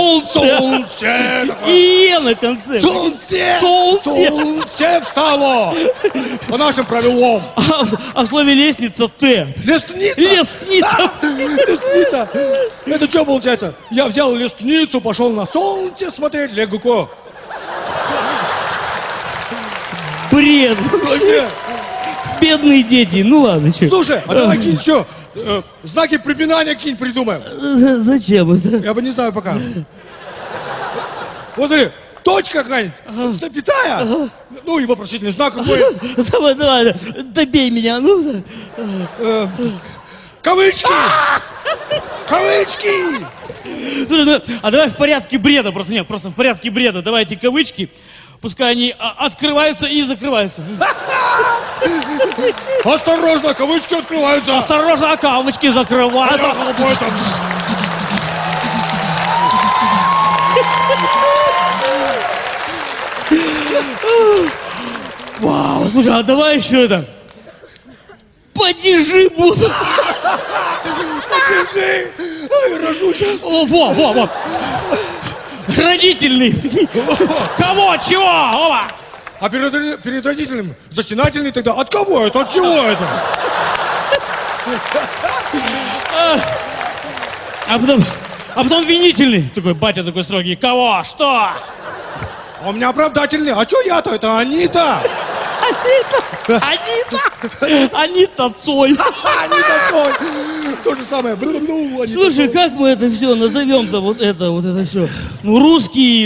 И «е» на конце. Солнце встало! По нашим правилам. А в слове «лестница» «т». Лестница! Это что получается? Я взял лестницу, пошел на солнце смотреть, легко. Бред! Бедные дети, ну ладно, что. Слушай, а давай какие-нибудь еще знаки препинания какие-нибудь придумаем. Зачем это? Я бы не знаю пока. Вот смотри, точка какая-нибудь, запятая, ну и вопросительный знак какой. Давай, добей меня, ну. Кавычки! Слушай, а давай в порядке бреда, просто в порядке бреда, давайте кавычки. Пускай они открываются и закрываются. Осторожно, кавычки открываются. Осторожно, кавычки закрываются. Вау, слушай, а давай еще это. Падежи буду. Падежи. Ой, рожу сейчас. Во. Родительный. Кого? Чего? Оба. А перед родителем зачинательный тогда. От кого это? От чего это? А потом винительный. Такой батя такой строгий. Кого? Что? А у меня оправдательный. А что я-то? Это они-то. Анита Цой. Анита Цой. То же самое. Слушай, как мы это все назовем-то, вот это все? Ну, русский.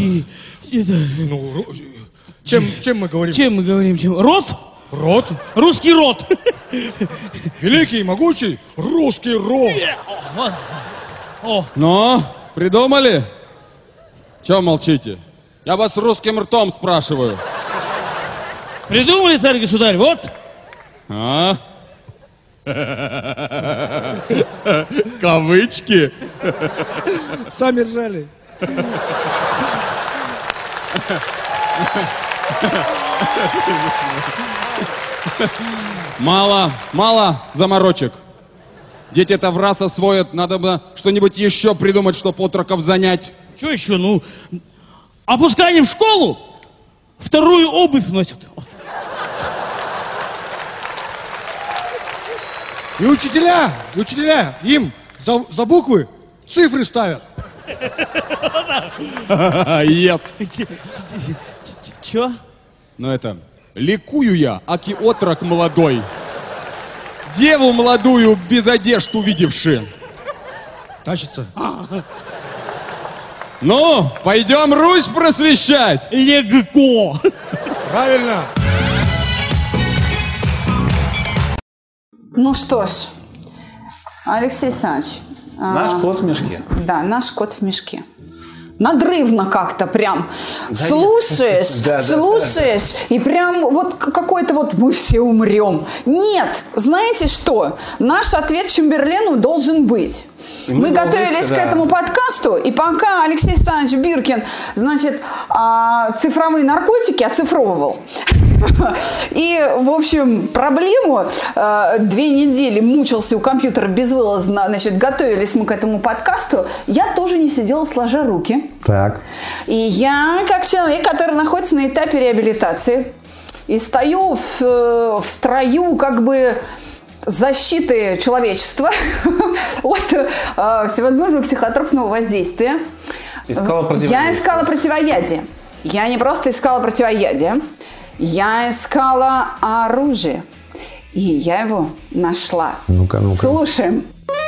Ну, чем мы говорим? Род? Род? Русский род. Великий, могучий русский род. Ну, придумали? Чего молчите? Я вас русским ртом спрашиваю. Придумали, царь-государь, вот. Кавычки. Сами ржали. Мало заморочек. Дети-то в раз освоят. Надо бы что-нибудь еще придумать, чтоб отроков занять. Что еще? Ну, а пускай они в школу вторую обувь носят. И учителя им за буквы цифры ставят. Yes. Чё? Ну это, ликую я, аки отрок молодой, деву молодую без одежд увидевши. Тащится. Ну, пойдем Русь просвещать. Легко. Правильно. Ну что ж, Алексей Александрович. Наш кот в мешке. Да, наш кот в мешке. Надрывно как-то прям слушаешь, и прям вот какой-то вот мы все умрем. Нет, знаете что? Наш ответ Чемберлену должен быть. Мы готовились к этому подкасту, и пока Алексей Александрович Биркин, значит, цифровые наркотики оцифровывал, и, в общем, проблему 2 недели мучился у компьютера безвылазно, значит, готовились мы к этому подкасту, я тоже не сидела сложа руки. Так. И я, как человек, который находится на этапе реабилитации, и стою в строю, как бы, защиты человечества от всевозможного психотропного воздействия. Я искала противоядие. Я не просто искала противоядие, я искала оружие. И я его нашла. Ну-ка. Слушаем.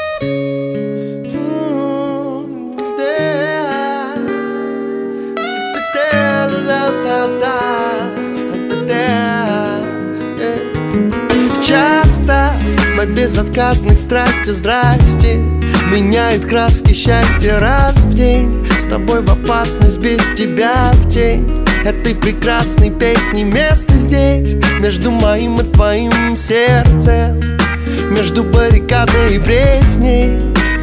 Часто мой безотказных страсти, здрасте, меняет краски счастья раз в день. С тобой в опасность, без тебя в тень этой прекрасной песни. Место здесь, между моим и твоим сердцем, между баррикадой и пресней.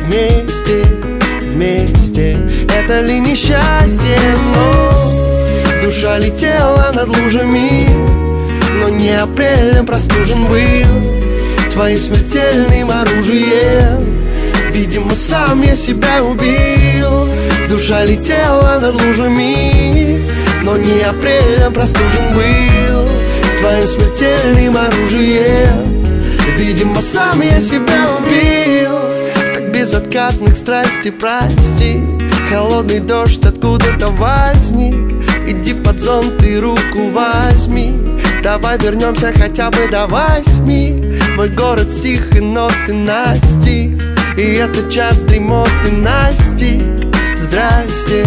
Вместе, это ли несчастье? Но душа летела над лужами, но не апрелем простужен был твоим смертельным оружием. Видимо, сам я себя убил. Душа летела над лужами, но не апрелем простужен был твоим смертельным оружием. Видимо, сам я себя убил. Так безотказных страстей прости. Холодный дождь откуда-то возник. Иди под зонт и руку возьми. Давай вернемся хотя бы до 8. Мой город стих и ноты настиг, и этот час дремоты настиг. Здрасте,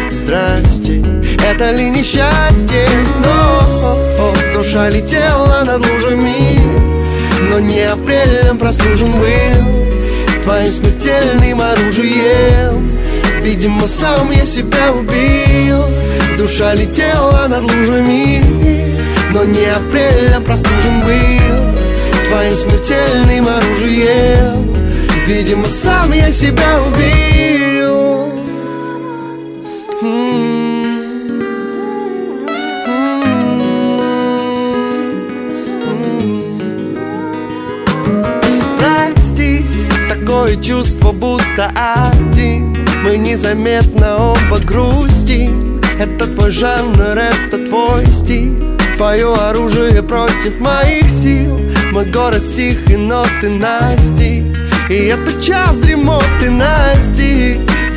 это ли несчастье? Но душа летела над лужами, но не апрелем простужен был твоим смертельным оружием. Видимо, сам я себя убил. Душа летела над лужами, но не апрелем простужен был твоим смертельным оружием. Видимо, сам я себя убил. Прости, такое чувство, будто один. Мы незаметно оба грустим. Это твой жанр, это твой стиль. Твое оружие против моих сил. Мой город стих и ноты настиг, и этот час дремоты настиг.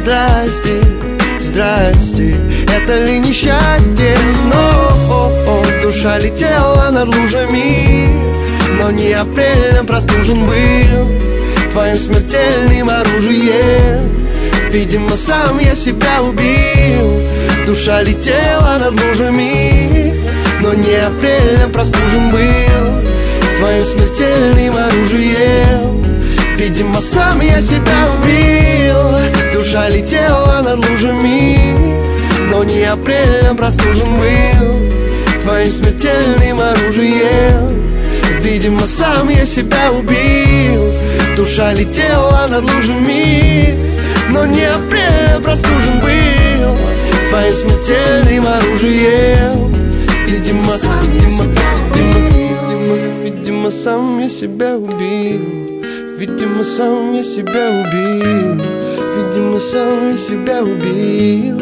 Здрасте, это ли несчастье? Но душа летела над лужами, но не апрелем простужен был твоим смертельным оружием. Видимо, сам я себя убил. Душа летела над лужами, но не апрелем простужен был твоим смертельным оружием. Видимо, сам я себя убил. Душа летела над лужами, но не апрелем простужен был твоим смертельным оружием. Видимо, сам я себя убил. Душа летела над лужами, но не апрелем простужен был твоим смертельным оружием. Видимо, видимо, сам я себя убил. Видимо, сам я себя убил. Видимо, сам я себя убил.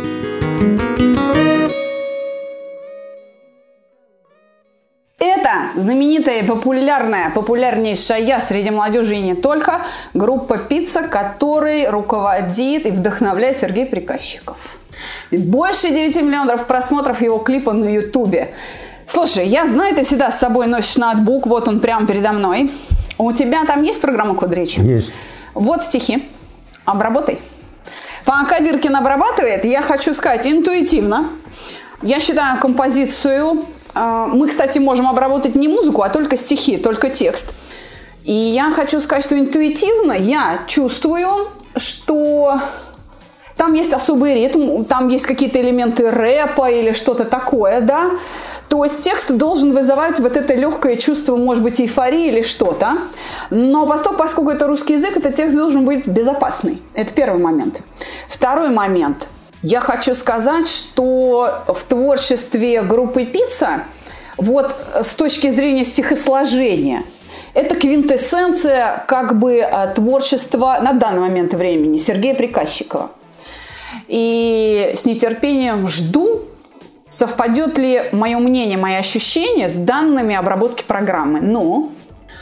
Это знаменитая, популярнейшая среди молодежи и не только, группа «Пицца», которой руководит и вдохновляет Сергей Приказчиков. Больше 9 миллионов просмотров его клипа на Ютубе. Слушай, я знаю, ты всегда с собой носишь ноутбук, вот он прямо передо мной. У тебя там есть программа «Код речи»? Есть. Вот стихи. Обработай. Пока Дыркин обрабатывает, я хочу сказать интуитивно. Я считаю композицию... Мы, кстати, можем обработать не музыку, а только стихи, только текст. И я хочу сказать, что интуитивно я чувствую, что... Там есть особый ритм, там есть какие-то элементы рэпа или что-то такое, да. То есть текст должен вызывать вот это легкое чувство, может быть, эйфории или что-то. Но поскольку это русский язык, этот текст должен быть безопасный. Это первый момент. Второй момент. Я хочу сказать, что в творчестве группы «Пицца», вот с точки зрения стихосложения, это квинтэссенция как бы творчества на данный момент времени Сергея Приказчикова. И с нетерпением жду, совпадет ли мое мнение, мои ощущения с данными обработки программы. Но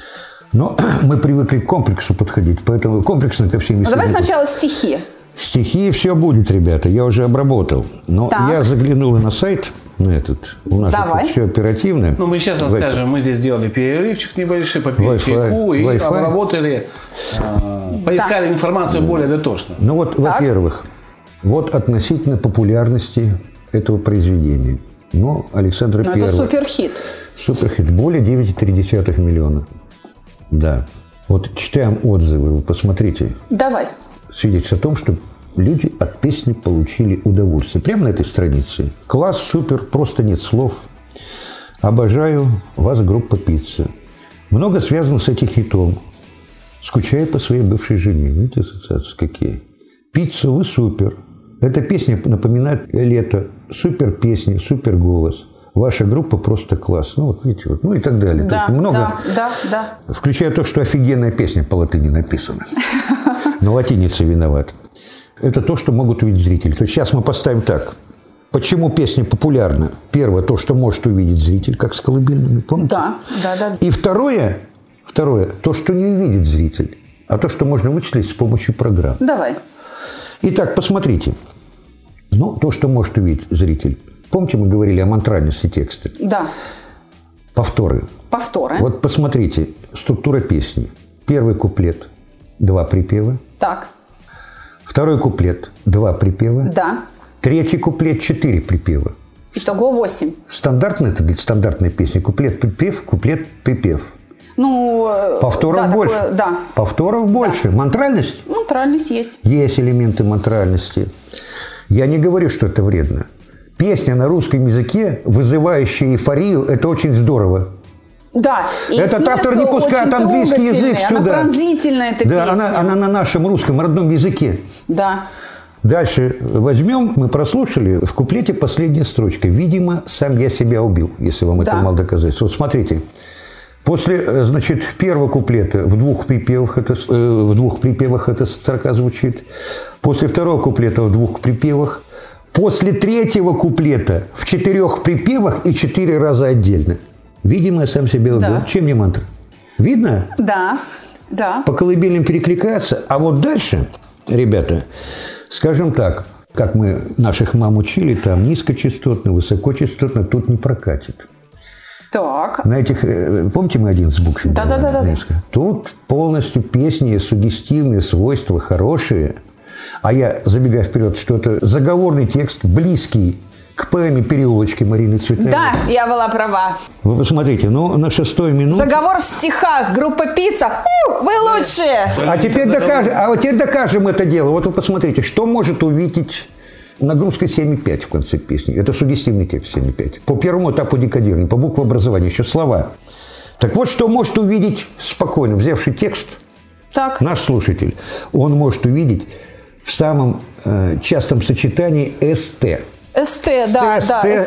мы привыкли к комплексу подходить, поэтому комплексно ко всем. Давай сначала стихи. Стихи все будет, ребята, я уже обработал. Но так. Я заглянул на сайт, на этот, у нас все оперативно. Ну, мы сейчас расскажем, мы здесь сделали перерывчик небольшой, попили чайку и обработали, поискали информацию более дотошно. Ну вот, во-первых, вот относительно популярности этого произведения. Но Александра Первого... это суперхит. Суперхит. Более 9,3 миллиона. Да. Вот читаем отзывы, вы посмотрите. Давай. Свидетельствует о том, что люди от песни получили удовольствие. Прямо на этой странице. Класс, супер, просто нет слов. Обожаю вас, группа «Пицца». Много связано с этим хитом. Скучаю по своей бывшей жене. Видите, ассоциации какие. «Пицца, вы супер». Эта песня напоминает лето. Супер песня, супер голос. Ваша группа просто класс. Ну, вот видите, вот, ну и так далее. Да, тут много, да. Включая то, что офигенная песня по латыни написана. На латинице виноват. Это то, что могут увидеть зрители. То есть сейчас мы поставим так. Почему песня популярна? Первое, то, что может увидеть зритель, как с колыбельными, помните? Да. И второе, то, что не увидит зритель, а то, что можно вычислить с помощью программ. Давай. Итак, посмотрите. Ну, то, что может увидеть зритель. Помните, мы говорили о мантральности текста? Да. Повторы. Вот посмотрите, структура песни. Первый куплет – 2 припева. Так. Второй куплет – 2 припева. Да. Третий куплет – 4 припева. Итого 8. Стандартно это для стандартной песни. Куплет, припев, куплет, припев. Ну, повторов больше. Такое, да. Повторов больше. Да. Мантральность? Мантральность есть. Есть элементы мантральности. Я не говорю, что это вредно. Песня на русском языке, вызывающая эйфорию, это очень здорово. Да. Этот автор не пускает английский язык сюда. Она пронзительная, эта песня. Да, она на нашем русском родном языке. Да. Дальше возьмем, мы прослушали, в куплете последняя строчка. Видимо, сам я себя убил, если вам это мало доказательств. Вот смотрите. После, значит, первого куплета в 2 припевах эта строка звучит. После второго куплета в 2 припевах. После третьего куплета в 4 припевах и 4 раза отдельно. Видимо, я сам себя убил. Да. Чем не мантра? Видно? Да. По колыбельным перекликается. А вот дальше, ребята, скажем так, как мы наших мам учили, там низкочастотно, высокочастотно, тут не прокатит. Так. На этих, помните, мы 11 букв? Да. Тут полностью песни, суггестивные свойства, хорошие. А я, забегая вперед, что это заговорный текст, близкий к поэме «Переулочки» Марины Цветаевой. Да, я была права. Вы посмотрите, ну, на 6-й минуте... Заговор в стихах, группа «Пицца». Вы лучшие! А теперь докажем это дело. Вот вы посмотрите, что может увидеть... Нагрузка 7,5 в конце песни. Это суггестивный текст 7,5. По первому этапу декодирования, по буквообразованию, еще слова. Так вот, что может увидеть спокойно, взявший текст, наш слушатель, он может увидеть в самом частом сочетании СТ. СТ, да.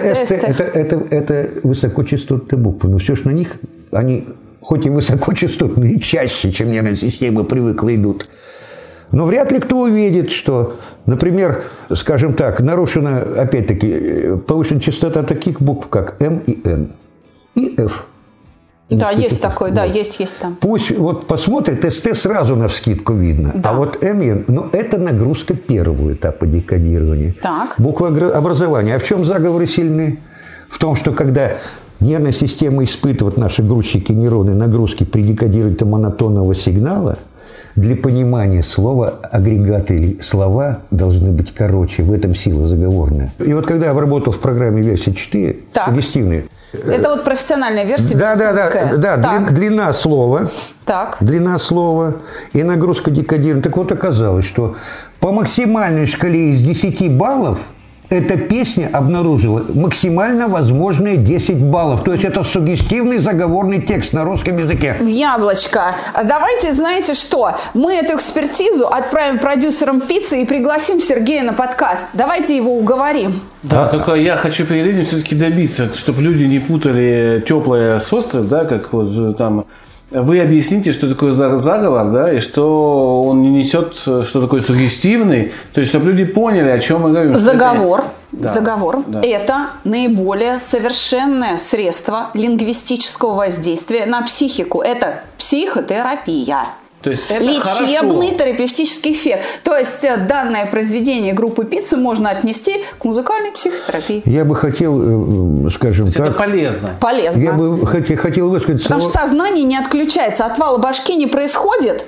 Это высокочастотные буквы. Но все, что на них, они хоть и высокочастотные, чаще, чем нервная система привыкла, идут. Но вряд ли кто увидит, что, например, скажем так, нарушена, опять-таки, повышенная частота таких букв, как М и Н, и Ф. Да, есть такой, да, есть там. Пусть вот посмотрит, СТ сразу навскидку видно. Да. А вот МЕ, это нагрузка первого этапа декодирования. Так. Буквообразование. А в чем заговоры сильны? В том, что когда нервная система испытывает, наши грузчики нейроны, нагрузки при декодировании монотонного сигнала, для понимания слова агрегаты или слова должны быть короче. В этом сила заговорная. И вот когда я обработал в программе версии 4, суггестивные. Это вот профессиональная версия. Да, длина слова. Так. Длина слова и нагрузка декодирования. Так вот оказалось, что по максимальной шкале из 10 баллов эта песня обнаружила максимально возможные 10 баллов. То есть это суггестивный заговорный текст на русском языке. В яблочко. Давайте, знаете что? Мы эту экспертизу отправим продюсерам пиццы и пригласим Сергея на подкаст. Давайте его уговорим. Да, только я хочу перед этим все-таки добиться, чтобы люди не путали теплое с острым, да, как вот там... Вы объясните, что такое заговор, да, и что он не несет, что такое суггестивный, то есть, чтобы люди поняли, о чем мы говорим. Заговор. Это наиболее совершенное средство лингвистического воздействия на психику. Это психотерапия. То есть это лечебный хорошо. Терапевтический эффект. То есть данное произведение группы «Пицца» можно отнести к музыкальной психотерапии. Я бы хотел, скажем так... Это полезно. Полезно. Я бы хотел высказать... Потому что сознание не отключается, отвала башки не происходит,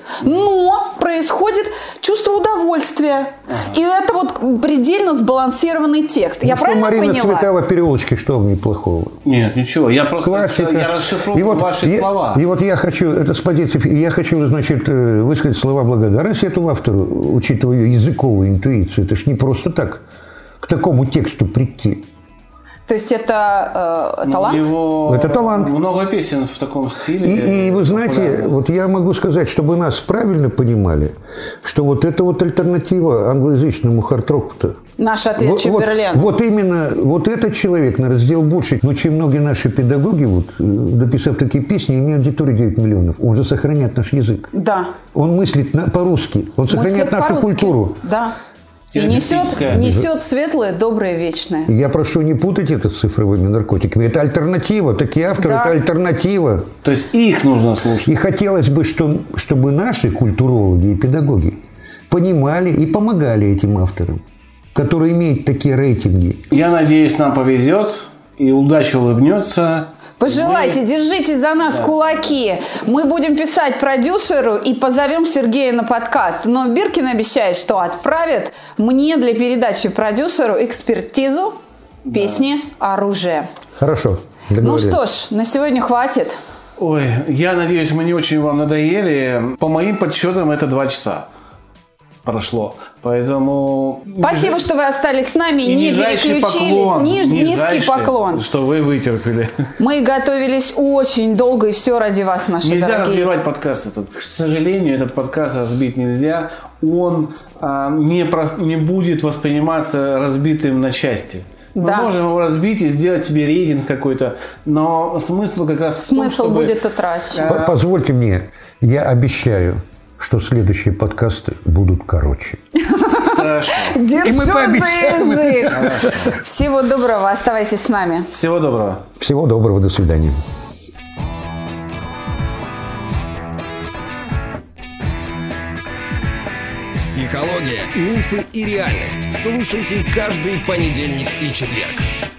но происходит чувство удовольствия. И это вот предельно сбалансированный текст. Я правильно поняла? Марина Цветова «Переулочки», что в ней плохого? Нет, ничего. Я просто Классика. расшифровываю ваши слова. И вот я хочу, это с позиции... Я хочу, значит, высказать слова благодарности этому автору, учитывая ее языковую интуицию. Это ж не просто так к такому тексту прийти. То есть это талант? Это талант. Много песен в таком стиле. И вы знаете, вот я могу сказать, чтобы нас правильно понимали, что вот это вот альтернатива англоязычному хард-року-то. Наш ответ Чемберлен. Вот именно, вот этот человек, наверное, сделал больше, но чем многие наши педагоги, вот, дописав такие песни, имеют аудиторию 9 миллионов. Он же сохраняет наш язык. Да. Он мыслит по-русски. Он сохраняет нашу культуру. Да. И несет светлое, доброе, вечное. Я прошу не путать это с цифровыми наркотиками. Это альтернатива. Такие авторы, это альтернатива. То есть их нужно слушать. И хотелось бы, чтобы наши культурологи и педагоги понимали и помогали этим авторам, которые имеют такие рейтинги. Я надеюсь, нам повезет и удача улыбнется. Пожелайте, держите за нас кулаки. Мы будем писать продюсеру и позовем Сергея на подкаст. Но Биркин обещает, что отправит мне для передачи продюсеру экспертизу песни «Оружие». Хорошо. Ну что ж, на сегодня хватит. Ой, я надеюсь, мы не очень вам надоели. По моим подсчетам, это 2 часа прошло. Поэтому... Спасибо, что вы остались с нами, не переключились. Низкий поклон. Что вы вытерпели. Мы готовились очень долго, и все ради вас, наши нельзя дорогие. Нельзя разбивать подкаст этот. К сожалению, этот подкаст разбить нельзя. Он не будет восприниматься разбитым на части. Мы можем его разбить и сделать себе рейтинг какой-то, но смысл как раз в том, чтобы... будет утрачен. Позвольте мне, я обещаю, что следующие подкасты будут короче. Хорошо. Держу за язык. Всего доброго, оставайтесь с нами. Всего доброго. Всего доброго, до свидания. Психология, мифы и реальность. Слушайте каждый понедельник и четверг.